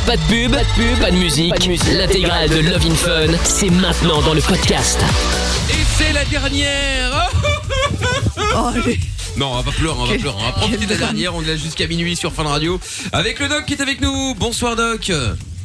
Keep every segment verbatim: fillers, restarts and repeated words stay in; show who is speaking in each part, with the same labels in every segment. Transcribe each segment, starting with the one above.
Speaker 1: Pas de pub, pas de pub, pas de musique. Pas de musique. L'intégrale de Love in Fun, c'est maintenant dans le podcast.
Speaker 2: Et c'est la dernière.
Speaker 3: Oh, les...
Speaker 2: Non, on va pas pleurer, on va pleurer. On va profiter de la dernière. On est là jusqu'à minuit sur Fun Radio avec le Doc qui est avec nous. Bonsoir Doc.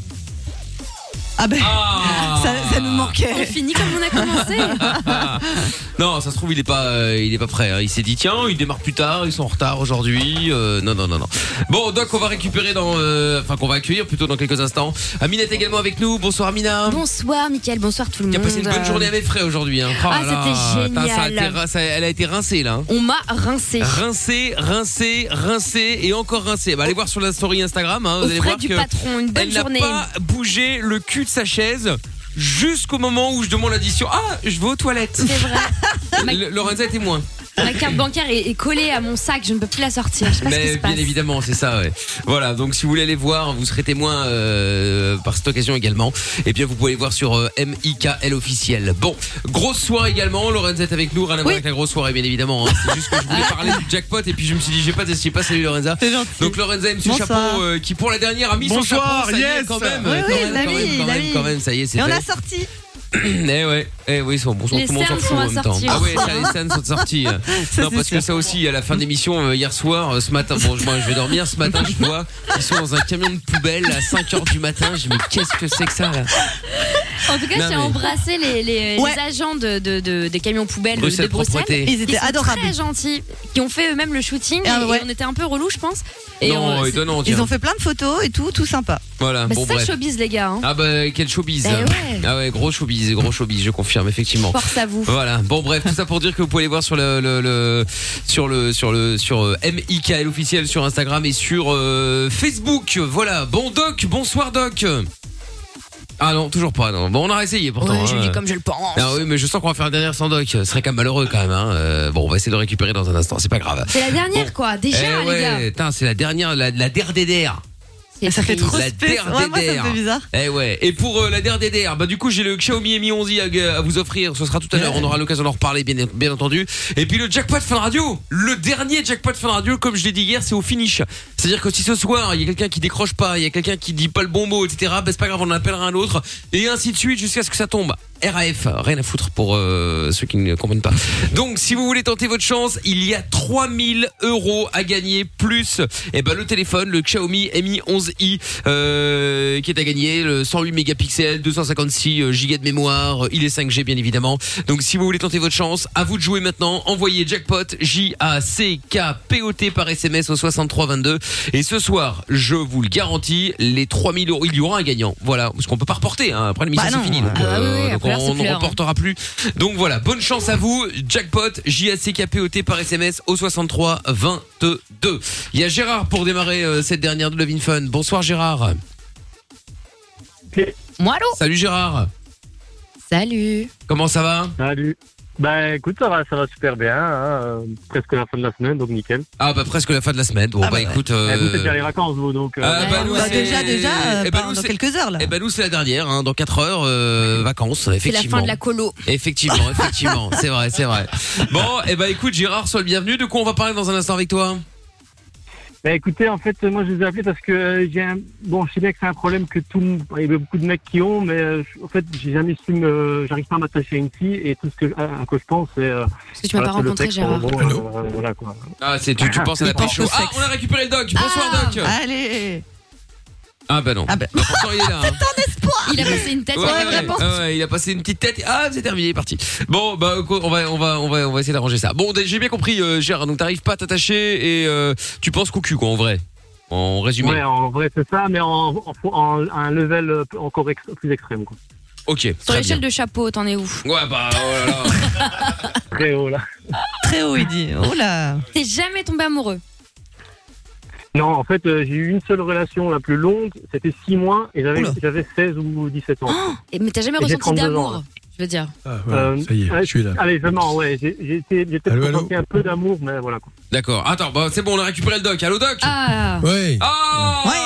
Speaker 3: Ah ben,
Speaker 2: Ah.
Speaker 3: ça, ça nous manquait.
Speaker 4: On finit comme on a commencé.
Speaker 2: Non, ça se trouve il est pas, euh, il est pas prêt. Hein. Il s'est dit tiens, il démarre plus tard, ils sont en retard aujourd'hui. Euh, non, non, non, non. Bon, Doc, on va récupérer dans, euh, enfin qu'on va accueillir plutôt dans quelques instants. Amina est également avec nous. Bonsoir Amina.
Speaker 4: Bonsoir Mickaël, bonsoir tout le
Speaker 2: Qui
Speaker 4: monde.
Speaker 2: a passé une bonne journée à mes frais aujourd'hui. Hein. Oh
Speaker 4: Ah,
Speaker 2: là
Speaker 4: c'était
Speaker 2: là. Putain, ça a
Speaker 4: génial.
Speaker 2: été, ça, elle a été rincée là. Hein.
Speaker 4: On m'a rincé.
Speaker 2: Rincée, rincée, rincée et encore rincée. Bah, allez voir sur la story Instagram. Hein, vous
Speaker 4: Au
Speaker 2: allez
Speaker 4: frais
Speaker 2: voir
Speaker 4: du
Speaker 2: que
Speaker 4: patron, une bonne
Speaker 2: elle n'a
Speaker 4: journée.
Speaker 2: pas bougé le cul de sa chaise jusqu'au moment où je demande l'addition. Ah, je vais aux toilettes.
Speaker 4: C'est vrai. Ma,
Speaker 2: Le- Lorenza est témoin.
Speaker 4: ma carte bancaire est, est collée à mon sac, je ne peux plus la sortir. Je sais pas ce qui
Speaker 2: Mais
Speaker 4: se
Speaker 2: bien
Speaker 4: passe.
Speaker 2: évidemment, c'est ça. Ouais. Voilà. Donc si vous voulez aller voir, vous serez témoin euh, par cette occasion également. Et bien vous pouvez aller voir sur euh, M I K L officiel. Bon, grosse soirée également. Lorenza est avec nous. Rien à voir
Speaker 3: Oui.
Speaker 2: avec la grosse soirée, bien évidemment. Hein. C'est juste que je voulais parler du jackpot et puis je me suis dit, j'ai pas testé pas. Salut Lorenza.
Speaker 3: C'est gentil.
Speaker 2: Donc Lorenza et Monsieur
Speaker 3: Bonsoir.
Speaker 2: Chapeau euh, qui pour la dernière a mis
Speaker 5: Bonsoir,
Speaker 2: son chapeau. Ça y est,
Speaker 5: yes.
Speaker 2: quand même.
Speaker 3: Oui,
Speaker 2: quand
Speaker 3: oui,
Speaker 2: même,
Speaker 3: l'a
Speaker 2: quand
Speaker 3: mis,
Speaker 2: même, quand
Speaker 3: l'a
Speaker 2: même,
Speaker 3: mis.
Speaker 2: quand même, ça y est, c'est
Speaker 3: Et on
Speaker 2: fait.
Speaker 3: a sorti.
Speaker 2: Eh ouais, eh oui, bon, bon,
Speaker 4: Les
Speaker 2: tout le monde s'en
Speaker 4: scènes
Speaker 2: fout
Speaker 4: sont
Speaker 2: en même temps.
Speaker 4: assorties.
Speaker 2: Ah ouais, ça, les scènes sont sorties.
Speaker 3: Ça,
Speaker 2: Non,
Speaker 3: c'est
Speaker 2: parce que
Speaker 3: sûr.
Speaker 2: ça aussi, à la fin de l'émission, euh, hier soir, euh, ce matin, bon, moi, je vais dormir, ce matin, je vois, ils sont dans un camion de poubelle à cinq heures du matin. Je me dis, mais qu'est-ce que c'est que ça, là?
Speaker 4: En tout cas,
Speaker 2: Non,
Speaker 4: j'ai
Speaker 2: mais-
Speaker 4: embrassé les, les,
Speaker 3: Ouais.
Speaker 4: les agents de, de, de- des camions poubelles
Speaker 2: Bruxelles
Speaker 4: de Bruxelles.
Speaker 2: Propreté.
Speaker 3: Ils
Speaker 4: Ils
Speaker 3: étaient
Speaker 4: sont
Speaker 3: adorables.
Speaker 4: très gentils, qui ont fait eux-mêmes le shooting
Speaker 3: Ah,
Speaker 4: et,
Speaker 3: ouais.
Speaker 4: et on était un peu relous, je pense. Et
Speaker 2: Non,
Speaker 4: on-
Speaker 2: étonnant,
Speaker 3: Ils
Speaker 2: tiens.
Speaker 3: ont fait plein de photos et tout, tout sympa.
Speaker 2: Voilà,
Speaker 4: bah,
Speaker 2: bon,
Speaker 4: c'est ça le
Speaker 2: bref.
Speaker 4: showbiz, les gars. Hein.
Speaker 2: Ah bah, quel showbiz.
Speaker 4: Bah ouais.
Speaker 2: Ah ouais, gros showbiz, gros showbiz, je confirme, effectivement.
Speaker 4: Force à vous.
Speaker 2: Voilà. Bon bref, tout ça pour dire que vous pouvez aller voir sur le, le, le sur le sur le sur euh, M I K L officiel sur Instagram et sur euh, Facebook. Voilà. Bon Doc, bonsoir Doc. Ah non, toujours pas. Non. Bon, on a essayé pourtant.
Speaker 4: Ouais, je le
Speaker 2: hein.
Speaker 4: dis comme je le pense.
Speaker 2: Ah oui, mais je sens qu'on va faire la dernière sans Doc. Ce serait quand même malheureux quand même. Hein. Euh, bon, on va essayer de le récupérer dans un instant. C'est pas grave.
Speaker 4: C'est la dernière,
Speaker 2: Bon.
Speaker 4: quoi. Déjà,
Speaker 2: eh
Speaker 4: les gars.
Speaker 2: ouais, putain, c'est la dernière, la, la der des der.
Speaker 4: C'est
Speaker 3: Ça fait
Speaker 4: triste.
Speaker 3: trop
Speaker 2: La
Speaker 3: spécial.
Speaker 2: der
Speaker 3: Ouais, moi, ça
Speaker 2: des
Speaker 3: me fait bizarre.
Speaker 2: Eh ouais. Et pour euh, la der des der, bah du coup j'ai le Xiaomi Mi onze i à, à vous offrir. Ce sera tout à l'heure. On aura l'occasion d'en reparler, bien, bien entendu. Et puis le jackpot Fun Radio, le dernier jackpot Fun Radio, comme je l'ai dit hier, c'est au finish. C'est-à-dire que si ce soir il y a quelqu'un qui décroche pas, il y a quelqu'un qui dit pas le bon mot, et cetera. Bah c'est pas grave, on en appellera un autre et ainsi de suite jusqu'à ce que ça tombe. R A F, rien à foutre pour euh, ceux qui ne comprennent pas. Donc si vous voulez tenter votre chance, il y a trois mille euros à gagner plus et ben le téléphone, le Xiaomi Mi onze i euh, qui est à gagner, le cent huit mégapixels, deux cent cinquante-six gigas de mémoire, il est cinq G bien évidemment. Donc si vous voulez tenter votre chance, à vous de jouer maintenant. Envoyez jackpot J A C K P O T par S M S au soixante-trois vingt-deux et ce soir, je vous le garantis, les trois mille euros, il y aura un gagnant. Voilà, parce qu'on peut pas reporter hein. Après l'émission
Speaker 3: Bah
Speaker 2: c'est
Speaker 3: non.
Speaker 2: fini. Donc,
Speaker 4: Ah bah oui, oui,
Speaker 2: donc
Speaker 4: après, là,
Speaker 2: on
Speaker 4: c'est
Speaker 2: ne
Speaker 4: plus l'heure,
Speaker 2: reportera plus. Donc voilà, bonne chance à vous. Jackpot, J A C K P O T par S M S au soixante-trois vingt-deux. Il y a Gérard pour démarrer euh, cette dernière de Love in Fun. Bonsoir Gérard.
Speaker 4: Moi, allô.
Speaker 2: Salut Gérard.
Speaker 4: Salut.
Speaker 2: Comment ça va?
Speaker 5: Salut. Bah écoute, ça va, ça va super bien. Hein. euh, presque la fin de la semaine, donc nickel.
Speaker 2: Ah bah presque la fin de la semaine. Bon
Speaker 3: Ah
Speaker 2: bah,
Speaker 3: bah ouais.
Speaker 2: écoute.
Speaker 5: Eh,
Speaker 2: Euh...
Speaker 5: vous, c'est déjà les vacances, vous, donc. euh,
Speaker 2: Ah bah, nous,
Speaker 3: Bah,
Speaker 2: c'est-
Speaker 3: déjà, déjà, euh,
Speaker 2: Eh ben,
Speaker 3: pas-
Speaker 2: nous,
Speaker 3: dans
Speaker 2: c'est-
Speaker 3: quelques heures là.
Speaker 2: Eh ben nous c'est la dernière, hein, dans quatre heures, euh, vacances,
Speaker 4: C'est la
Speaker 2: effectivement.
Speaker 4: fin de la colo.
Speaker 2: Effectivement, effectivement, c'est vrai, c'est vrai. Bon, et eh ben écoute Gérard, sois le bienvenu. De quoi on va parler dans un instant avec toi?
Speaker 5: Bah écoutez, en fait, moi je les ai appelés parce que euh, j'ai un... Bon, je sais bien que c'est un problème que tout le monde... Il y a beaucoup de mecs qui ont, mais euh, je- en fait, j'ai jamais su me... J'arrive pas à m'attacher à une fille et tout ce que, à, à quoi je pense, c'est... Euh,
Speaker 4: Parce que tu m'as
Speaker 5: voilà,
Speaker 4: pas
Speaker 5: c'est le
Speaker 4: rencontré,
Speaker 5: sexe,
Speaker 4: Gérard.
Speaker 5: en gros, euh, voilà quoi.
Speaker 2: Ah, c'est tu, tu penses à la
Speaker 3: Il pense
Speaker 2: pécho.
Speaker 3: au
Speaker 2: Ah,
Speaker 3: sexe.
Speaker 2: on a récupéré le doc. Bonsoir
Speaker 3: Ah,
Speaker 2: doc.
Speaker 3: Allez.
Speaker 2: Ah bah non.
Speaker 3: Ah bah.
Speaker 2: Bah, pourtant il est là. Hein.
Speaker 4: Il a passé une tête
Speaker 2: Ouais,
Speaker 4: sur
Speaker 2: ouais,
Speaker 4: la porte.
Speaker 2: ouais, ouais, il a passé une petite tête. Ah, c'est terminé, il est parti. Bon, bah, on va, on va, on va, on va essayer d'arranger ça. Bon, j'ai bien compris, euh, Gérard. Donc, t'arrives pas à t'attacher et euh, tu penses qu'au cul, quoi, en vrai. En résumé.
Speaker 5: Ouais, en vrai, c'est ça, mais en, en, en, à un level euh, encore ex- plus extrême, quoi.
Speaker 2: Ok.
Speaker 4: Sur
Speaker 2: Très bien.
Speaker 4: l'échelle de chapeau, t'en es où?
Speaker 2: Ouais, bah, oh là là.
Speaker 5: Très haut, là.
Speaker 3: Très haut, il dit. Oh là.
Speaker 4: T'es jamais tombé amoureux?
Speaker 5: Non, en fait, euh, j'ai eu une seule relation la plus longue, c'était six mois, et j'avais,
Speaker 3: Oula.
Speaker 5: j'avais seize ou dix-sept ans.
Speaker 4: Et- Mais t'as jamais
Speaker 5: Et j'ai
Speaker 4: ressenti
Speaker 5: trente-deux ans,
Speaker 4: d'amour,
Speaker 5: là.
Speaker 4: je veux dire.
Speaker 6: Ah, voilà,
Speaker 5: Euh,
Speaker 6: ça y est,
Speaker 5: ouais,
Speaker 6: je suis là.
Speaker 5: Allez, vraiment, ouais, j'ai, j'ai, été, j'ai peut-être
Speaker 6: Allô, allô
Speaker 5: ressenti un peu d'amour, mais voilà, quoi.
Speaker 2: D'accord. Attends, bah, c'est bon, on a récupéré le doc. Allô, doc?
Speaker 4: Ah.
Speaker 6: Ouais.
Speaker 2: Ah
Speaker 3: Ouais.
Speaker 2: Attends,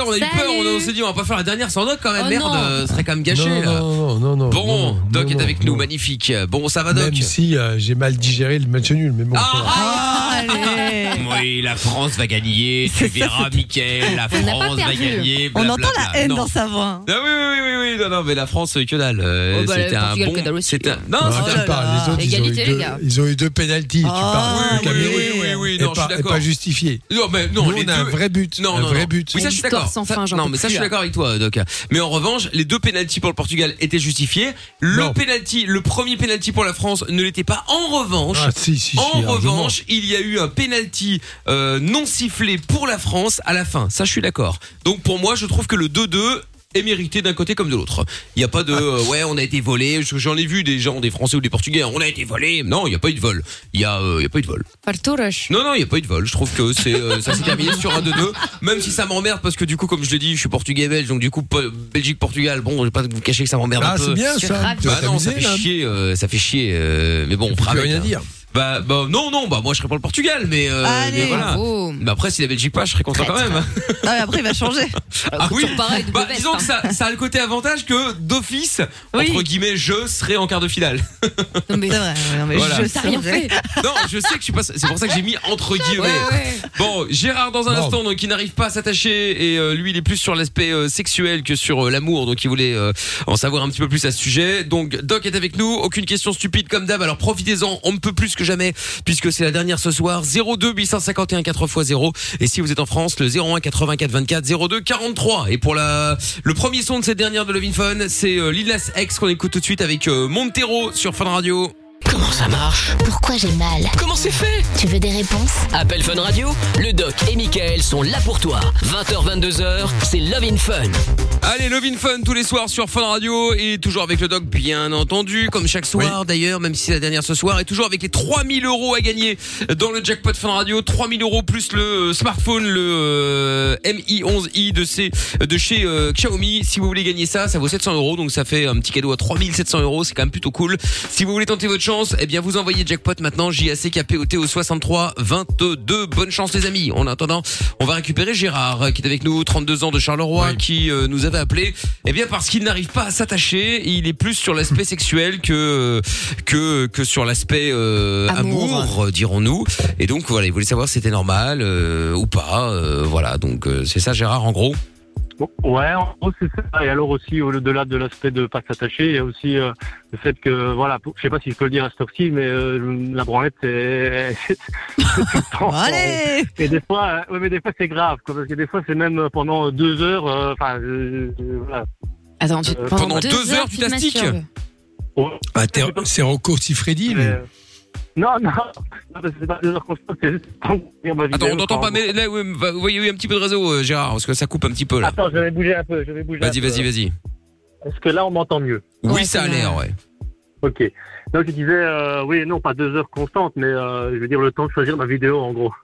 Speaker 2: l'heure, on a eu
Speaker 4: Salut.
Speaker 2: peur. On, on s'est dit, on va pas faire la dernière sans Doc quand même.
Speaker 4: Oh
Speaker 2: Merde,
Speaker 4: non.
Speaker 2: euh, ce serait quand même gâché.
Speaker 6: non,
Speaker 2: là.
Speaker 6: non, non, non,
Speaker 2: Bon,
Speaker 6: non, non,
Speaker 2: Doc
Speaker 6: non,
Speaker 2: est avec
Speaker 6: non.
Speaker 2: nous, magnifique. Bon, ça va, Doc.
Speaker 6: Même si euh, j'ai mal digéré le match nul, mais bon. ça va.
Speaker 2: Ah,
Speaker 3: Allez.
Speaker 2: oui, la France va gagner. Tu verras, Mickaël. La
Speaker 4: On n'a pas
Speaker 2: France va
Speaker 4: perdu.
Speaker 2: gagner.
Speaker 3: On
Speaker 2: blablabla.
Speaker 3: entend la haine
Speaker 2: Non.
Speaker 3: dans sa voix.
Speaker 2: Ah oui, oui, oui, oui, non, non, mais la France, que dalle. Euh,
Speaker 4: Oh, bah,
Speaker 2: c'était
Speaker 4: le
Speaker 2: un
Speaker 4: Portugal,
Speaker 2: bon.
Speaker 4: que dalle aussi.
Speaker 2: C'était un... Non,
Speaker 6: Ah,
Speaker 2: c'était
Speaker 3: Oh
Speaker 6: tu
Speaker 3: là
Speaker 6: parles,
Speaker 3: là.
Speaker 6: les autres, ils ont, eu
Speaker 4: Égalité, les
Speaker 6: deux,
Speaker 4: gars.
Speaker 6: ils ont eu deux pénaltys. tu
Speaker 3: Oh,
Speaker 6: parles
Speaker 2: oui,
Speaker 6: du Cameroun.
Speaker 2: oui, oui, oui,
Speaker 6: Et
Speaker 2: non, je
Speaker 6: pas,
Speaker 2: suis
Speaker 6: et
Speaker 2: d'accord.
Speaker 6: pas justifié.
Speaker 2: Non, mais non,
Speaker 6: Nous,
Speaker 2: les
Speaker 6: on a un
Speaker 2: deux-
Speaker 6: vrai but.
Speaker 2: Non,
Speaker 6: un
Speaker 2: non,
Speaker 6: vrai
Speaker 2: non.
Speaker 6: but.
Speaker 2: Oui, ça, je suis
Speaker 4: L'histoire
Speaker 2: d'accord.
Speaker 4: sans
Speaker 2: Ça-
Speaker 4: fin, j'en
Speaker 2: non,
Speaker 4: peux
Speaker 2: mais ça,
Speaker 4: plus,
Speaker 2: je suis
Speaker 4: là.
Speaker 2: d'accord avec toi, Doc. Mais en revanche, les deux pénaltys pour le Portugal étaient justifiés. Le
Speaker 6: Non.
Speaker 2: pénalty, le premier pénalty pour la France ne l'était pas. En revanche,
Speaker 6: Ah, si, si, si,
Speaker 2: en
Speaker 6: largement.
Speaker 2: revanche, il y a eu un pénalty euh, non sifflé pour la France à la fin. Ça, je suis d'accord. Donc pour moi, je trouve que le deux deux est mérité d'un côté comme de l'autre. Il n'y a pas de euh, ouais, on a été volé. J'en ai vu des gens, des Français ou des Portugais, on a été volé. Non, il n'y a pas eu de vol. Il y a, euh, il y a pas eu de vol.
Speaker 4: Farturas.
Speaker 2: Non, non, il n'y a pas eu de vol. Je trouve que c'est euh, ça s'est terminé sur un deux deux. Même si ça m'emmerde parce que du coup, comme je l'ai dit, je suis portugais-belge, donc du coup, po- Belgique-Portugal. Bon, je vais pas vous cacher que ça m'emmerde
Speaker 6: Ah,
Speaker 2: un peu.
Speaker 6: c'est bien
Speaker 4: Je suis
Speaker 6: ça.
Speaker 4: ravie.
Speaker 6: Tu vas
Speaker 2: Bah non, ça
Speaker 6: t'amuser,
Speaker 2: fait
Speaker 6: là.
Speaker 2: chier, euh, ça fait chier. euh, mais bon, on
Speaker 6: Tu
Speaker 2: fera
Speaker 6: peux
Speaker 2: avec,
Speaker 6: rien
Speaker 2: hein.
Speaker 6: dire.
Speaker 2: Bah, bah, non, non, bah moi je serais pour le Portugal, mais, euh,
Speaker 3: Allez.
Speaker 2: mais voilà.
Speaker 4: Bravo.
Speaker 2: Bah après, si la Belgique passe, je serais content quand même.
Speaker 3: Ah, mais après, il va changer.
Speaker 2: Ah oui.
Speaker 4: Toujours pareil, double
Speaker 2: Bah,
Speaker 4: veste,
Speaker 2: disons que
Speaker 4: hein.
Speaker 2: ça, ça a le côté avantage que d'office,
Speaker 3: Oui.
Speaker 2: entre guillemets, je serai en quart de finale.
Speaker 4: Non, mais
Speaker 3: C'est vrai. ouais, non, mais
Speaker 2: Voilà.
Speaker 3: je
Speaker 4: t'as rien
Speaker 3: saurais.
Speaker 4: fait.
Speaker 2: Non, je sais que je suis pas. C'est pour ça que j'ai mis entre guillemets.
Speaker 4: Ouais, ouais.
Speaker 2: Bon, Gérard dans un
Speaker 6: Bon.
Speaker 2: instant, donc il n'arrive pas à s'attacher et euh, lui il est plus sur l'aspect euh, sexuel que sur euh, l'amour, donc il voulait euh, en savoir un petit peu plus à ce sujet. Donc Doc est avec nous, aucune question stupide comme d'hab. Alors profitez-en, on ne peut plus que jamais puisque c'est la dernière ce soir. zéro deux huit cent cinquante et un quatre fois zéro et si vous êtes en France, le zéro un quatre-vingt-quatre vingt-quatre zéro deux quarante-trois. Et pour la le premier son de cette dernière de Love in Fun, c'est euh, Lil Nas X qu'on écoute tout de suite avec euh, Montero sur Fun Radio.
Speaker 1: Comment ça marche?
Speaker 7: Pourquoi j'ai mal?
Speaker 1: Comment c'est fait?
Speaker 7: Tu veux des réponses?
Speaker 1: Appel Fun Radio, le Doc et Mickaël sont là pour toi. vingt heures vingt-deux heures, c'est Love in Fun.
Speaker 2: Allez, Love in Fun tous les soirs sur Fun Radio et toujours avec le Doc bien entendu, comme chaque soir d'ailleurs, même si c'est la dernière ce soir, et toujours avec les trois mille euros à gagner dans le jackpot Fun Radio, trois mille euros plus le euh, smartphone, le euh, M I onze i de, chez, de chez euh, Xiaomi. Si vous voulez gagner ça, ça vaut sept cents euros, donc ça fait un petit cadeau à trois mille sept cents euros, c'est quand même plutôt cool. Si vous voulez tenter votre chance, eh bien vous envoyez jackpot maintenant, J A C K P O T au soixante-trois vingt-deux. Bonne chance les amis. En attendant, on va récupérer Gérard qui est avec nous, trente-deux ans de Charleroi,
Speaker 6: Oui.
Speaker 2: qui euh, nous avait appelé. Eh bien parce qu'il n'arrive pas à s'attacher, il est plus sur l'aspect sexuel que que que sur l'aspect euh, amour,
Speaker 4: Amour.
Speaker 2: dirons-nous. Et donc voilà, il voulait savoir si c'était normal euh, ou pas. euh, voilà, donc euh, c'est ça Gérard en gros.
Speaker 5: Bon, ouais, en gros, c'est ça. Et alors aussi, au-delà de l'aspect de pas s'attacher, il y a aussi euh, le fait que, voilà, pour- je sais pas si je peux le dire à cette heure-ci, mais euh, la branlette, c'est c'est tout le temps.
Speaker 3: Allez.
Speaker 5: Et des fois, euh, ouais, mais des fois, c'est grave, quoi, parce que des fois, c'est même pendant deux heures, euh, enfin, euh, euh, voilà.
Speaker 4: Attends, tu,
Speaker 5: Euh,
Speaker 4: pendant,
Speaker 2: pendant
Speaker 4: deux,
Speaker 2: deux
Speaker 4: heures,
Speaker 2: heures, tu
Speaker 4: tu te
Speaker 2: t'astiques.
Speaker 4: masturbes.
Speaker 5: Ouais.
Speaker 6: Ah, t'es- c'est Rocco Siffredi, lui.
Speaker 5: Mais, euh, non, non, non, parce que c'est pas deux heures constantes, c'est juste pour dire ma
Speaker 2: Attends,
Speaker 5: vidéo,
Speaker 2: on n'entend
Speaker 5: quoi,
Speaker 2: pas,
Speaker 5: en gros.
Speaker 2: mais là, ouais, va- vous voyez, oui, un petit peu de réseau, euh, Gérard, parce que ça coupe un petit peu là.
Speaker 5: Attends, je vais bouger un peu, je vais bouger un
Speaker 2: Vas-y,
Speaker 5: peu.
Speaker 2: vas-y, vas-y.
Speaker 5: Est-ce que là, on m'entend mieux?
Speaker 2: Oui,
Speaker 4: Ouais,
Speaker 2: ça a
Speaker 4: c'est
Speaker 2: l'air,
Speaker 4: là.
Speaker 2: ouais.
Speaker 5: Ok. Donc je disais, euh, oui, non, pas deux heures constantes, mais euh, je veux dire le temps de choisir ma vidéo, en gros.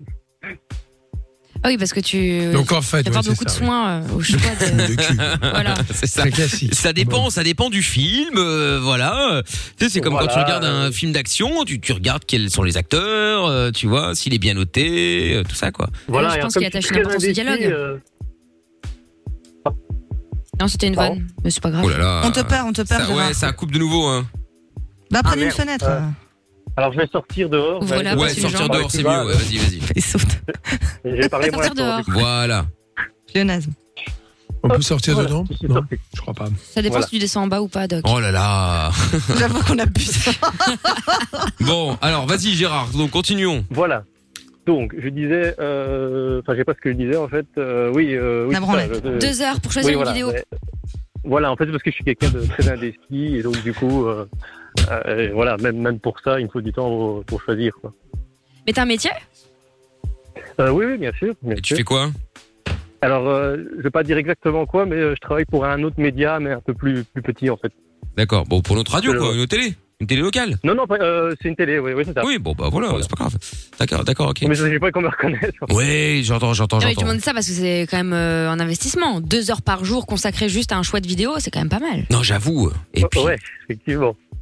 Speaker 4: Ah oui, parce que tu,
Speaker 6: Donc en fait,
Speaker 4: tu
Speaker 6: ouais,
Speaker 4: apportes
Speaker 6: c'est
Speaker 4: beaucoup de
Speaker 6: ça, oui.
Speaker 4: soins euh, au choix de...
Speaker 6: De cul.
Speaker 4: Voilà.
Speaker 2: C'est ça.
Speaker 6: Très classique.
Speaker 2: Ça dépend,
Speaker 6: Bon.
Speaker 2: ça dépend du film, euh, voilà. Tu sais, c'est comme
Speaker 5: Voilà,
Speaker 2: quand tu regardes un
Speaker 5: euh.
Speaker 2: film d'action, tu, tu regardes quels sont les acteurs, euh, tu vois, s'il est bien noté, euh, tout ça, quoi.
Speaker 5: Voilà.
Speaker 4: je
Speaker 5: et
Speaker 4: pense
Speaker 5: comme
Speaker 4: qu'il attache
Speaker 5: je suis
Speaker 4: une
Speaker 5: très
Speaker 4: importance au
Speaker 5: indécis,
Speaker 4: dialogue.
Speaker 5: euh,
Speaker 4: Non, c'était une
Speaker 5: Pardon
Speaker 4: vanne, mais c'est pas grave.
Speaker 2: Oh là là.
Speaker 3: On te perd, on te perd,
Speaker 2: Ça,
Speaker 3: Gérard.
Speaker 2: ouais, ça coupe de nouveau, hein.
Speaker 3: Bah,
Speaker 5: Ah,
Speaker 3: prenez une
Speaker 5: merde.
Speaker 3: fenêtre.
Speaker 5: Euh, Alors je vais sortir dehors.
Speaker 4: Ouvre-la,
Speaker 5: je vais-
Speaker 4: Ah,
Speaker 2: Ouais,
Speaker 4: parce que
Speaker 2: sortir
Speaker 4: les gens-
Speaker 2: dehors, c'est mieux,
Speaker 5: Ouais,
Speaker 2: ouais, vas-y, vas-y.
Speaker 3: Et saute.
Speaker 5: Je vais parler moins
Speaker 4: Sortir
Speaker 5: fort,
Speaker 4: dehors.
Speaker 5: du coup.
Speaker 2: Voilà.
Speaker 3: Pléonasme.
Speaker 6: On peut sortir
Speaker 5: Voilà,
Speaker 6: dedans
Speaker 5: je suis
Speaker 6: Non,
Speaker 5: sorti.
Speaker 6: je crois pas.
Speaker 4: Ça dépend
Speaker 5: Voilà.
Speaker 4: si tu descends en bas ou pas, Doc.
Speaker 2: Oh là là.
Speaker 3: J'avoue qu'on abuse.
Speaker 2: Bon, alors, vas-y, Gérard, donc continuons.
Speaker 5: Voilà. Donc je disais, euh, enfin je sais pas ce que je disais en fait. Euh, oui, euh, oui.
Speaker 3: La
Speaker 5: c'est
Speaker 3: branlette.
Speaker 5: ça, je-
Speaker 4: Deux heures pour choisir
Speaker 5: oui,
Speaker 4: une
Speaker 5: voilà,
Speaker 4: vidéo.
Speaker 5: mais- Voilà, en fait, c'est parce que je suis quelqu'un de très indécis et donc du coup, euh, euh, voilà, même même pour ça, il me faut du temps pour, pour choisir, quoi.
Speaker 4: Mais t'as un métier?
Speaker 5: Euh, oui, oui, bien sûr. Bien
Speaker 2: Et tu
Speaker 5: sûr.
Speaker 2: fais quoi?
Speaker 5: Alors, euh, je vais pas dire exactement quoi, mais euh, je travaille pour un autre média, mais un peu plus plus petit en fait.
Speaker 2: D'accord, bon, pour notre radio,
Speaker 5: Je-
Speaker 2: quoi, une télé. Une télé locale.
Speaker 5: Non, non, pas- euh, c'est une télé, oui, oui, c'est ça.
Speaker 2: Oui, bon, bah voilà,
Speaker 5: Voilà.
Speaker 2: c'est pas grave. D'accord, d'accord, ok.
Speaker 5: Mais je sais pas qu'on me reconnaisse.
Speaker 2: Oui, j'entends, j'entends,
Speaker 4: Non, mais tu
Speaker 2: j'entends.
Speaker 4: demandes ça parce que c'est quand même euh, un investissement. Deux heures par jour consacrées juste à un choix de vidéo, c'est quand même pas mal.
Speaker 2: Non, j'avoue. Et puis,
Speaker 5: Ouais, effectivement.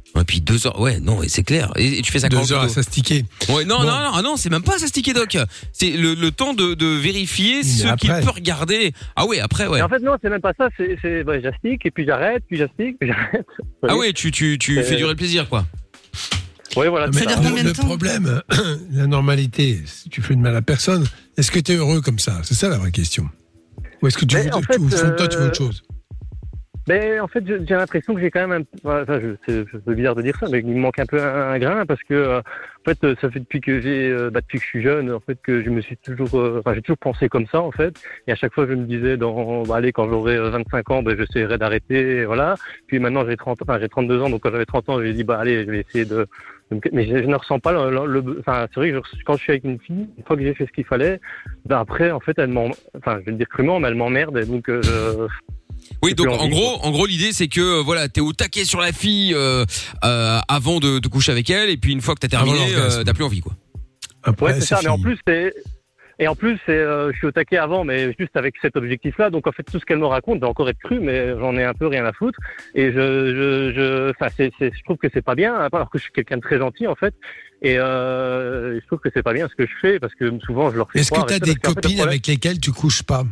Speaker 2: Et puis deux heures, ouais, non, c'est clair. Et, et tu fais ça quand
Speaker 6: Deux heures à s'astiquer.
Speaker 2: Ouais, non,
Speaker 6: Bon.
Speaker 2: non, non, ah non, c'est même pas à s'astiquer, Doc. C'est le, le temps de, de vérifier
Speaker 6: Mais
Speaker 2: ce qu'il
Speaker 6: après.
Speaker 2: peut regarder. Ah ouais, après, ouais.
Speaker 5: Et en fait, non, c'est même pas ça. C'est, c'est ouais, j'astique et puis j'arrête, puis j'astique, puis j'arrête.
Speaker 2: Ah ouais, tu, tu, tu
Speaker 5: Euh,
Speaker 2: fais durer le plaisir, quoi.
Speaker 5: Oui, voilà.
Speaker 6: Mais
Speaker 5: c'est
Speaker 3: dure
Speaker 5: ça.
Speaker 6: le,
Speaker 3: combien de
Speaker 6: le
Speaker 3: temps
Speaker 6: problème, la normalité, si tu fais de mal à personne, est-ce que tu es heureux comme ça? C'est ça la vraie question. Ou est-ce que tu
Speaker 5: Mais
Speaker 6: veux,
Speaker 5: en
Speaker 6: tu-
Speaker 5: fait,
Speaker 6: au fond de toi, tu veux
Speaker 5: euh,
Speaker 6: autre chose?
Speaker 5: Mais en fait, je- j'ai l'impression que j'ai quand même un. Enfin, je, c'est, c'est bizarre de dire ça, mais il me manque un peu un, un grain parce que, euh, en fait, euh, ça fait depuis que j'ai, euh, bah, depuis que je suis jeune, en fait, que je me suis toujours, euh, enfin, j'ai toujours pensé comme ça, en fait. Et à chaque fois, je me disais, dans, bah, allez, quand j'aurai euh, vingt-cinq ans, ben, j'essaierai d'arrêter, et voilà. Puis maintenant, j'ai trente, enfin, j'ai trente-deux ans, donc quand j'avais trente ans, j'ai dit, bah, allez, je vais essayer de. de me- Mais je, je ne ressens pas le. le- le- Enfin, c'est vrai que je- quand je suis avec une fille, une fois que j'ai fait ce qu'il fallait, ben après, en fait, elle m'en, enfin, je vais le dire crûment, mais elle m'emmerde, et donc. Euh, je-
Speaker 2: Oui,
Speaker 5: J'ai
Speaker 2: donc
Speaker 5: plus
Speaker 2: en
Speaker 5: envie,
Speaker 2: gros, en gros, l'idée c'est que euh, voilà, t'es au taquet sur la fille euh, euh, avant de te coucher avec elle, et puis une fois que t'as
Speaker 6: Avant
Speaker 2: terminé,
Speaker 6: l'orgasme.
Speaker 2: euh, t'as plus envie, quoi.
Speaker 6: Après,
Speaker 5: Ouais, c'est ça, mais en
Speaker 6: fini.
Speaker 5: plus, c'est. Et en plus, c'est, euh, je suis au taquet avant, mais juste avec cet objectif-là. Donc, en fait, tout ce qu'elle me raconte va encore être cru, mais j'en ai un peu rien à foutre. Et je, je, je, enfin, c'est, c'est, je trouve que c'est pas bien, alors que je suis quelqu'un de très gentil, en fait. Et euh, je trouve que c'est pas bien ce que je fais, parce que souvent, je leur fais
Speaker 6: Est-ce que
Speaker 5: croire.
Speaker 6: tu as
Speaker 5: et ça,
Speaker 6: des
Speaker 5: parce qu'en fait, le
Speaker 6: copines
Speaker 5: problème-
Speaker 6: avec lesquelles tu couches pas?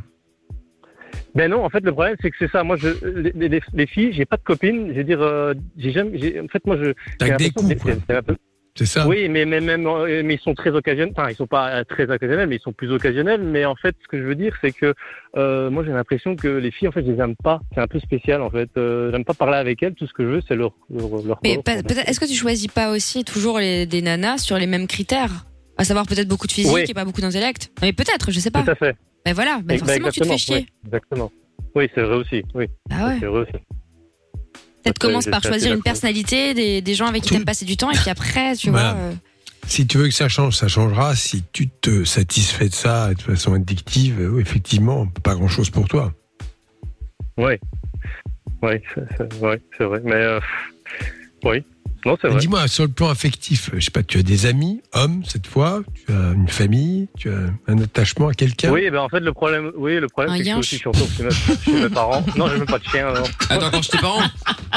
Speaker 5: Ben non, en fait, le problème, c'est que c'est ça. Moi, je, les, les, les filles, j'ai pas de copines. Je veux dire, euh, j'ai jamais, j'ai, en fait, moi, je.
Speaker 6: T'as
Speaker 5: j'ai
Speaker 6: que des
Speaker 5: l'impression
Speaker 6: coups,
Speaker 5: que
Speaker 6: quoi.
Speaker 5: c'est- c'est un peu-
Speaker 6: C'est ça?
Speaker 5: Oui, mais, mais même, euh, mais ils sont très occasionnels. Enfin, ils sont pas euh, très occasionnels, mais ils sont plus occasionnels. Mais en fait, ce que je veux dire, c'est que euh, moi, j'ai l'impression que les filles, en fait, je les aime pas. C'est un peu spécial, en fait. Euh, j'aime pas parler avec elles. Tout ce que je veux, c'est leur leur, leur
Speaker 4: Mais
Speaker 5: corps.
Speaker 4: peut- peut-être, est-ce que tu choisis pas aussi toujours les, des nanas sur les mêmes critères? À savoir peut-être beaucoup de physique
Speaker 5: Oui.
Speaker 4: et pas beaucoup d'intellect. Mais peut-être, je sais pas.
Speaker 5: Tout à fait.
Speaker 4: Mais voilà, bah
Speaker 5: Eh,
Speaker 4: forcément
Speaker 5: bah,
Speaker 4: tu te fais
Speaker 5: exactement,
Speaker 4: chier.
Speaker 5: oui, exactement. Oui, c'est vrai aussi. Oui,
Speaker 4: Bah ouais.
Speaker 5: c'est vrai aussi.
Speaker 4: Peut-être
Speaker 5: Après,
Speaker 4: commence
Speaker 5: je
Speaker 4: par
Speaker 5: suis assez
Speaker 4: choisir une
Speaker 5: d'accord.
Speaker 4: personnalité, des, des gens avec qui
Speaker 6: Tout-
Speaker 4: t'aimes passer du temps, et puis après, tu
Speaker 6: Voilà.
Speaker 4: vois. euh,
Speaker 6: Si tu veux que ça change, ça changera. Si tu te satisfais de ça de façon addictive, euh, effectivement, pas grand-chose pour toi.
Speaker 5: Oui, oui, c'est, c'est, ouais, c'est vrai. Mais euh, oui, non, c'est
Speaker 6: Mais
Speaker 5: vrai.
Speaker 6: dis-moi, sur le plan affectif, je sais pas, tu as des amis, hommes cette fois, tu as une famille, tu as un attachement à quelqu'un?
Speaker 5: Oui, ben en fait le problème, oui, le problème
Speaker 4: Un
Speaker 5: c'est que je suis
Speaker 4: yinche.
Speaker 5: aussi je suis encore chez, ma- chez mes parents. Non, j'ai même pas de chien. Non.
Speaker 2: Attends, quand tes parents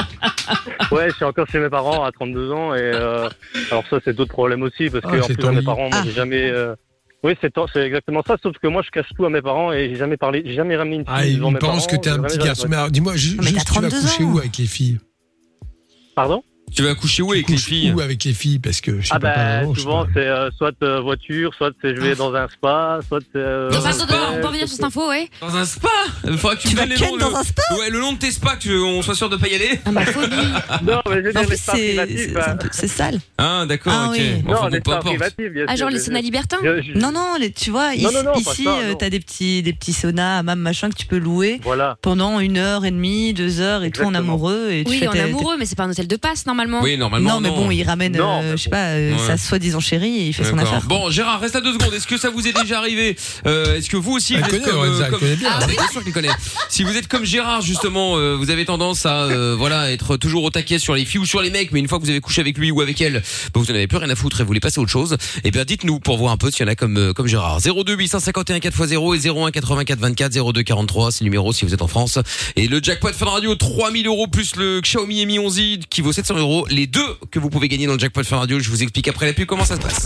Speaker 5: Ouais, je suis encore chez mes parents à trente-deux ans et euh, alors ça c'est d'autres problèmes aussi parce que
Speaker 6: Ah,
Speaker 5: en
Speaker 6: c'est
Speaker 5: plus
Speaker 6: ton
Speaker 5: à mes
Speaker 6: lit.
Speaker 5: parents, moi
Speaker 3: Ah.
Speaker 5: j'ai jamais. euh, Oui, c'est c'est exactement ça. Sauf que moi je cache tout à mes parents et j'ai jamais parlé, j'ai jamais ramené une fille
Speaker 6: Ah, ils
Speaker 5: devant mes parents.
Speaker 6: pensent que t'es un
Speaker 5: j'ai
Speaker 6: petit
Speaker 5: jamais-
Speaker 6: garçon. Mais alors, dis-moi, ju-
Speaker 3: mais t'as
Speaker 6: juste, tu vas
Speaker 3: trente-deux
Speaker 6: coucher
Speaker 3: ans.
Speaker 6: où avec les filles?
Speaker 5: Pardon?
Speaker 2: Tu vas coucher où avec
Speaker 6: Tu
Speaker 2: les
Speaker 6: couches
Speaker 2: filles
Speaker 6: où avec les filles? Parce que je sais
Speaker 5: Ah
Speaker 6: pas,
Speaker 5: bah
Speaker 6: maman, je sais
Speaker 5: souvent
Speaker 6: pas.
Speaker 5: c'est euh, soit euh, voiture, soit c'est je vais dans un spa, soit c'est. euh,
Speaker 2: Dans
Speaker 4: Non,
Speaker 2: un
Speaker 4: pardon,
Speaker 2: spa,
Speaker 4: on peut revenir sur cette info, ouais.
Speaker 2: Dans un spa. Il faudra que tu,
Speaker 3: Tu
Speaker 2: me
Speaker 3: vas
Speaker 2: donnes les
Speaker 3: ken
Speaker 2: noms.
Speaker 3: dans un spa?
Speaker 2: Ouais, le nom de tes spas, que on soit sûr de pas y aller.
Speaker 4: Ah, ma phobie.
Speaker 5: Non, mais je veux
Speaker 3: En
Speaker 5: dire les
Speaker 3: plus,
Speaker 5: spas
Speaker 3: c'est
Speaker 5: privatifs.
Speaker 3: c'est-
Speaker 5: hein.
Speaker 3: c'est un peu- c'est sale.
Speaker 2: Ah, d'accord,
Speaker 3: Ah
Speaker 2: ok.
Speaker 3: oui.
Speaker 2: Enfin,
Speaker 5: Non,
Speaker 2: bon,
Speaker 5: les
Speaker 2: peu
Speaker 5: spas
Speaker 2: importe.
Speaker 5: privatifs, bien
Speaker 4: Ah,
Speaker 5: sûr,
Speaker 4: genre les
Speaker 5: bien
Speaker 4: saunas
Speaker 5: sûr.
Speaker 4: libertins?
Speaker 5: Je- je-
Speaker 3: Non, non, les, tu vois,
Speaker 5: Non,
Speaker 3: ici,
Speaker 5: non, non, pas
Speaker 3: ici,
Speaker 5: ça,
Speaker 3: euh,
Speaker 5: non.
Speaker 3: t'as des petits, des petits saunas, hammams, machin que tu peux louer
Speaker 5: Voilà.
Speaker 3: pendant une heure et demie, deux heures et tout en
Speaker 5: Exactement.
Speaker 3: amoureux. Et tu
Speaker 4: Oui,
Speaker 3: fais
Speaker 4: en
Speaker 3: tes-
Speaker 4: amoureux, mais c'est pas un hôtel de passe normalement.
Speaker 2: Oui, normalement.
Speaker 3: Non, mais bon, il ramène,
Speaker 5: Non,
Speaker 3: euh,
Speaker 5: mais
Speaker 3: je sais
Speaker 5: bon.
Speaker 3: pas, euh,
Speaker 2: Ouais.
Speaker 3: sa soi-disant chérie et il fait son
Speaker 2: D'accord.
Speaker 3: affaire.
Speaker 2: Bon, Gérard, reste à deux secondes. Est-ce que ça vous est déjà arrivé euh, Est-ce que vous aussi,
Speaker 6: Elle
Speaker 2: vous êtes
Speaker 6: connaît,
Speaker 2: comme,
Speaker 6: Lorenza, elle
Speaker 2: comme-
Speaker 6: connaît bien.
Speaker 2: Ah oui, bien sûr qu'elle connaît. Si vous êtes comme Gérard, justement, euh, vous avez tendance à, euh, voilà, être toujours au taquet sur les filles ou sur les mecs, mais une fois que vous avez couché avec lui ou avec elle, bah, vous n'en avez plus rien à foutre et vous voulez passer à autre chose. Eh bien, dites-nous pour voir un peu s'il y en a comme euh, comme Gérard. zéro deux huit cinq un quatre fois zéro et zéro un quatre-vingt-quatre vingt-quatre zéro deux quarante-trois, c'est le numéro si vous êtes en France. Et le jackpot Fun Radio, trois mille euros plus le Xiaomi Mi onze i qui vaut sept cents euros. Les deux que vous pouvez gagner dans le jackpot Fun Radio. Je vous explique après la pub comment ça se passe.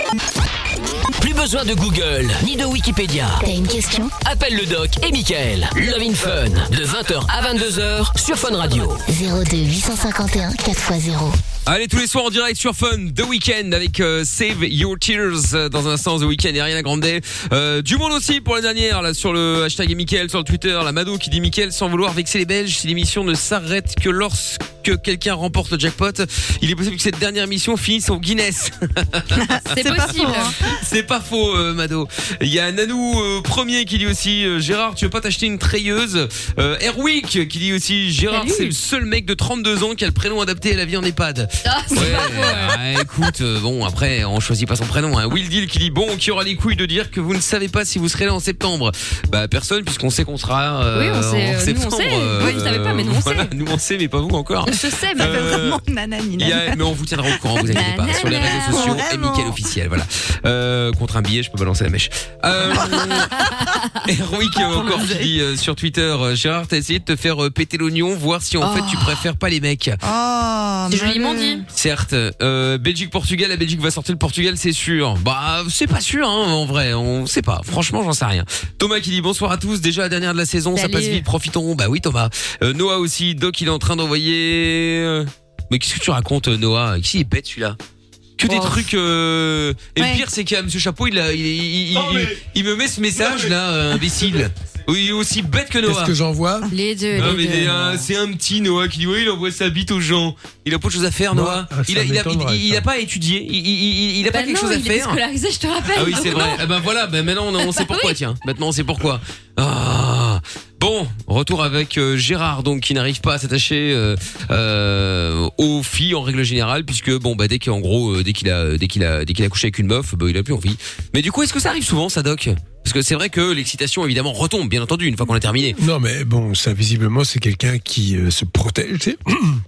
Speaker 1: Plus besoin de Google, ni de Wikipédia.
Speaker 7: T'as une question?
Speaker 1: Appelle le doc et Mickaël. Love in Fun, de vingt heures à vingt-deux heures sur Fun Radio.
Speaker 7: zéro deux huit cent cinquante et un quatre fois zéro.
Speaker 2: Allez, tous les soirs en direct sur Fun, The Weeknd avec euh, Save Your Tears. Euh, Dans un instant, The Weeknd et Ariana Grande. Euh, du monde aussi pour la dernière, là, sur le hashtag et Mickaël, sur le Twitter. La Mado qui dit Mickaël, sans vouloir vexer les Belges, si l'émission ne s'arrête que lorsque quelqu'un remporte le jackpot, il est possible que cette dernière émission finisse au Guinness.
Speaker 4: C'est
Speaker 3: C'est pas
Speaker 4: possible.
Speaker 3: faux, hein.
Speaker 2: C'est pas faux, euh, Mado. Il y a Nanou euh, premier qui dit aussi euh, Gérard, tu veux pas t'acheter une treilleuse? euh, Airwick qui dit aussi Gérard,
Speaker 4: Salut.
Speaker 2: c'est le seul mec de trente-deux ans qui a le prénom adapté à la vie en EHPAD.
Speaker 4: Ah, c'est
Speaker 2: Ouais,
Speaker 4: pas faux.
Speaker 2: euh, écoute, euh, bon après on choisit pas son prénom. Hein. Will Deal qui dit bon, qui aura les couilles de dire que vous ne savez pas si vous serez là en septembre? Bah personne, puisqu'on sait qu'on sera euh,
Speaker 4: Oui, on sait,
Speaker 2: en
Speaker 4: euh, nous, on
Speaker 2: septembre.
Speaker 4: sait. Oui, vous savez pas, mais nous, on
Speaker 2: voilà,
Speaker 4: sait.
Speaker 2: nous on sait, mais pas vous encore.
Speaker 4: Je sais, mais
Speaker 2: Euh,
Speaker 3: Vraiment nanani,
Speaker 2: Il y a-
Speaker 3: nanana.
Speaker 2: mais on vous tiendra au courant, vous inquiétez pas. Sur les réseaux sociaux, et
Speaker 3: Vraiment.
Speaker 2: Mickaël officiel, voilà. Euh, contre un billet, je peux balancer la mèche. Euh, Heroic euh, encore qui dit euh, sur Twitter, euh, Gérard, t'as essayé de te faire euh, péter l'oignon, voir si en
Speaker 3: Oh.
Speaker 2: fait tu préfères pas les mecs.
Speaker 3: Oh.
Speaker 4: C'est joliment dit.
Speaker 2: Certes, euh, Belgique-Portugal, la Belgique va sortir le Portugal, c'est sûr. Bah, c'est pas sûr, hein, en vrai, on sait pas. Franchement, j'en sais rien. Thomas qui dit bonsoir à tous, déjà la dernière de la saison,
Speaker 4: Salut.
Speaker 2: ça passe vite, profitons. Bah oui, Thomas. Euh, Noah aussi, Doc, il est en train d'envoyer... euh, Mais qu'est-ce que tu racontes, Noah? Qui est bête, celui-là? Que des
Speaker 3: Oh.
Speaker 2: trucs euh... Et
Speaker 3: Ouais.
Speaker 2: le pire c'est qu'il y a Monsieur Chapeau, il, a, il, il, il,
Speaker 6: Non,
Speaker 2: il-
Speaker 6: mais-
Speaker 2: il me met ce message là, euh, imbécile. Oui, il est aussi bête que Noah.
Speaker 6: Qu'est-ce que j'envoie?
Speaker 4: Les deux.
Speaker 2: Non
Speaker 4: les
Speaker 2: mais
Speaker 4: deux.
Speaker 2: c'est un, c'est un petit Noah qui dit ouais il envoie sa bite aux gens. Il a pas de choses à faire
Speaker 6: Moi,
Speaker 2: Noah.
Speaker 6: ah, ça
Speaker 2: il, a, il, a, il,
Speaker 6: m'étonnerait,
Speaker 2: il a
Speaker 6: ça.
Speaker 2: pas étudié. Il, il, il, il a
Speaker 4: Bah
Speaker 2: pas quelque
Speaker 4: non,
Speaker 2: chose à
Speaker 4: il est
Speaker 2: faire.
Speaker 4: scolarisé, je te rappelle.
Speaker 2: Ah oui c'est
Speaker 4: donc
Speaker 2: vrai.
Speaker 4: non.
Speaker 2: Eh ben voilà. Ben maintenant on, on sait pourquoi tiens. Maintenant on sait pourquoi. Ah. Bon, retour avec euh, Gérard donc qui n'arrive pas à s'attacher euh, euh, aux filles en règle générale puisque bon bah dès qu'en gros euh, dès qu'il a dès qu'il a dès qu'il a couché avec une meuf bah il a plus envie. Mais du coup est-ce que ça arrive souvent ça Doc? Parce que c'est vrai que l'excitation évidemment retombe bien entendu une fois qu'on a terminé.
Speaker 6: Non, mais bon, ça visiblement, c'est quelqu'un qui euh, se protège c'est-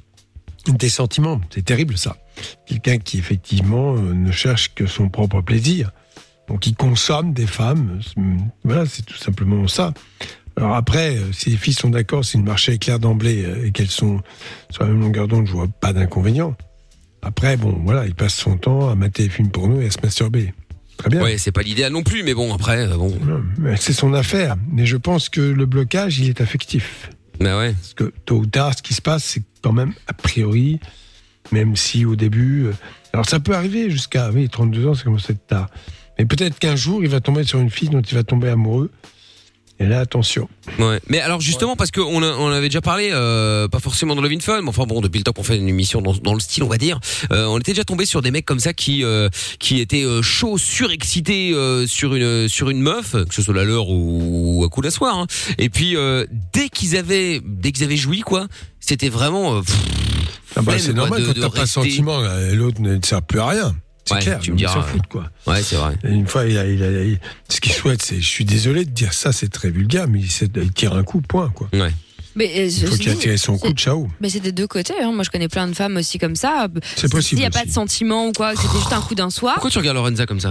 Speaker 6: des sentiments. C'est terrible, ça. Quelqu'un qui, effectivement, euh, ne cherche que son propre plaisir. Donc, il consomme des femmes. C'est- Voilà, c'est tout simplement ça. Alors après, euh, si les filles sont d'accord, si le marché est clair d'emblée euh, et qu'elles sont sur la même longueur d'onde, je vois pas d'inconvénient. Après, bon, voilà, il passe son temps à mater des films porno et à se masturber. Très bien.
Speaker 2: Ouais c'est pas l'idéal non plus mais bon après euh, bon.
Speaker 6: Non, mais c'est son affaire. Mais je pense que le blocage, il est affectif.
Speaker 2: Bah ouais.
Speaker 6: Parce que tôt ou tard, ce qui se passe, c'est quand même, a priori, même si au début... euh, alors ça peut arriver jusqu'à oui, trente-deux ans, ça commence à être tard. Mais peut-être qu'un jour, il va tomber sur une fille dont il va tomber amoureux. Et là, attention.
Speaker 2: Ouais. Mais alors justement parce que on, a, on avait déjà parlé, euh, pas forcément dans Love in Fun, mais enfin bon depuis le temps qu'on fait une émission dans, dans le style on va dire, euh, on était déjà tombé sur des mecs comme ça qui euh, qui étaient euh, chauds, surexcités euh, sur une sur une meuf, que ce soit la leur ou, ou à coup d'asseoir. Hein. Et puis euh, dès qu'ils avaient dès qu'ils avaient joui quoi, c'était vraiment. Euh, pff,
Speaker 6: Ah bah,
Speaker 2: flemme,
Speaker 6: c'est
Speaker 2: quoi,
Speaker 6: normal,
Speaker 2: de-
Speaker 6: quand
Speaker 2: de
Speaker 6: t'as pas de
Speaker 2: rester-
Speaker 6: sentiment, là, l'autre ne sert plus à rien. C'est
Speaker 2: Ouais,
Speaker 6: clair,
Speaker 2: tu me
Speaker 6: il
Speaker 2: diras,
Speaker 6: s'en
Speaker 2: ouais.
Speaker 6: fout, quoi.
Speaker 2: Ouais c'est vrai.
Speaker 6: Et une fois, il a, il a, il- ce qu'il souhaite, c'est, je suis désolé de dire ça, c'est très vulgaire, mais il, sait- il tire un coup, point, quoi.
Speaker 2: Ouais.
Speaker 4: Mais euh,
Speaker 6: Il faut
Speaker 4: ceci
Speaker 6: qu'il a
Speaker 4: dit,
Speaker 6: tiré son coup
Speaker 4: c'est-
Speaker 6: de ciao.
Speaker 4: Mais c'est des deux côtés. Hein. Moi, je connais plein de femmes aussi comme ça.
Speaker 6: C'est possible
Speaker 4: S'il n'y a pas
Speaker 6: aussi.
Speaker 4: de sentiment ou quoi, que c'était juste un coup d'un soir,
Speaker 2: Pourquoi tu regardes Lorenza comme ça?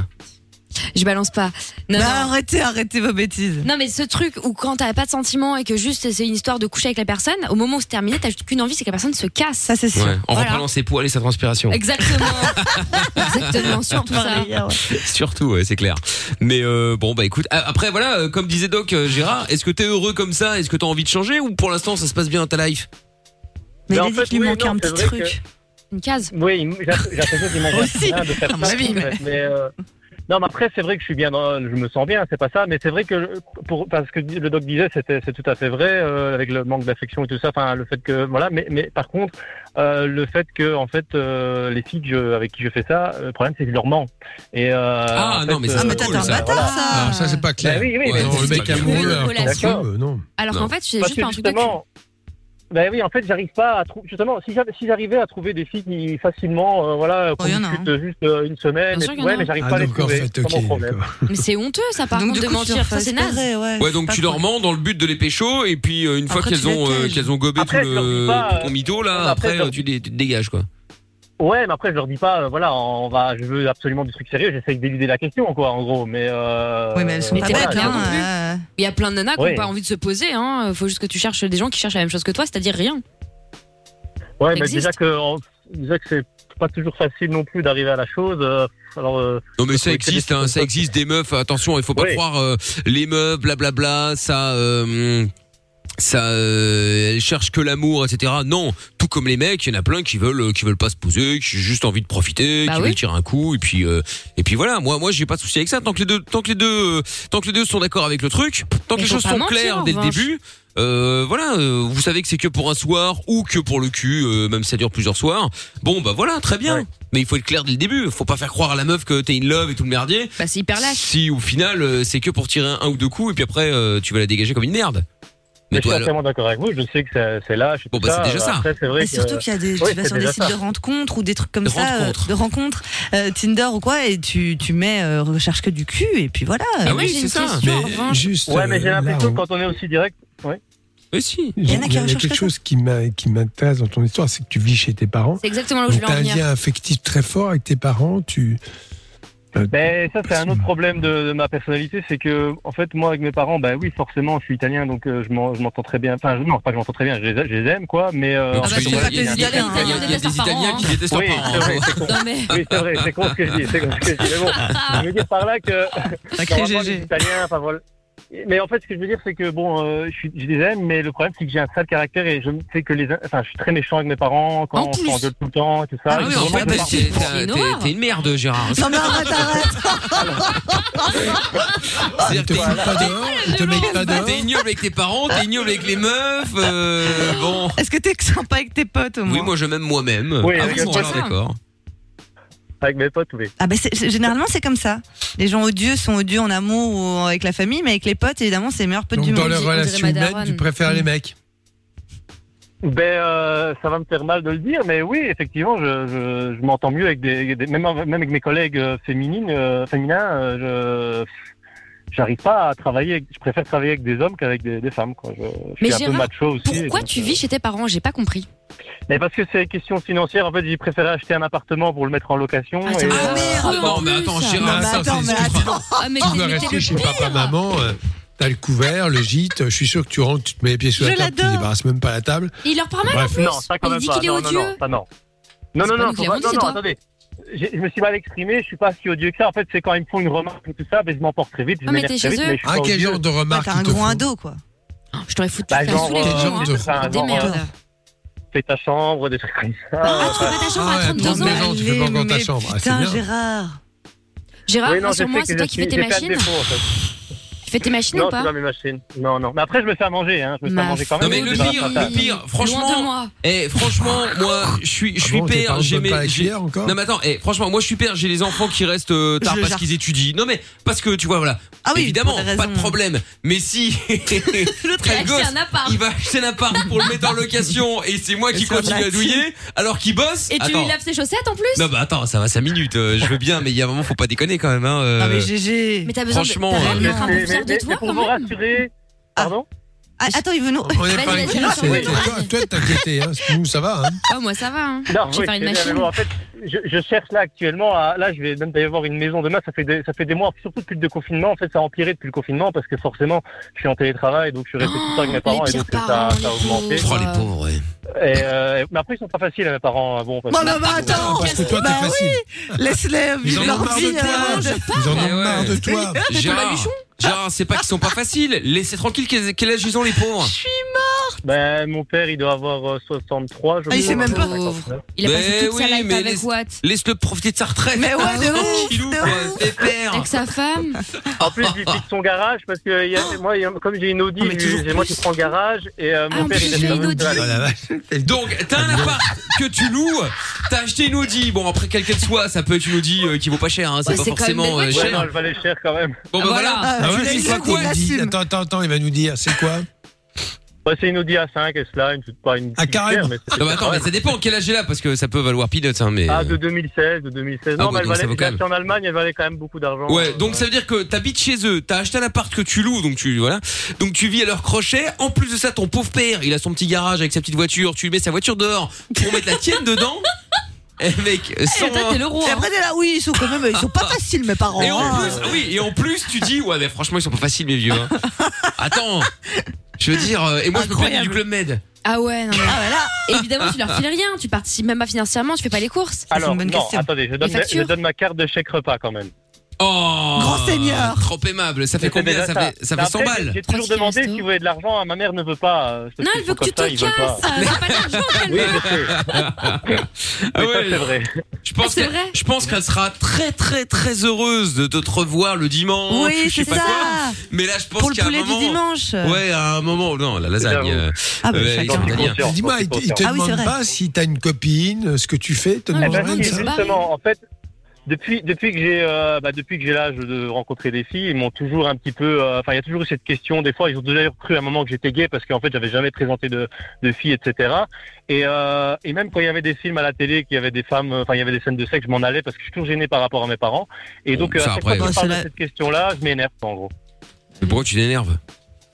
Speaker 4: je balance pas. Non,
Speaker 3: Bah,
Speaker 4: non.
Speaker 3: arrêtez, arrêtez vos bêtises.
Speaker 4: Non, mais ce truc où quand t'as pas de sentiment et que juste c'est une histoire de coucher avec la personne, au moment où c'est terminé, t'as juste qu'une envie, c'est que la personne se casse.
Speaker 3: Ça, c'est sûr.
Speaker 2: Ouais. En
Speaker 4: Voilà.
Speaker 2: reprenant ses poils et sa transpiration.
Speaker 4: Exactement. Exactement, surtout ça.
Speaker 3: Parlais hier, ouais.
Speaker 2: Surtout, ouais, c'est clair. Mais euh, bon, bah écoute, a- après voilà, euh, comme disait Doc, euh, Gérard, est-ce que t'es heureux comme ça? Est-ce que t'as envie de changer ou pour l'instant ça se passe bien dans ta life?
Speaker 3: Mais
Speaker 5: Mais
Speaker 3: il
Speaker 5: en
Speaker 3: a dit
Speaker 5: fait,
Speaker 3: qu'il lui
Speaker 5: oui,
Speaker 3: manquait
Speaker 5: non,
Speaker 3: un
Speaker 5: c'est
Speaker 3: petit
Speaker 5: vrai
Speaker 3: truc.
Speaker 4: Une case.
Speaker 5: Oui, il- j'ai j'ai l'impression qu'il manque
Speaker 3: Aussi,
Speaker 5: rien de faire
Speaker 3: à mon
Speaker 5: ça,
Speaker 3: avis,
Speaker 5: en
Speaker 3: mais-
Speaker 5: fait. Mais, euh, non, mais après, c'est vrai que je suis bien, dans, je me sens bien, c'est pas ça, mais c'est vrai que, pour, parce que le doc disait, c'était, c'est tout à fait vrai, euh, avec le manque d'affection et tout ça, enfin, le fait que, voilà, mais, mais par contre, euh, le fait que, en fait, euh, les filles que je, avec qui je fais ça, le problème, c'est que je leur mens. Et, euh,
Speaker 2: Ah,
Speaker 5: en
Speaker 2: non, mais
Speaker 5: fait,
Speaker 2: ça,
Speaker 3: Ah, mais
Speaker 2: c'est
Speaker 3: t'as
Speaker 2: cool,
Speaker 3: un
Speaker 2: ça.
Speaker 3: bâtard,
Speaker 5: Voilà.
Speaker 3: ça.
Speaker 6: Alors ça, c'est pas clair.
Speaker 5: Bah oui, oui,
Speaker 2: Ouais,
Speaker 5: mais
Speaker 6: non,
Speaker 2: c'est
Speaker 6: le mec
Speaker 2: pas
Speaker 6: amoureux,
Speaker 4: une
Speaker 6: alors,
Speaker 4: relation.
Speaker 6: quand tu veux, euh, non.
Speaker 4: Alors
Speaker 2: Non.
Speaker 4: qu'en fait, c'est
Speaker 5: Parce
Speaker 4: juste
Speaker 5: que
Speaker 4: un truc de cul.
Speaker 5: justement, ben oui, en fait, j'arrive pas à trouver. Justement, si j'avais- si j'arrivais à trouver des filles qui facilement, euh, voilà, qu'on
Speaker 3: Oh, y en a,
Speaker 5: discute juste euh, une semaine,
Speaker 4: Bien
Speaker 5: et
Speaker 4: sûr
Speaker 5: tout,
Speaker 4: qu'il y en
Speaker 5: ouais,
Speaker 4: a.
Speaker 5: mais j'arrive
Speaker 6: Ah,
Speaker 5: pas à les
Speaker 6: donc en
Speaker 5: trouver.
Speaker 6: fait,
Speaker 5: C'est
Speaker 6: ok,
Speaker 5: pas mon problème.
Speaker 6: d'accord.
Speaker 4: Mais c'est honteux, ça, par
Speaker 3: Donc,
Speaker 4: contre,
Speaker 3: du
Speaker 4: de
Speaker 3: coup, tu
Speaker 4: mentir. Ça, c'est naze.
Speaker 3: exprès, ouais.
Speaker 2: Ouais, donc
Speaker 3: Pas
Speaker 2: tu leur
Speaker 3: quoi.
Speaker 2: mens dans le but de les pécho et puis euh, une fois
Speaker 3: Après,
Speaker 2: qu'elles
Speaker 3: tu les
Speaker 2: ont euh,
Speaker 3: tèges.
Speaker 2: qu'elles ont gobé
Speaker 5: Après,
Speaker 2: tout
Speaker 5: je leur
Speaker 2: le
Speaker 5: dis pas,
Speaker 2: tout ton mytho là,
Speaker 5: après,
Speaker 2: après,
Speaker 5: je leur
Speaker 2: euh, tu les tu te dégages quoi.
Speaker 5: Ouais, mais après, je leur dis pas, euh, voilà, on va, je veux absolument du truc sérieux, j'essaye d'éluder la question, quoi, en gros, mais euh,
Speaker 3: Oui, mais elles sont
Speaker 4: Mais
Speaker 3: pas
Speaker 4: t'es pas
Speaker 3: bêtes,
Speaker 4: bien
Speaker 3: hein,
Speaker 4: non plus.
Speaker 3: euh,
Speaker 4: Il y a plein de nanas qui
Speaker 5: Ouais.
Speaker 4: n'ont pas envie de se poser. Hein. Faut juste que tu cherches des gens qui cherchent la même chose que toi, c'est-à-dire rien.
Speaker 5: ouais,
Speaker 4: ça
Speaker 5: mais
Speaker 4: existe.
Speaker 5: déjà que, on- déjà que c'est pas toujours facile non plus d'arriver à la chose, euh, alors, euh,
Speaker 2: Non mais
Speaker 5: faut
Speaker 2: ça
Speaker 5: trouver que des
Speaker 2: existe,
Speaker 5: trucs
Speaker 2: hein,
Speaker 5: comme
Speaker 2: ça existe des meufs. Attention, il faut pas
Speaker 5: Oui.
Speaker 2: croire euh, les meufs, blablabla. Ça, euh, ça, euh, elles cherchent que l'amour, et cetera. Non, tout comme les mecs, il y en a plein qui veulent, qui veulent pas se poser, qui ont juste envie de profiter,
Speaker 4: Bah
Speaker 2: qui
Speaker 4: oui.
Speaker 2: veulent tirer un coup, et puis, euh, et puis voilà. Moi, moi, j'ai pas de souci avec ça. Tant que les deux, tant que les deux, euh, tant que les deux sont d'accord avec le truc, tant que
Speaker 4: Mais
Speaker 2: les
Speaker 4: faut
Speaker 2: choses
Speaker 4: pas
Speaker 2: sont
Speaker 4: mentir,
Speaker 2: claires
Speaker 4: en
Speaker 2: dès le
Speaker 4: revanche.
Speaker 2: début. Euh, voilà, euh, vous savez que c'est que pour un soir ou que pour le cul, euh, même si ça dure plusieurs soirs. Bon, bah voilà, très bien.
Speaker 5: Ouais.
Speaker 2: Mais il faut être clair dès le début. Faut pas faire croire à la meuf que t'es in love et tout le merdier.
Speaker 4: Bah, c'est hyper lâche.
Speaker 2: Si au final euh, c'est que pour tirer un, un ou deux coups et puis après euh, tu vas la dégager comme une merde.
Speaker 5: mais
Speaker 2: Mais
Speaker 5: je suis
Speaker 2: toi,
Speaker 5: entièrement d'accord avec vous, je sais que c'est, c'est lâche et
Speaker 2: Bon,
Speaker 5: tout
Speaker 2: bah,
Speaker 5: ça.
Speaker 2: c'est déjà ça.
Speaker 5: Après, c'est vrai
Speaker 3: Et
Speaker 5: que,
Speaker 3: surtout qu'il y a des,
Speaker 5: oui,
Speaker 3: tu vas
Speaker 5: c'est
Speaker 3: sur des
Speaker 5: déjà
Speaker 3: sites
Speaker 5: ça.
Speaker 3: de rencontres ou des trucs comme
Speaker 2: De
Speaker 3: ça, euh,
Speaker 2: rencontres.
Speaker 3: de rencontres, euh, Tinder ou quoi, et tu, tu mets euh, recherche que du cul, et puis voilà.
Speaker 2: Ah
Speaker 4: moi,
Speaker 2: oui,
Speaker 4: j'ai
Speaker 2: c'est
Speaker 4: une
Speaker 2: ça.
Speaker 4: question. en
Speaker 6: Mais
Speaker 4: revanche.
Speaker 6: juste.
Speaker 5: ouais, mais j'ai
Speaker 6: euh, là,
Speaker 5: l'impression
Speaker 6: on-
Speaker 5: que quand on est aussi direct, ouais.
Speaker 2: mais si.
Speaker 6: Il y
Speaker 3: en a qui
Speaker 6: a
Speaker 3: recherchent
Speaker 6: quelque
Speaker 3: que ça.
Speaker 6: chose qui m'a- qui m'intéresse dans ton histoire, c'est que tu vis chez tes parents.
Speaker 4: C'est exactement là où je
Speaker 6: Donc
Speaker 4: voulais
Speaker 6: t'as
Speaker 4: en
Speaker 6: un
Speaker 4: venir.
Speaker 6: lien affectif très fort avec tes parents. Tu,
Speaker 5: Ben ça c'est un autre problème de, de ma personnalité, c'est que en fait moi avec mes parents, bah oui forcément je suis italien donc euh, je, m'en, je m'entends très bien. Enfin je, non pas que je m'entends très bien, je les, je les aime quoi, mais euh,
Speaker 2: Donc,
Speaker 3: Ah bah,
Speaker 2: tu-
Speaker 3: c'est
Speaker 2: il y a-
Speaker 3: pas
Speaker 2: il y a-
Speaker 3: tes
Speaker 2: il y a-
Speaker 3: Italiens,
Speaker 2: il y a- il y a des
Speaker 4: détestent leurs
Speaker 2: Italiens
Speaker 4: parents,
Speaker 2: qui détestent leurs
Speaker 5: oui
Speaker 2: parents.
Speaker 5: c'est vrai,
Speaker 2: hein.
Speaker 5: c'est con.
Speaker 4: Non mais.
Speaker 5: Oui c'est vrai, c'est con ce que je dis, c'est con ce que je dis. Mais bon, je veux dire par là que
Speaker 3: Sacré
Speaker 5: normalement, les
Speaker 3: G G.
Speaker 5: Italiens, enfin voilà. Mais en fait, ce que je veux dire, c'est que bon, euh, je, suis, je les aime, mais le problème, c'est que j'ai un sale caractère et je sais que les, enfin, je suis très méchant avec mes parents quand
Speaker 4: En
Speaker 5: on
Speaker 4: plus.
Speaker 5: s'engueule tout le temps et tout ça.
Speaker 2: Ah oui,
Speaker 5: Et
Speaker 2: en
Speaker 5: vraiment,
Speaker 2: fait,
Speaker 5: je
Speaker 2: t'es,
Speaker 5: pars-
Speaker 2: t'es-
Speaker 4: C'est
Speaker 2: t'es-
Speaker 4: une
Speaker 2: t'es-
Speaker 4: horreur.
Speaker 2: t'es une merde, Gérard.
Speaker 3: Non mais arrête, arrête.
Speaker 6: Il te fout pas dehors, il te met pas dehors.
Speaker 2: T'es ignoble avec tes parents, t'es ignoble avec les meufs. euh, bon.
Speaker 3: Est-ce que t'es sympa avec tes potes au moins?
Speaker 2: Oui, moi je m'aime moi-même.
Speaker 5: Oui,
Speaker 2: ah
Speaker 5: avec
Speaker 2: oui,
Speaker 5: les
Speaker 2: bon,
Speaker 5: potes,
Speaker 2: alors
Speaker 4: ça.
Speaker 2: d'accord.
Speaker 5: avec mes potes, oui.
Speaker 3: Ah bah c'est- c'est- généralement c'est comme ça. Les gens odieux sont odieux en amour ou avec la famille, mais avec les potes évidemment c'est les meilleurs potes
Speaker 6: Donc
Speaker 3: du
Speaker 6: dans
Speaker 3: monde.
Speaker 6: leur
Speaker 4: on dirait
Speaker 6: relation
Speaker 4: ma
Speaker 6: humaine,
Speaker 4: daronne.
Speaker 6: tu préfères les mecs.
Speaker 5: Ben, euh, ça va me faire mal de le dire, mais oui, effectivement, je, je, je m'entends mieux avec des, des même, même avec mes collègues euh, féminines, euh, féminins, euh, je, j'arrive pas à travailler. avec- Je préfère travailler avec des hommes qu'avec des, des femmes, quoi. Je, je
Speaker 4: Mais
Speaker 5: suis un peu
Speaker 4: Gérard,
Speaker 5: macho aussi.
Speaker 4: Pourquoi
Speaker 5: donc,
Speaker 4: tu
Speaker 5: euh,
Speaker 4: vis chez tes parents? J'ai pas compris.
Speaker 5: Mais parce que c'est une question financière. En fait, j'ai préféré acheter un appartement pour le mettre en location.
Speaker 4: Ah, c'est
Speaker 5: et,
Speaker 4: vrai.
Speaker 5: euh,
Speaker 3: merde.
Speaker 2: Ah, non, mais
Speaker 4: en
Speaker 2: attends,
Speaker 4: plus.
Speaker 2: Gérard,
Speaker 3: Non, mais
Speaker 2: ça,
Speaker 3: attends,
Speaker 2: c'est-
Speaker 3: mais
Speaker 2: excuse-moi.
Speaker 3: attends.
Speaker 4: Ah mais
Speaker 6: Tu
Speaker 4: mais
Speaker 6: dois
Speaker 4: t'es
Speaker 6: rester
Speaker 4: le
Speaker 6: chez
Speaker 4: pire.
Speaker 6: papa, maman. euh, T'as le couvert, le gîte. Je suis sûr que tu rentres, tu te mets les pieds sur la
Speaker 3: Je
Speaker 6: table, tu ne
Speaker 3: l'adore.
Speaker 6: débarrasses même pas la table.
Speaker 4: Et il leur parle mal en
Speaker 6: Bref.
Speaker 4: plus.
Speaker 5: Non, ça quand
Speaker 4: Il
Speaker 5: même
Speaker 4: dit
Speaker 5: pas.
Speaker 4: qu'il est
Speaker 5: Non, non,
Speaker 4: odieux.
Speaker 5: non, ça non. Non,
Speaker 4: C'est
Speaker 5: non,
Speaker 4: pas
Speaker 5: non,
Speaker 4: nous qui
Speaker 5: faut
Speaker 4: l'avons
Speaker 5: pas-
Speaker 4: dit,
Speaker 5: non,
Speaker 4: c'est
Speaker 5: non,
Speaker 4: toi.
Speaker 5: attendez. J'ai- Je me suis mal exprimé, je suis pas si odieux que ça. En fait, c'est quand ils me font une remarque et tout ça, ben, je m'emporte très vite. Je
Speaker 4: Ah, mais
Speaker 5: m'énerve
Speaker 4: t'es
Speaker 5: très
Speaker 4: chez
Speaker 5: vite,
Speaker 4: eux.
Speaker 5: mais je suis
Speaker 6: Ah,
Speaker 5: pas
Speaker 6: quel
Speaker 5: odieux.
Speaker 6: genre de
Speaker 3: Ouais,
Speaker 6: remarques
Speaker 3: t'as un
Speaker 6: ils te
Speaker 3: gros
Speaker 6: font
Speaker 3: ado quoi.
Speaker 4: Je t'aurais foutu
Speaker 5: Bah,
Speaker 4: faire
Speaker 5: genre,
Speaker 4: sous les
Speaker 5: euh,
Speaker 6: Quel genre
Speaker 4: hein.
Speaker 6: de-
Speaker 5: enfin,
Speaker 4: Des
Speaker 5: genre,
Speaker 4: merdes.
Speaker 5: euh, Fais ta chambre, des trucs comme ça.
Speaker 4: Ah, tu fais pas ta chambre
Speaker 6: Ah
Speaker 4: à
Speaker 6: ouais,
Speaker 4: trente-deux
Speaker 6: trente-deux
Speaker 4: ans.
Speaker 6: ans, tu fais pas encore ta
Speaker 3: Mais
Speaker 6: chambre. Ah, c'est
Speaker 3: Putain
Speaker 6: bien.
Speaker 3: Gérard.
Speaker 4: Gérard,
Speaker 5: Oui, non, je
Speaker 4: rassure-moi,
Speaker 5: sais
Speaker 4: c'est
Speaker 5: que
Speaker 4: toi
Speaker 5: je
Speaker 4: qui fais
Speaker 5: suis-
Speaker 4: tes
Speaker 5: j'ai fait un
Speaker 4: machines?
Speaker 5: défaut, en fait.
Speaker 4: Tu fais tes machines
Speaker 5: Non,
Speaker 4: ou
Speaker 5: c'est
Speaker 4: pas?
Speaker 5: pas mes machines. Non, non. Mais après, je me fais à manger, hein. Je me fais à
Speaker 4: Ma
Speaker 5: manger quand
Speaker 2: Non
Speaker 5: même.
Speaker 2: mais le
Speaker 5: C'est pas
Speaker 2: pire,
Speaker 5: la
Speaker 2: le
Speaker 5: table.
Speaker 2: pire,
Speaker 4: Loin de
Speaker 2: franchement,
Speaker 4: moi.
Speaker 2: eh, franchement, moi, je suis, je
Speaker 6: Ah
Speaker 2: suis
Speaker 6: bon, tes
Speaker 2: père,
Speaker 6: parents te
Speaker 2: j'ai
Speaker 6: donnent
Speaker 2: mes,
Speaker 6: pas la
Speaker 2: j'ai-
Speaker 6: cuillère encore
Speaker 2: non mais attends, eh, franchement, moi je suis père, j'ai les enfants qui restent euh, tard
Speaker 3: Je le
Speaker 2: parce
Speaker 3: jarte.
Speaker 2: qu'ils étudient. Non mais parce que tu vois, voilà,
Speaker 3: Ah oui,
Speaker 2: évidemment,
Speaker 3: pour des
Speaker 2: pas de
Speaker 3: raisons.
Speaker 2: problème. Mais si
Speaker 4: L'autre, il a
Speaker 2: le
Speaker 4: acheté
Speaker 2: gosse,
Speaker 4: un appart.
Speaker 2: il va acheter un appart pour le mettre en location et c'est moi qui
Speaker 3: Et ça
Speaker 2: continue à
Speaker 3: blague.
Speaker 2: douiller alors qu'il bosse.
Speaker 4: Et tu
Speaker 2: Attends.
Speaker 4: lui laves ses chaussettes en plus?
Speaker 2: Non bah attends, ça va cinq minutes. euh, je veux bien, mais il y a un moment, faut pas déconner quand même. Hein, euh.
Speaker 3: Ah mais G G.
Speaker 4: Mais t'as besoin de.
Speaker 2: franchement,
Speaker 4: T'as
Speaker 2: euh,
Speaker 4: réellement un
Speaker 5: Mais-
Speaker 4: peu
Speaker 5: mais-
Speaker 4: fier de
Speaker 5: mais-
Speaker 4: toi
Speaker 5: mais pour
Speaker 4: quand
Speaker 5: vous
Speaker 4: même.
Speaker 5: rassurer. Pardon?
Speaker 3: Ah, attends, il veut nous.
Speaker 6: On n'est
Speaker 4: Vas-y,
Speaker 6: pas
Speaker 4: vas-y,
Speaker 6: inquiets,
Speaker 4: lâche
Speaker 6: c'est
Speaker 4: ton
Speaker 6: toi, toi de t'inquiéter. Hein. Nous, ça va. Hein.
Speaker 4: Oh, moi ça va. Hein.
Speaker 5: Non,
Speaker 4: Je vais
Speaker 5: oui,
Speaker 4: faire une
Speaker 5: c'est bien,
Speaker 4: machine.
Speaker 5: mais bon, en fait, je, je cherche là actuellement. À, là, je vais même d'ailleurs voir une maison demain. Ça fait des, ça fait des mois, surtout depuis le confinement. En fait, ça a empiré depuis le confinement parce que forcément, je suis en télétravail, donc je suis resté tout le temps avec mes parents
Speaker 4: les
Speaker 5: et donc
Speaker 4: pires
Speaker 5: ça,
Speaker 4: parents,
Speaker 5: ça a
Speaker 4: les
Speaker 5: augmenté.
Speaker 4: pauvres.
Speaker 2: Oh les pauvres, ouais.
Speaker 5: Et, euh, mais après, ils sont pas faciles, mes parents. Bon, parce
Speaker 3: Bon,
Speaker 5: que-
Speaker 3: bah, bah, attends.
Speaker 6: Parce que toi,
Speaker 3: Bah
Speaker 6: t'es facile.
Speaker 3: Laisse-les
Speaker 6: Ils
Speaker 3: vivre
Speaker 6: en ont
Speaker 3: leur
Speaker 6: marre
Speaker 3: vie.
Speaker 6: de toi.
Speaker 3: euh, de-
Speaker 6: Ils en
Speaker 2: Eh
Speaker 6: ont
Speaker 2: ouais.
Speaker 6: marre de toi.
Speaker 2: Gérard, Gérard, c'est pas qu'ils sont pas faciles. Laissez tranquille. Quel, quel âge ils ont les pauvres?
Speaker 5: Ben, mon père, il doit avoir euh, soixante-trois, je
Speaker 3: Ah, il
Speaker 5: crois.
Speaker 3: sait même pas.
Speaker 5: cinquante-neuf.
Speaker 4: Il a
Speaker 2: Mais
Speaker 4: passé toute sa
Speaker 2: oui,
Speaker 4: life
Speaker 2: mais
Speaker 4: avec
Speaker 2: laisse-
Speaker 4: Watt.
Speaker 2: Laisse-le profiter de sa retraite.
Speaker 3: Mais ouais, de ouf,
Speaker 2: Tranquillou,
Speaker 3: de
Speaker 2: quoi,
Speaker 3: ouf.
Speaker 2: pépère.
Speaker 4: Avec sa femme.
Speaker 5: En plus, il pique son garage parce que il y a, moi, il y a- comme j'ai une Audi,
Speaker 3: Ah, mais toujours
Speaker 5: c'est moi
Speaker 3: plus.
Speaker 5: qui prends le garage et euh,
Speaker 4: Ah,
Speaker 5: mon
Speaker 4: en
Speaker 5: père,
Speaker 4: plus,
Speaker 5: il
Speaker 4: j'ai
Speaker 5: laisse
Speaker 4: une
Speaker 5: la
Speaker 4: Audi.
Speaker 5: voiture.
Speaker 6: Oh la vache.
Speaker 2: Donc, t'as un appart que tu loues, t'as acheté une Audi. Bon, après, quelle qu'elle soit, ça peut être une Audi euh, qui vaut pas cher, hein, c'est
Speaker 4: Ouais,
Speaker 2: pas
Speaker 4: c'est quand même
Speaker 2: forcément
Speaker 4: des
Speaker 2: euh,
Speaker 4: voitures.
Speaker 5: Ouais, non,
Speaker 2: cher.
Speaker 5: elle valait cher quand même.
Speaker 2: Bon, bah
Speaker 4: Voilà.
Speaker 2: voilà.
Speaker 6: Ah
Speaker 3: je
Speaker 6: ouais,
Speaker 3: l'ai
Speaker 6: c'est
Speaker 3: dit,
Speaker 6: quoi
Speaker 3: il
Speaker 6: qu'on dit?
Speaker 3: l'assume.
Speaker 6: Attends, attends, attends, il va nous dire. C'est quoi?
Speaker 5: Ouais, c'est une Audi A cinq, S-là, une toute pas une.
Speaker 6: Ah,
Speaker 5: petite
Speaker 6: carrément.
Speaker 5: chère, mais c'est-
Speaker 2: Non, bah attends, mais ça dépend quel âge elle a, parce que ça peut valoir peanuts, hein, mais.
Speaker 5: Ah, de deux mille seize, de deux mille seize.
Speaker 2: Ah,
Speaker 5: Non,
Speaker 2: ouais,
Speaker 5: mais elle
Speaker 2: donc ça
Speaker 5: valait,
Speaker 2: vaut
Speaker 5: j'ai
Speaker 2: quand
Speaker 5: acheté en Allemagne, elle valait quand même beaucoup d'argent.
Speaker 2: Ouais,
Speaker 5: Euh,
Speaker 2: donc ça veut dire que t'habites chez eux, t'as acheté un appart que tu loues, donc tu voilà, donc tu vis à leur crochet. En plus de ça, ton pauvre père, il a son petit garage avec sa petite voiture. Tu lui mets sa voiture dehors pour mettre la tienne dedans. Et mec, sans.
Speaker 4: Et toi, t'es le roi.
Speaker 3: Et
Speaker 4: hein.
Speaker 3: après, t'es là, oui, ils sont quand même, ils sont pas faciles, mes parents.
Speaker 2: Et en
Speaker 3: hein.
Speaker 2: plus, ah oui, et en plus, tu dis ouais, mais franchement, ils sont pas faciles, mes vieux. Hein. Attends, je veux dire, euh, et moi, je me plaignais
Speaker 3: Incroyable.
Speaker 2: du Club Med.
Speaker 4: Ah ouais, non mais.
Speaker 3: Ah, voilà.
Speaker 4: Évidemment, tu leur files rien. Tu participes même pas financièrement. Tu fais pas les courses.
Speaker 3: c'est
Speaker 5: Alors,
Speaker 3: une bonne
Speaker 5: non,
Speaker 3: question.
Speaker 5: attendez, je donne,
Speaker 4: Les factures.
Speaker 5: je donne ma carte de chèque repas quand même.
Speaker 2: Oh,
Speaker 3: Grand seigneur.
Speaker 2: trop aimable. Ça fait
Speaker 5: C'est
Speaker 2: combien?
Speaker 5: déjà
Speaker 2: Ça fait, ça
Speaker 5: Mais
Speaker 2: fait cent
Speaker 5: après,
Speaker 2: balles.
Speaker 5: J'ai toujours
Speaker 4: Trois
Speaker 5: demandé
Speaker 4: tickets
Speaker 5: si vous voulez de l'argent, ma mère ne veut pas. euh, parce
Speaker 4: Non,
Speaker 5: qu'ils
Speaker 4: elle veut
Speaker 5: sont
Speaker 4: que tu
Speaker 5: comme ça,
Speaker 4: te
Speaker 5: ils veulent pas.
Speaker 4: casses. C'est pas l'argent qu'elle
Speaker 5: Oui,
Speaker 4: veut.
Speaker 5: je sais.
Speaker 2: Ah
Speaker 5: Mais ça,
Speaker 2: ouais.
Speaker 5: c'est vrai.
Speaker 2: Je pense
Speaker 4: Ah, c'est
Speaker 2: que-
Speaker 4: vrai.
Speaker 2: je pense qu'elle sera très très très heureuse de te revoir le dimanche.
Speaker 3: Oui,
Speaker 2: je sais
Speaker 3: c'est
Speaker 2: pas
Speaker 3: ça.
Speaker 2: quoi. Mais là, je pense
Speaker 3: Pour le
Speaker 2: qu'à un
Speaker 3: poulet
Speaker 2: moment.
Speaker 3: du dimanche.
Speaker 2: Ouais, à un moment, non, la lasagne.
Speaker 5: J'avoue.
Speaker 2: euh,
Speaker 3: Ah, bah,
Speaker 2: euh,
Speaker 3: chacun.
Speaker 2: ils sont
Speaker 5: J'en suis
Speaker 2: italiens.
Speaker 5: conscient.
Speaker 6: Dis-moi, il te, il te
Speaker 3: Ah oui, c'est
Speaker 6: demande
Speaker 3: vrai.
Speaker 6: pas si t'as une copine, ce que tu fais, il te
Speaker 4: Ah,
Speaker 5: Eh
Speaker 6: demande
Speaker 5: ben,
Speaker 6: rien
Speaker 4: non,
Speaker 6: de
Speaker 5: si,
Speaker 6: ça.
Speaker 4: c'est pas-
Speaker 5: justement, en fait, depuis depuis que j'ai euh, bah, depuis que j'ai l'âge de rencontrer des filles, ils m'ont toujours un petit peu, euh, enfin, il y a toujours eu cette question. Des fois, ils ont d'ailleurs cru à un moment que j'étais gay parce qu'en fait, j'avais jamais présenté de de filles, et cetera. Et euh, et même quand il y avait des films à la télé, qu'il y avait des femmes, enfin, il y avait des scènes de sexe, je m'en allais parce que je suis toujours gêné par rapport à mes parents. Et donc,
Speaker 2: Bon,
Speaker 5: euh,
Speaker 2: ça,
Speaker 5: à chaque
Speaker 2: après,
Speaker 5: fois
Speaker 3: euh,
Speaker 5: qu'ils parlent
Speaker 3: c'est
Speaker 5: de
Speaker 3: la-
Speaker 5: cette question-là, je m'énerve en gros.
Speaker 2: Mais pourquoi tu t'énerves?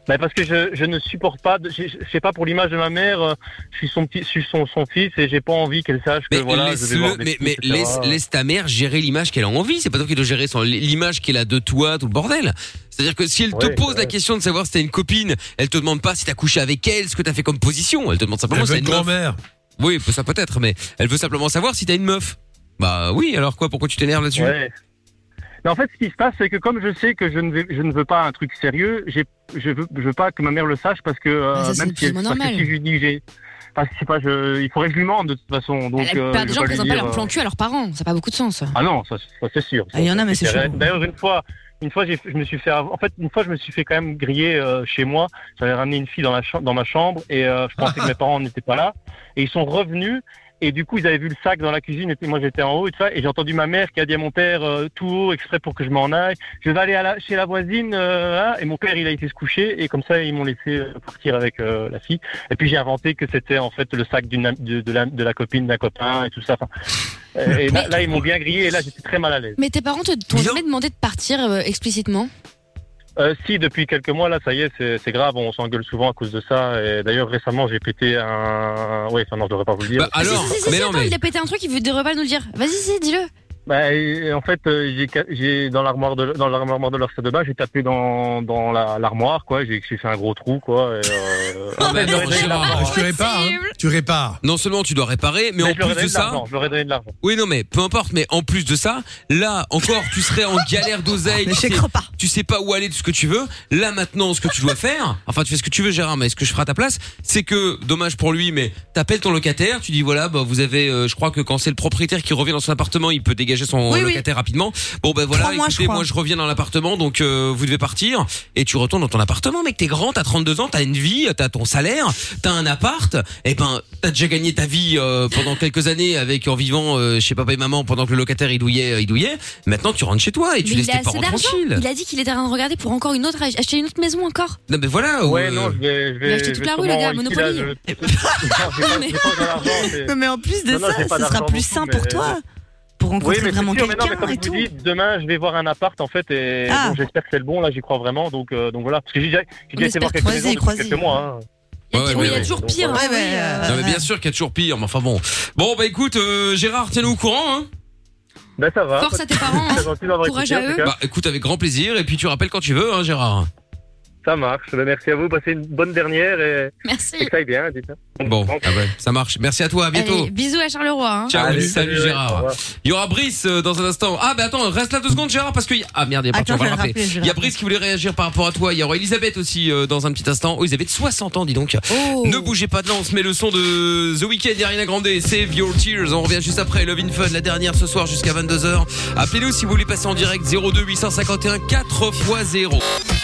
Speaker 5: Bah parce que je, je ne supporte pas, de, je, je sais pas, pour l'image de ma mère, euh, je suis son petit, je suis son, son fils et j'ai pas envie qu'elle sache que
Speaker 2: mais
Speaker 5: voilà, je vais voir des
Speaker 2: mais,
Speaker 5: filles,
Speaker 2: mais
Speaker 5: et cetera.
Speaker 2: laisse, laisse ta mère gérer l'image qu'elle a envie. C'est pas toi qui dois gérer son, l'image qu'elle a de toi, tout le bordel. C'est-à-dire que si elle te
Speaker 5: Ouais,
Speaker 2: pose
Speaker 5: ouais.
Speaker 2: la question de savoir si t'as une copine, elle te demande pas si t'as couché avec elle, ce que t'as fait comme position. Elle te demande simplement
Speaker 6: Elle
Speaker 2: si
Speaker 6: veut
Speaker 2: t'as
Speaker 6: être
Speaker 2: une meuf.
Speaker 6: grand-mère.
Speaker 2: Oui, ça peut-être, mais elle veut simplement savoir si t'as une meuf. Bah oui, alors quoi, pourquoi tu t'énerves là-dessus?
Speaker 5: Ouais. Mais en fait, ce qui se passe, c'est que comme je sais que je ne veux, je ne veux pas un truc sérieux, j'ai, je veux, je veux pas que ma mère le sache parce que euh,
Speaker 4: Ah, ça, c'est
Speaker 5: même si, elle,
Speaker 4: totalement
Speaker 5: parce que
Speaker 4: normal.
Speaker 5: si je lui dis que j'ai, parce que c'est pas, je, il faudrait que je lui mente de toute façon. Donc,
Speaker 4: La plupart
Speaker 5: euh,
Speaker 4: des
Speaker 5: je vais
Speaker 4: gens
Speaker 5: pas lui
Speaker 4: présentent pas
Speaker 5: dire,
Speaker 4: leur
Speaker 5: euh,
Speaker 4: plan cul à leurs parents. Ça n'a pas beaucoup de sens.
Speaker 5: Ah non, ça, ça c'est sûr.
Speaker 3: Ah, il y en a, mais c'est
Speaker 5: vrai.
Speaker 3: chaud.
Speaker 5: D'ailleurs, une fois, une fois, j'ai, je me suis fait, en fait, une fois, je me suis fait quand même griller euh, chez moi. J'avais ramené une fille dans la chambre, dans ma chambre, et euh, je pensais que mes parents n'étaient pas là, et ils sont revenus. Et du coup, ils avaient vu le sac dans la cuisine, et puis moi j'étais en haut et tout ça, et j'ai entendu ma mère qui a dit à mon père euh, tout haut, exprès pour que je m'en aille, je vais aller à la, chez la voisine, euh, hein, et mon père il a été se coucher, et comme ça ils m'ont laissé euh, partir avec euh, la fille. Et puis j'ai inventé que c'était en fait le sac d'une am- de, de, la, de la copine d'un copain et tout ça. Enfin, euh, et là, là, ils m'ont bien grillé, et là j'étais très mal à l'aise.
Speaker 4: Mais tes parents te t'ont
Speaker 2: Dis donc.
Speaker 4: jamais demandé de partir euh, explicitement?
Speaker 5: Euh, si, depuis quelques mois, là, ça y est, c'est, c'est grave, on s'engueule souvent à cause de ça. Et d'ailleurs, récemment, j'ai pété un... Oui, enfin non, je devrais pas vous le dire.
Speaker 2: Bah, alors,
Speaker 4: si, si, si,
Speaker 2: mais
Speaker 4: si,
Speaker 2: non,
Speaker 4: attends,
Speaker 2: mais-
Speaker 4: il a pété un truc, il devrait pas nous le dire. Vas-y, si, dis-le.
Speaker 5: Bah, et, en fait, euh, j'ai, ca- j'ai dans l'armoire de dans l'armoire de leur salle de bain, j'ai tapé dans dans la, l'armoire, quoi. J'ai, j'ai fait un gros trou, quoi. Et, euh...
Speaker 2: Ah, bah,
Speaker 5: je leur ai
Speaker 2: non,
Speaker 5: donné de
Speaker 2: Gérard,
Speaker 5: l'argent,
Speaker 6: Tu
Speaker 5: hein.
Speaker 6: répares, hein. Tu répares.
Speaker 2: Non seulement tu dois réparer, mais,
Speaker 5: Mais
Speaker 2: en
Speaker 5: je leur ai
Speaker 2: plus
Speaker 5: donné
Speaker 2: de
Speaker 5: de
Speaker 2: ça,
Speaker 5: l'argent. Je leur ai donné de l'argent.
Speaker 2: oui non mais peu importe, mais en plus de ça, là encore tu serais en galère d'oseille,
Speaker 3: Le
Speaker 2: tu sais,
Speaker 3: chèque repas.
Speaker 2: tu sais pas où aller, tout ce que tu veux. Là maintenant, ce que tu dois faire, enfin tu fais ce que tu veux Gérard, mais ce que je ferai à ta place, c'est que dommage pour lui, mais t'appelles ton locataire, tu dis voilà, bah vous avez, euh, je crois que quand c'est le propriétaire qui revient dans son appartement, il peut dégager son
Speaker 3: Oui, oui.
Speaker 2: locataire rapidement. Bon ben voilà,
Speaker 3: Trois mois, je
Speaker 2: écoutez,
Speaker 3: crois.
Speaker 2: moi je reviens dans l'appartement, donc euh, vous devez partir et tu retournes dans ton appartement, mec. T'es grand, t'as trente-deux ans, t'as une vie, t'as ton salaire, t'as un appart. Et ben t'as déjà gagné ta vie euh, pendant quelques années avec en vivant euh, chez papa et maman pendant que le locataire il douillait, euh, il douillait. Maintenant tu rentres chez toi et tu
Speaker 4: Mais
Speaker 2: laisses
Speaker 4: il a
Speaker 2: tes
Speaker 4: assez
Speaker 2: parents
Speaker 4: d'argent.
Speaker 2: tranquilles.
Speaker 4: Il a dit qu'il était en train de regarder pour encore une autre, acheter une autre maison encore.
Speaker 2: Non mais voilà.
Speaker 5: Ouais,
Speaker 2: euh,
Speaker 5: non, je vais, je vais.
Speaker 4: Il a acheté
Speaker 5: je
Speaker 4: toute
Speaker 5: vais
Speaker 4: la rue, le
Speaker 5: sûrement
Speaker 4: gars,
Speaker 5: ici,
Speaker 4: Monopoly.
Speaker 5: là, je- Non, j'ai pas-
Speaker 4: Mais-
Speaker 5: j'ai pas de l'argent, c'est-
Speaker 3: Non, mais en plus de
Speaker 5: Non, non,
Speaker 3: ça,
Speaker 5: j'ai pas
Speaker 3: ce sera
Speaker 5: d'argent
Speaker 3: plus
Speaker 5: beaucoup,
Speaker 3: sain pour
Speaker 5: mais-
Speaker 3: toi. Pour
Speaker 5: Oui,
Speaker 3: rencontrer
Speaker 5: mais c'est
Speaker 3: vraiment
Speaker 5: sûr, mais non, mais
Speaker 3: quelqu'un
Speaker 5: comme
Speaker 3: et
Speaker 5: je vous
Speaker 3: tout.
Speaker 5: dis, demain, je vais voir un appart, en fait, et
Speaker 3: Ah.
Speaker 5: donc, j'espère que c'est le bon, là, j'y crois vraiment, donc, euh, donc voilà. Parce que j'ai déjà, j'ai déjà été
Speaker 3: espère
Speaker 5: voir quelques
Speaker 3: croiser,
Speaker 5: maisons depuis
Speaker 3: croiser.
Speaker 5: quelques mois, hein.
Speaker 4: Il y a,
Speaker 2: Ouais,
Speaker 4: oui,
Speaker 2: ouais,
Speaker 4: il y a
Speaker 2: ouais.
Speaker 4: toujours
Speaker 5: Donc,
Speaker 4: pire.
Speaker 5: voilà.
Speaker 4: hein,
Speaker 3: Ouais,
Speaker 4: oui,
Speaker 3: ouais,
Speaker 4: euh,
Speaker 2: Non mais bien sûr qu'il y a toujours pire, mais enfin bon. Bon bah écoute, euh, Gérard, tiens-nous au courant. Hein.
Speaker 5: Ben, ça va.
Speaker 4: Force à tes parents. hein.
Speaker 5: C'est gentil d'avoir
Speaker 4: Courage
Speaker 5: écouté,
Speaker 4: à
Speaker 5: en tout
Speaker 4: eux.
Speaker 5: cas.
Speaker 2: Bah écoute avec grand plaisir et puis tu rappelles quand tu veux, hein, Gérard.
Speaker 5: Ça marche. Ben, merci à vous. Passez une bonne dernière et,
Speaker 4: Merci.
Speaker 5: et que ça aille bien, dites.
Speaker 2: Bon, ah ouais, ça marche. Merci à toi, à bientôt.
Speaker 4: Allez, bisous à Charleroi. Hein.
Speaker 2: Ciao,
Speaker 5: Allez,
Speaker 2: salut,
Speaker 5: salut,
Speaker 2: Gérard.
Speaker 5: au revoir.
Speaker 2: Il y aura Brice euh, dans un instant. Ah bah attends, reste là deux secondes Gérard parce que y- ah merde, il est parti,
Speaker 3: Attends,
Speaker 2: on va
Speaker 3: je
Speaker 2: le
Speaker 3: vais le
Speaker 2: rappeler.
Speaker 3: rappeler, je vais le
Speaker 2: Il y a
Speaker 3: rappeler.
Speaker 2: Brice qui voulait réagir par rapport à toi. Il y aura Elisabeth aussi euh, dans un petit instant. Oh, Elisabeth soixante ans, dis donc.
Speaker 4: Oh.
Speaker 2: Ne bougez pas de là, on se met le son de The Weeknd et Ariana Grande, Save Your Tears. On revient juste après Love in Fun, la dernière ce soir jusqu'à vingt-deux heures. Appelez-nous si vous voulez passer en direct zéro deux huit cent cinquante et un quatre fois zéro.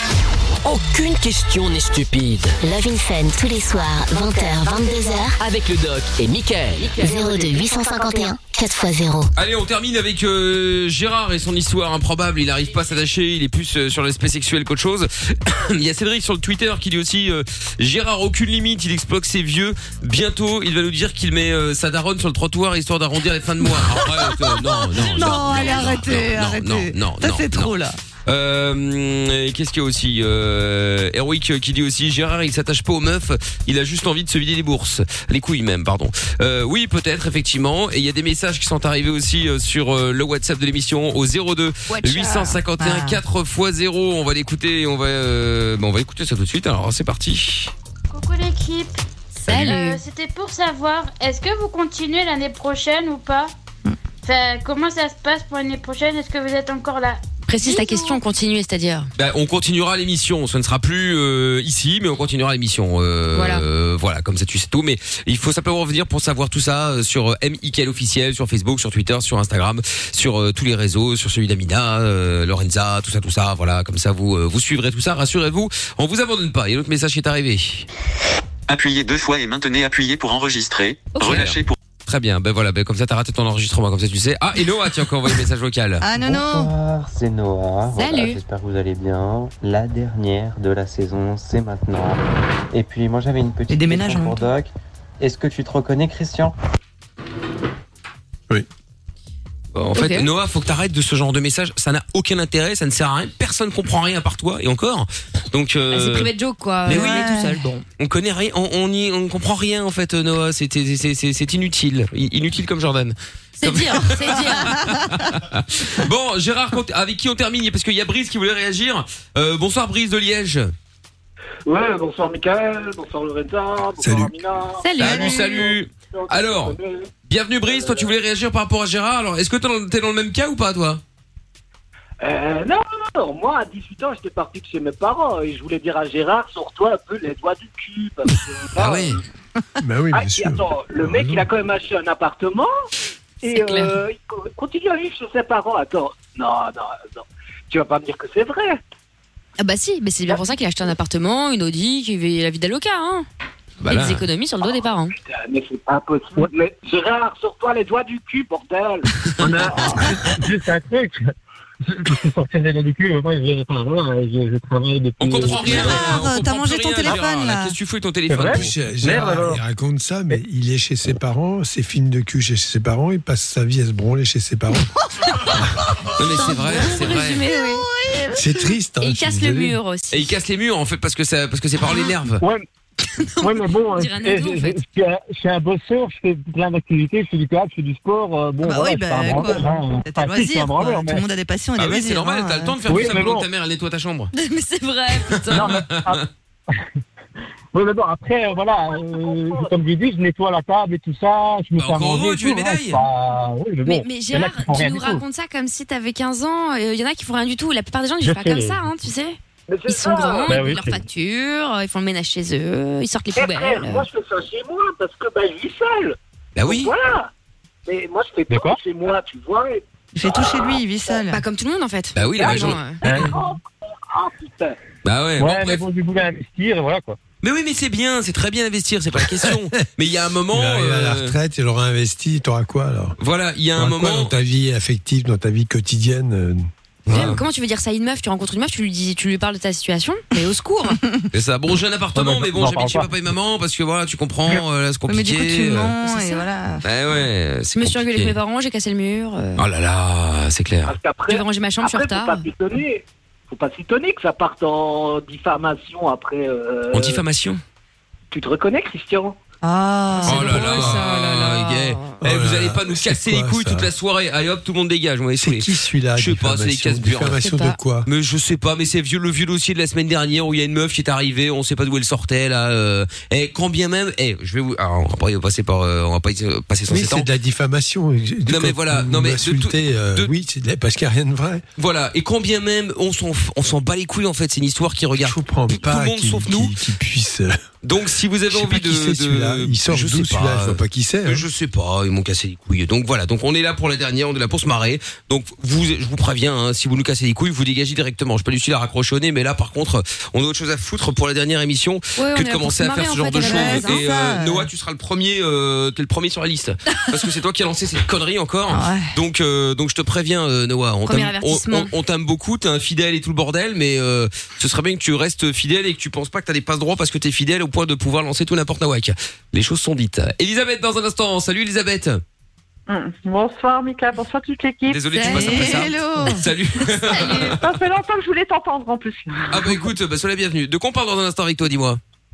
Speaker 1: Aucune question n'est stupide.
Speaker 7: Love in Fun tous les soirs, vingt heures, vingt-deux heures,
Speaker 1: Avec le doc et Mickaël.
Speaker 7: zéro deux huit cent cinquante et un quatre fois zéro.
Speaker 2: Allez, on termine avec euh, Gérard et son histoire improbable. Il n'arrive pas à s'attacher, il est plus euh, sur l'aspect sexuel qu'autre chose. Il y a Cédric sur le Twitter qui dit aussi euh, Gérard, aucune limite, il exploite ses vieux. Bientôt, il va nous dire qu'il met euh, sa daronne sur le trottoir histoire d'arrondir les fins de mois. Après, euh, non, non,
Speaker 3: Non, allez, arrêtez,
Speaker 2: non,
Speaker 3: arrêtez.
Speaker 2: non, non,
Speaker 3: Ça,
Speaker 2: non,
Speaker 3: c'est
Speaker 2: non.
Speaker 3: trop, là.
Speaker 2: Euh, et qu'est-ce qu'il y a aussi euh, Erwick qui dit aussi Gérard il s'attache pas aux meufs, il a juste envie de se vider les bourses, les couilles même, pardon. Euh, oui peut-être effectivement. Et il y a des messages qui sont arrivés aussi euh, sur euh, le WhatsApp de l'émission au zéro deux huit cent cinquante et un quatre fois zéro. On va l'écouter, on va euh, bon, on va écouter ça tout de suite. Alors c'est parti.
Speaker 8: Coucou l'équipe.
Speaker 4: Salut.
Speaker 8: Euh, C'était pour savoir, est-ce que vous continuez l'année prochaine ou pas? Enfin, comment ça se passe pour l'année prochaine? Est-ce que vous êtes encore là?
Speaker 4: Précise ta
Speaker 8: Bisous.
Speaker 4: question, continuez, c'est-à-dire.
Speaker 2: Bah, on continuera l'émission. Ce ne sera plus euh, ici, mais on continuera l'émission. Euh,
Speaker 4: Voilà.
Speaker 2: euh, voilà, comme ça tu sais tout. Mais il faut simplement revenir pour savoir tout ça euh, sur euh, Mickaël officiel, sur Facebook, sur Twitter, sur Instagram, sur euh, tous les réseaux, sur celui d'Amina, euh, Lorenza, tout ça, tout ça. Voilà, comme ça vous euh, vous suivrez tout ça. Rassurez-vous, on vous abandonne pas. Il y a un autre message qui est arrivé.
Speaker 9: Appuyez deux fois et maintenez appuyé pour enregistrer.
Speaker 4: Ok.
Speaker 9: Relâchez pour...
Speaker 2: Très bien. Ben voilà. Ben comme ça t'as raté ton enregistrement. Comme ça tu sais. Ah et Noah, tiens, encore envoyé un message vocal.
Speaker 3: Ah non, non.
Speaker 10: Bonsoir, c'est Noah. Voilà,
Speaker 4: Salut.
Speaker 10: j'espère que vous allez bien. La dernière de la saison, c'est maintenant. Et puis moi j'avais une petite
Speaker 3: Et déménage
Speaker 10: question
Speaker 3: en
Speaker 10: pour Doc. Est-ce que tu te reconnais, Christian?
Speaker 2: En fait,
Speaker 4: Ok.
Speaker 2: Noah, faut que t'arrêtes de ce genre de message. Ça n'a aucun intérêt, ça ne sert à rien. Personne comprend rien par toi. Et encore, Donc euh...
Speaker 4: Ah, c'est privé de joke quoi.
Speaker 2: Mais
Speaker 4: Euh,
Speaker 2: oui,
Speaker 4: il est tout seul. Bon.
Speaker 2: on connaît rien, on, on y, on comprend rien en fait, Noah. C'est, c'est, c'est, c'est, c'est inutile, inutile comme Jordan.
Speaker 4: C'est
Speaker 2: Comme-
Speaker 4: dire, c'est dire.
Speaker 2: Bon, Gérard, avec qui on termine parce qu'il y a Brice qui voulait réagir. Euh, bonsoir Brice de Liège.
Speaker 11: Ouais, bonsoir Mickaël, bonsoir Lorenza, bonsoir
Speaker 6: Salut.
Speaker 11: Amina.
Speaker 4: Salut.
Speaker 2: Salut, salut. Alors, bienvenue Brice. Toi, tu voulais réagir par rapport à Gérard. Alors, est-ce que t'es dans, t'es dans le même cas ou pas, toi?
Speaker 11: Euh, non, non, non, moi à dix-huit ans j'étais parti de chez mes parents et je voulais dire à Gérard, sors-toi un peu les doigts du cul. Parce que,
Speaker 2: Ah ouais.
Speaker 6: Bah oui,
Speaker 11: Ah,
Speaker 6: bien sûr.
Speaker 11: attends, le mec il a quand même acheté un appartement et
Speaker 4: C'est clair.
Speaker 11: euh, il co- continue à vivre chez ses parents. Attends, non, non, non, tu vas pas me dire que c'est vrai.
Speaker 4: Ah bah si, mais c'est bien pour ça qu'il a acheté un appartement, une Audi, qu'il vit la vie d'Aloca, hein.
Speaker 2: Bah
Speaker 4: Et
Speaker 2: là.
Speaker 4: des économies sur le dos des parents.
Speaker 11: Putain, mais c'est pas possible. Mais Gérard, sors-toi les doigts du cul, bordel.
Speaker 5: On a juste un truc. Je suis sorti des doigts du cul, moi je, enfin, voilà, je, je travaille depuis.
Speaker 2: On comprend rien.
Speaker 3: Gérard,
Speaker 2: on comprend
Speaker 3: t'as
Speaker 2: plus
Speaker 3: mangé ton
Speaker 2: rien,
Speaker 3: téléphone,
Speaker 2: Gérard,
Speaker 3: là.
Speaker 2: Qu'est-ce que tu fous avec ton téléphone?
Speaker 5: vrai
Speaker 6: Gé- Gérard,
Speaker 5: Merde, alors.
Speaker 6: il raconte ça, mais il est chez ses parents, ses films de cul chez ses parents, il passe sa vie à se branler chez ses parents.
Speaker 2: Non mais c'est vrai, c'est vrai.
Speaker 4: Résumé, oui.
Speaker 6: C'est triste. Hein,
Speaker 4: Et il
Speaker 6: je suis
Speaker 4: casse le
Speaker 6: désolé.
Speaker 4: mur aussi.
Speaker 2: Et il casse les murs en fait parce que ça, parce que ses parents l'énervent.
Speaker 5: Ouais, ouais, mais bon,
Speaker 4: on
Speaker 5: euh,
Speaker 4: dirait un
Speaker 5: eh,
Speaker 4: ado, en
Speaker 5: je,
Speaker 4: fait.
Speaker 5: je suis un, je suis un bosseur, je fais plein d'activités, je fais du théâtre, je fais du sport. euh, bon,
Speaker 3: Bah
Speaker 5: voilà,
Speaker 3: oui,
Speaker 5: je suis
Speaker 3: bah
Speaker 5: un
Speaker 3: quoi.
Speaker 5: branleur, hein.
Speaker 3: T'as tes
Speaker 5: Enfin, si, je suis un
Speaker 3: loisirs, quoi.
Speaker 5: branleur,
Speaker 3: Tout
Speaker 5: mais-
Speaker 3: le monde a des passions et des
Speaker 2: Ah oui,
Speaker 3: loisirs.
Speaker 2: c'est normal.
Speaker 3: hein.
Speaker 2: T'as le temps de faire
Speaker 5: Oui,
Speaker 2: tout ça
Speaker 5: mais
Speaker 2: pendant
Speaker 5: bon.
Speaker 2: que ta mère elle nettoie ta chambre.
Speaker 4: Mais c'est vrai, putain.
Speaker 5: Non, mais, ah, oui, mais bon, après, euh, voilà, euh, comme j'ai dit, je nettoie la table et tout ça, je me
Speaker 2: Bah,
Speaker 5: fais à
Speaker 2: encore
Speaker 5: manger
Speaker 2: heureux,
Speaker 5: et
Speaker 2: tu veux
Speaker 5: tout,
Speaker 2: une
Speaker 5: hein,
Speaker 2: médaille
Speaker 5: c'est pas- oui, mais, bon,
Speaker 4: Mais, mais
Speaker 5: il y en a
Speaker 4: Gérard,
Speaker 5: qui font
Speaker 4: tu
Speaker 5: rien
Speaker 4: nous
Speaker 5: du tout.
Speaker 4: racontes ça comme si t'avais quinze ans. Il y en a qui font rien du tout. La plupart des gens ne
Speaker 5: Je
Speaker 4: vivent pas
Speaker 5: sais.
Speaker 4: comme ça, hein, tu sais.
Speaker 11: Mais c'est
Speaker 4: Ils sont
Speaker 11: ça.
Speaker 4: grands,
Speaker 5: Bah
Speaker 4: ils
Speaker 5: oui,
Speaker 4: payent leurs
Speaker 5: c'est-
Speaker 4: factures, ils font le ménage chez eux, ils sortent les
Speaker 11: Eh, frère,
Speaker 4: poubelles.
Speaker 11: moi je fais ça chez moi parce que bah, je vis seul.
Speaker 2: Bah oui.
Speaker 11: Donc, voilà. Mais moi je fais
Speaker 5: De
Speaker 11: tout
Speaker 5: quoi
Speaker 11: chez moi, tu vois. et-
Speaker 3: Il fait tout chez lui, il vit seul.
Speaker 4: Pas comme tout le monde en fait.
Speaker 2: Bah oui, la
Speaker 11: Ah,
Speaker 2: major-
Speaker 4: Bon, euh,
Speaker 5: Hein.
Speaker 11: Ah putain.
Speaker 2: Bah ouais.
Speaker 5: Ouais,
Speaker 2: bon,
Speaker 5: mais
Speaker 2: bref.
Speaker 5: bon, je voulais investir et voilà quoi.
Speaker 2: Mais oui, mais c'est bien, c'est très bien d'investir, c'est pas la question. Mais il y a un moment.
Speaker 6: Il arrive à la
Speaker 2: euh,
Speaker 6: retraite, il aura investi, t'auras quoi alors?
Speaker 2: Voilà, il y a un
Speaker 6: T'auras quoi
Speaker 2: moment.
Speaker 6: dans ta vie affective, dans ta vie quotidienne euh,
Speaker 4: mais
Speaker 6: voilà.
Speaker 4: même, comment tu veux dire ça à une meuf? Tu rencontres une meuf, tu lui dis, tu lui parles de ta situation, mais au secours.
Speaker 2: C'est ça. Bon, j'ai un appartement,
Speaker 5: Ouais, mais
Speaker 2: mais bon,
Speaker 5: n'en
Speaker 2: j'habite
Speaker 5: parle
Speaker 2: chez
Speaker 5: pas.
Speaker 2: papa et maman parce que voilà, tu comprends, euh, là, c'est
Speaker 3: Oui, mais
Speaker 2: compliqué.
Speaker 3: du coup, tu
Speaker 2: euh.
Speaker 3: mens
Speaker 4: C'est
Speaker 3: et
Speaker 4: ça.
Speaker 3: voilà.
Speaker 2: Ouais, ouais,
Speaker 4: Je
Speaker 2: c'est
Speaker 4: me suis engueulée avec
Speaker 2: compliqué.
Speaker 4: mes parents, j'ai cassé le mur. euh,
Speaker 2: Oh là là, c'est clair.
Speaker 11: Parce
Speaker 4: Je
Speaker 11: qu'après,
Speaker 4: vais ranger ma chambre, je suis en
Speaker 11: après, faut
Speaker 4: retard.
Speaker 11: pas s'étonner. Faut pas s'étonner que ça parte en diffamation après. euh,
Speaker 2: En diffamation.
Speaker 11: Tu te reconnais, Christian?
Speaker 3: Ah,
Speaker 2: Oh là
Speaker 4: drôle,
Speaker 2: là,
Speaker 4: ça, oh là là.
Speaker 2: gay.
Speaker 6: Oh
Speaker 2: Eh,
Speaker 6: là
Speaker 2: vous allez
Speaker 6: là,
Speaker 2: pas nous
Speaker 6: c'est
Speaker 2: casser
Speaker 6: quoi,
Speaker 2: les couilles
Speaker 6: ça
Speaker 2: toute la soirée. Allez hop, tout le monde dégage. On va
Speaker 6: C'est
Speaker 2: essayer.
Speaker 6: qui celui-là?
Speaker 2: Je sais pas, c'est les
Speaker 6: diffamation
Speaker 2: casse-burnes.
Speaker 6: Diffamation
Speaker 4: Je sais
Speaker 6: de
Speaker 4: pas.
Speaker 6: quoi?
Speaker 2: Mais je sais pas, mais c'est vieux, le vieux dossier de la semaine dernière où il y a une meuf qui est arrivée, on sait pas d'où elle sortait là. Euh, et quand bien même, eh, je vais vous, alors, on va pas y passer par, euh, on va pas y passer sans
Speaker 6: Oui,
Speaker 2: sept ans.
Speaker 6: c'est de la diffamation.
Speaker 2: Non, mais voilà, non, mais de tout-
Speaker 6: Insulter, euh,
Speaker 2: de-
Speaker 6: oui, c'est de la- parce qu'il n'y a rien de vrai.
Speaker 2: Voilà. Et quand bien même, on s'en, f- on s'en bat les couilles en fait. C'est une histoire qui
Speaker 6: Je
Speaker 2: regarde
Speaker 6: comprends
Speaker 2: tout
Speaker 6: pas
Speaker 2: le monde
Speaker 6: qu'il
Speaker 2: sauf nous.
Speaker 6: qu'il- qu'il puisse. euh,
Speaker 2: Donc si vous avez
Speaker 6: Je sais
Speaker 2: envie
Speaker 6: pas
Speaker 2: de,
Speaker 6: qui c'est, celui-là.
Speaker 2: de,
Speaker 6: Il sort
Speaker 2: je
Speaker 6: d'où,
Speaker 2: sais
Speaker 6: celui-là?
Speaker 2: pas.
Speaker 6: Je vois pas qui c'est, hein.
Speaker 2: Je sais pas. Ils m'ont cassé les couilles. Donc voilà. Donc on est là pour la dernière. On est là pour se marrer. Donc vous, je vous préviens. Hein, si vous nous cassez les couilles, vous dégagez directement. Je suis pas du style à raccrocher au nez, mais là par contre, on a autre chose à foutre pour la dernière émission
Speaker 4: Ouais, on
Speaker 2: que
Speaker 4: est
Speaker 2: de
Speaker 4: là pour
Speaker 2: commencer
Speaker 4: se
Speaker 2: à faire
Speaker 4: marrer,
Speaker 2: ce
Speaker 4: en
Speaker 2: genre
Speaker 4: fait,
Speaker 2: de
Speaker 4: à la
Speaker 2: choses.
Speaker 4: base, hein.
Speaker 2: Et
Speaker 3: ça.
Speaker 2: euh, Noah, tu seras le premier. Euh, t'es le premier sur la liste parce que c'est toi qui as lancé cette connerie encore.
Speaker 3: Ouais.
Speaker 2: Donc euh, donc je te préviens, euh, Noah. On
Speaker 4: Premier
Speaker 2: t'aime, on,
Speaker 4: avertissement.
Speaker 2: on- on t'aime beaucoup. T'es un fidèle et tout le bordel, mais euh, ce serait bien que tu restes fidèle et que tu penses pas que t'as des passes droits parce que t'es fidèle au point de pouvoir lancer tout n'importe nawak. Les choses sont dites. Elisabeth dans un instant. Salut Elisabeth.
Speaker 12: Bonsoir Mika, bonsoir toute l'équipe.
Speaker 2: Désolé, tu passes après ça.
Speaker 3: Hello.
Speaker 2: Salut.
Speaker 12: Ça fait longtemps que je voulais t'entendre en plus.
Speaker 2: Ah bah écoute, bah sois la bienvenue. De quoi on parle dans un instant avec toi, dis-moi.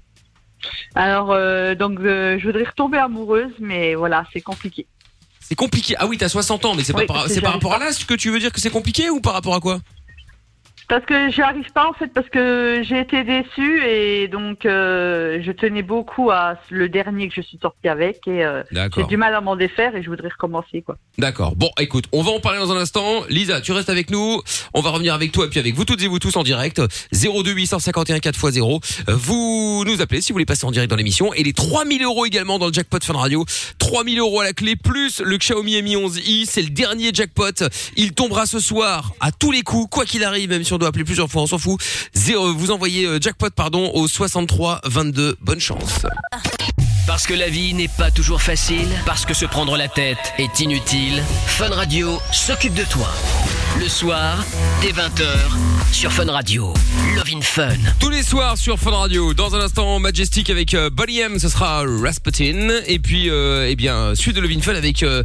Speaker 12: Alors, euh, donc, euh, je voudrais retomber amoureuse, mais voilà, c'est compliqué.
Speaker 2: C'est compliqué. Ah oui, t'as soixante ans, mais c'est
Speaker 12: Oui,
Speaker 2: pas par,
Speaker 12: parce que
Speaker 2: c'est par
Speaker 12: j'arrive
Speaker 2: rapport à
Speaker 12: pas.
Speaker 2: l'âge que tu veux dire que c'est compliqué ou par rapport à quoi?
Speaker 12: Parce que j'y arrive pas en fait, parce que j'ai été déçue et donc euh, je tenais beaucoup à le dernier que je suis sortie avec et euh, j'ai
Speaker 2: D'accord.
Speaker 12: du mal à m'en défaire et je voudrais recommencer quoi.
Speaker 2: D'accord. Bon, écoute, on va en parler dans un instant. Lisa, tu restes avec nous. On va revenir avec toi et puis avec vous toutes et vous tous en direct. zéro deux huit cent cinquante et un quatre fois zéro. Vous nous appelez si vous voulez passer en direct dans l'émission. Et les trois mille euros également dans le jackpot Fun Radio. trois mille euros à la clé plus le Xiaomi Mi onze i. C'est le dernier jackpot. Il tombera ce soir à tous les coups, quoi qu'il arrive, même si on doit appeler plusieurs fois, on s'en fout. Zéro, vous envoyez euh, jackpot pardon au soixante-trois vingt-deux. Bonne chance.
Speaker 1: Parce que la vie n'est pas toujours facile, parce que se prendre la tête est inutile, Fun Radio s'occupe de toi. Le soir, dès vingt heures, sur Fun Radio. Love in Fun.
Speaker 2: Tous les soirs sur Fun Radio. Dans un instant, Majestic avec euh, Bonnie M, ce sera Rasputin. Et puis, euh, eh bien, suite de Love in Fun avec euh,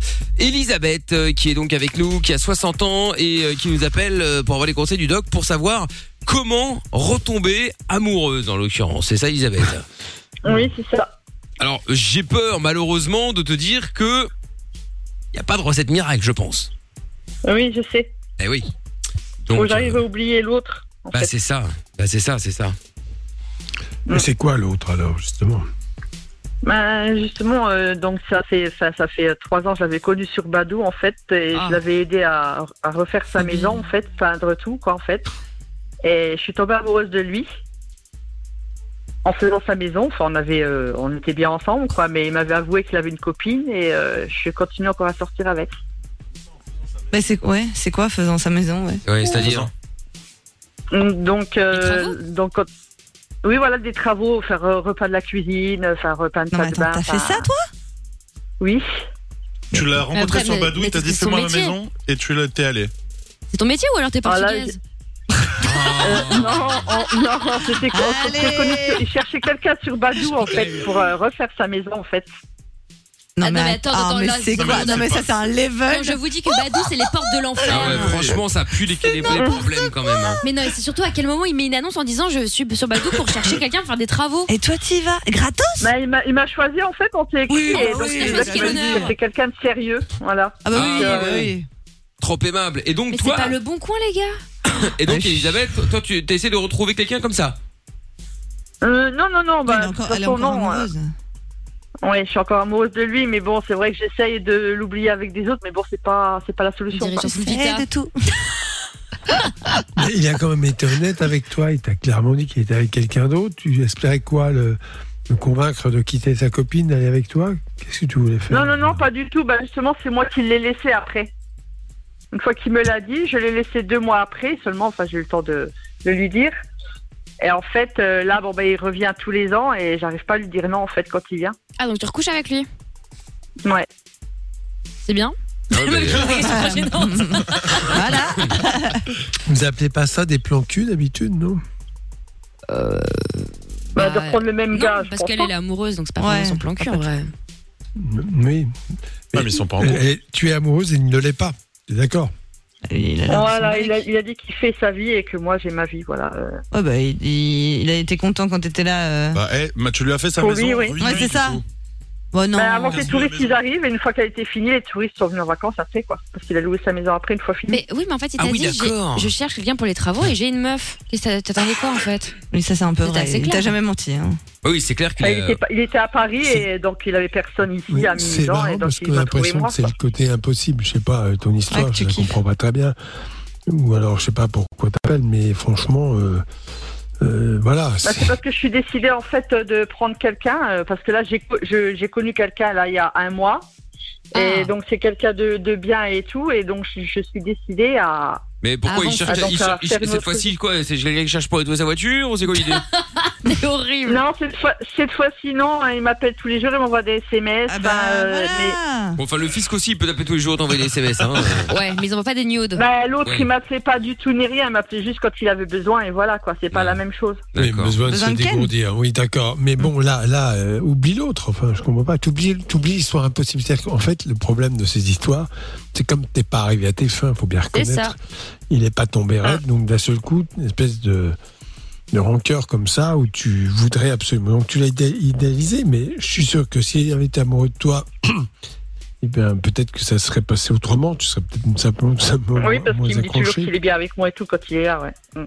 Speaker 2: Elisabeth, euh, qui est donc avec nous, qui a soixante ans et euh, qui nous appelle euh, pour avoir les conseils du doc pour savoir comment retomber amoureuse en l'occurrence. C'est ça, Elisabeth.
Speaker 12: Oui, c'est ça.
Speaker 2: Alors, j'ai peur malheureusement de te dire que il y a pas de recette miracle, je pense.
Speaker 12: Oui, je sais.
Speaker 2: Eh oui.
Speaker 12: Faut
Speaker 2: Donc,
Speaker 12: que j'arrive
Speaker 2: euh,
Speaker 12: à oublier l'autre. en
Speaker 2: bah
Speaker 12: fait.
Speaker 2: c'est ça. Bah c'est ça, c'est ça.
Speaker 6: Mais c'est quoi l'autre alors, justement?
Speaker 12: Bah, justement, euh, donc ça fait ça, ça fait trois ans, je l'avais connu sur Badoo en fait, et
Speaker 4: Ah.
Speaker 12: je l'avais aidé à, à refaire sa maison en fait, peindre tout quoi en fait. Et je suis tombée amoureuse de lui en faisant sa maison. Enfin, on avait, euh, on était bien ensemble quoi, mais il m'avait avoué qu'il avait une copine et euh, je continue encore à sortir avec.
Speaker 3: Bah c'est ouais, c'est quoi faisant sa maison, ouais.
Speaker 2: Ouais, c'est-à-dire.
Speaker 12: Donc, euh, donc quand- oui voilà des travaux, faire euh, repas de la cuisine, faire repas de
Speaker 3: Non, mais
Speaker 12: salle de
Speaker 3: attends,
Speaker 12: bain.
Speaker 3: t'as fait ça, toi?
Speaker 12: Oui.
Speaker 13: Tu l'as rencontré
Speaker 4: Après,
Speaker 13: sur
Speaker 4: mais-
Speaker 13: Badoo,
Speaker 4: mais
Speaker 13: il t'a dit
Speaker 4: c'est son
Speaker 13: fais-moi ma
Speaker 4: métier.
Speaker 13: maison et tu l'as- t'es allé.
Speaker 4: C'est ton métier ou alors t'es
Speaker 12: Ah, là,
Speaker 4: portugaise?
Speaker 12: Euh, non, on- non, c'était qu'on on s'est connus sur- il cherchait quelqu'un sur Badoo en fait pour euh, refaire sa maison en fait.
Speaker 3: Non,
Speaker 4: Ah, non, mais attends,
Speaker 3: ah,
Speaker 4: attends,
Speaker 3: mais
Speaker 4: là,
Speaker 3: c'est
Speaker 4: c'est
Speaker 3: quoi?
Speaker 4: pas-
Speaker 3: Non, mais ça, c'est un level.
Speaker 4: Quand je vous dis que Badoo, c'est les portes de l'enfer.
Speaker 2: Ah ouais, franchement, ça pue les, les, les problèmes quand même. Hein.
Speaker 4: Mais non, et c'est surtout à quel moment il met une annonce en disant je suis sur Badoo pour chercher quelqu'un pour faire des travaux.
Speaker 3: Et toi, t'y vas gratos?
Speaker 12: Bah, il m'a il m'a choisi en fait, on s'est écrit
Speaker 3: Oui,
Speaker 12: et
Speaker 3: ah
Speaker 12: donc
Speaker 3: oui,
Speaker 12: il
Speaker 3: bah,
Speaker 12: a
Speaker 3: quel
Speaker 12: choisi
Speaker 3: honneur.
Speaker 12: que c'est quelqu'un de sérieux, voilà.
Speaker 3: Ah bah oui,
Speaker 2: Ah,
Speaker 3: bah
Speaker 2: ouais.
Speaker 3: oui.
Speaker 2: Trop aimable. Et donc
Speaker 4: Mais
Speaker 2: toi,
Speaker 4: c'est pas le bon coin, les gars.
Speaker 2: et donc Elisabeth, toi tu essaies de retrouver quelqu'un comme ça.
Speaker 12: Euh, non, non, non, bah,
Speaker 3: Elle est
Speaker 12: de
Speaker 3: encore,
Speaker 12: toute
Speaker 3: elle est
Speaker 12: façon,
Speaker 3: encore
Speaker 12: non.
Speaker 3: amoureuse.
Speaker 12: euh, ouais, je suis encore amoureuse de lui, mais bon, c'est vrai que j'essaye de l'oublier avec des autres, mais bon, c'est pas, c'est pas la solution.
Speaker 4: Dirige
Speaker 12: quoi.
Speaker 4: sur
Speaker 3: C'est
Speaker 4: Vita.
Speaker 3: de tout.
Speaker 6: Mais il a quand même été honnête avec toi. Il t'a clairement dit qu'il était avec quelqu'un d'autre. Tu espérais quoi, le, le convaincre de quitter sa copine, d'aller avec toi? Qu'est-ce que tu voulais faire?
Speaker 12: Non, non, non, pas du tout. Bah, justement, c'est moi qui l'ai laissé après. Une fois qu'il me l'a dit, je l'ai laissé deux mois après seulement. Enfin, j'ai eu le temps de, de lui dire. Et en fait, euh, là, bon, bah, il revient tous les ans et j'arrive pas à lui dire non, en fait, quand il vient.
Speaker 4: Ah, donc tu recouches avec lui.
Speaker 12: Ouais.
Speaker 4: C'est bien.
Speaker 2: Ouais, mais-
Speaker 4: C'est pas gênant.
Speaker 3: Voilà.
Speaker 6: Vous appelez pas ça des plans cul d'habitude, non?
Speaker 12: Bah,
Speaker 4: Bah,
Speaker 12: de reprendre le même
Speaker 4: non,
Speaker 12: gars. je
Speaker 4: parce
Speaker 12: pense
Speaker 4: qu'elle
Speaker 12: pas.
Speaker 4: est là amoureuse, donc c'est pas
Speaker 3: Ouais.
Speaker 4: vraiment son plan cul en vrai.
Speaker 6: Oui.
Speaker 13: Ouais, mais ils sont pas en
Speaker 6: Et-
Speaker 13: couple.
Speaker 6: et tu es amoureuse et il ne l'est pas. T'es d'accord?
Speaker 3: Il a l'air de
Speaker 12: Voilà,
Speaker 3: son
Speaker 12: il a,
Speaker 3: mec.
Speaker 12: il a dit qu'il fait sa vie et que moi j'ai ma vie, voilà. euh.
Speaker 3: Ouais, bah, il, il- il a été content quand t'étais là. euh.
Speaker 13: Bah, eh, bah, tu lui as fait sa
Speaker 12: Oui,
Speaker 13: maison.
Speaker 12: oui.
Speaker 13: ruine,
Speaker 3: Ouais, c'est
Speaker 13: du
Speaker 3: ça.
Speaker 13: coup.
Speaker 3: Bon, non.
Speaker 12: Bah, avant que les
Speaker 13: Bisous, la
Speaker 12: touristes
Speaker 13: maison.
Speaker 12: ils arrivent, et une fois qu'elle a été finie, les touristes sont venus en vacances après, quoi. Parce qu'il a loué sa maison après, une fois fini.
Speaker 4: Mais oui, mais en fait, il
Speaker 2: Ah
Speaker 4: t'a
Speaker 2: oui,
Speaker 4: dit j'ai-
Speaker 2: d'accord.
Speaker 4: je cherche quelqu'un pour les travaux et j'ai une meuf. Qu'est-ce que t'attendais quoi en fait?
Speaker 3: Oui, ça, c'est un peu
Speaker 4: C'était
Speaker 3: vrai.
Speaker 4: assez
Speaker 3: Il
Speaker 4: clair.
Speaker 3: t'a jamais menti. Hein.
Speaker 2: Oui, c'est clair qu'il
Speaker 12: Bah,
Speaker 2: a-
Speaker 12: il, était, pas- il était à Paris
Speaker 6: C'est-
Speaker 12: et donc il avait personne ici
Speaker 6: Oui,
Speaker 12: à
Speaker 6: c'est
Speaker 12: Mimisan
Speaker 6: marrant
Speaker 12: et donc
Speaker 6: parce
Speaker 12: il
Speaker 6: qu'on a
Speaker 12: m'a trouvé
Speaker 6: l'impression
Speaker 12: moi.
Speaker 6: que c'est
Speaker 12: quoi.
Speaker 6: le côté impossible. Je sais pas, euh, ton histoire,
Speaker 3: Ouais, que tu
Speaker 6: je la
Speaker 3: kiffes.
Speaker 6: comprends pas très bien. Ou alors, je sais pas pourquoi t'appelles, mais franchement, euh, euh, voilà.
Speaker 12: Bah,
Speaker 6: c'est-
Speaker 12: c'est parce que je suis décidée en fait de prendre quelqu'un euh, parce que là j'ai co- je- j'ai connu quelqu'un là il y a un mois et
Speaker 4: Ah.
Speaker 12: donc c'est quelqu'un de, de bien et tout et donc je, je suis décidée à
Speaker 2: Mais pourquoi
Speaker 4: Avant
Speaker 2: il cherche
Speaker 12: ça, donc,
Speaker 2: il
Speaker 12: à
Speaker 2: cherche- il
Speaker 12: faire
Speaker 2: cherche-
Speaker 12: une
Speaker 2: cette
Speaker 12: autre
Speaker 2: fois-ci quoi? C'est quelqu'un qui cherche pour nettoyer sa voiture ou c'est quoi l'idée?
Speaker 4: C'est horrible.
Speaker 12: non cette fois cette fois-ci non hein, il m'appelle tous les jours il m'envoie des S M S
Speaker 3: Ah bah,
Speaker 12: enfin, euh,
Speaker 3: voilà.
Speaker 2: Bon, enfin le fisc aussi il peut taper tous les jours t'envoyer des S M S hein.
Speaker 4: Ouais, mais ils envoient pas des nudes.
Speaker 12: mais, bah, l'autre
Speaker 2: Ouais.
Speaker 12: il m'appelait pas du tout ni rien il m'appelait juste quand il avait besoin et voilà quoi c'est pas
Speaker 2: Ouais.
Speaker 12: la même chose.
Speaker 6: Oui,
Speaker 2: D'accord.
Speaker 6: besoin de
Speaker 3: Besoin
Speaker 6: se
Speaker 3: de ken.
Speaker 6: dégourdir. Oui, d'accord. Mais bon, là, là, euh, oublie l'autre. Enfin, je comprends pas. T'oublies, t'oublies l'histoire impossible. C'est-à-dire qu'en fait, le problème de ces histoires, c'est comme t'es pas arrivé à tes fins, faut bien
Speaker 4: C'est
Speaker 6: reconnaître.
Speaker 4: ça.
Speaker 6: Il est pas tombé raide, donc d'un seul coup, une espèce de, de rancœur comme ça où tu voudrais absolument. Donc tu l'as idé- idéalisé, mais je suis sûr que s'il avait été amoureux de toi, eh bien, peut-être que ça serait passé autrement. Tu serais peut-être simplement, tout simplement
Speaker 12: Oui parce
Speaker 6: moins
Speaker 12: qu'il me dit toujours
Speaker 6: accroché.
Speaker 12: qu'il est bien avec moi et tout quand il est là ouais. Mm.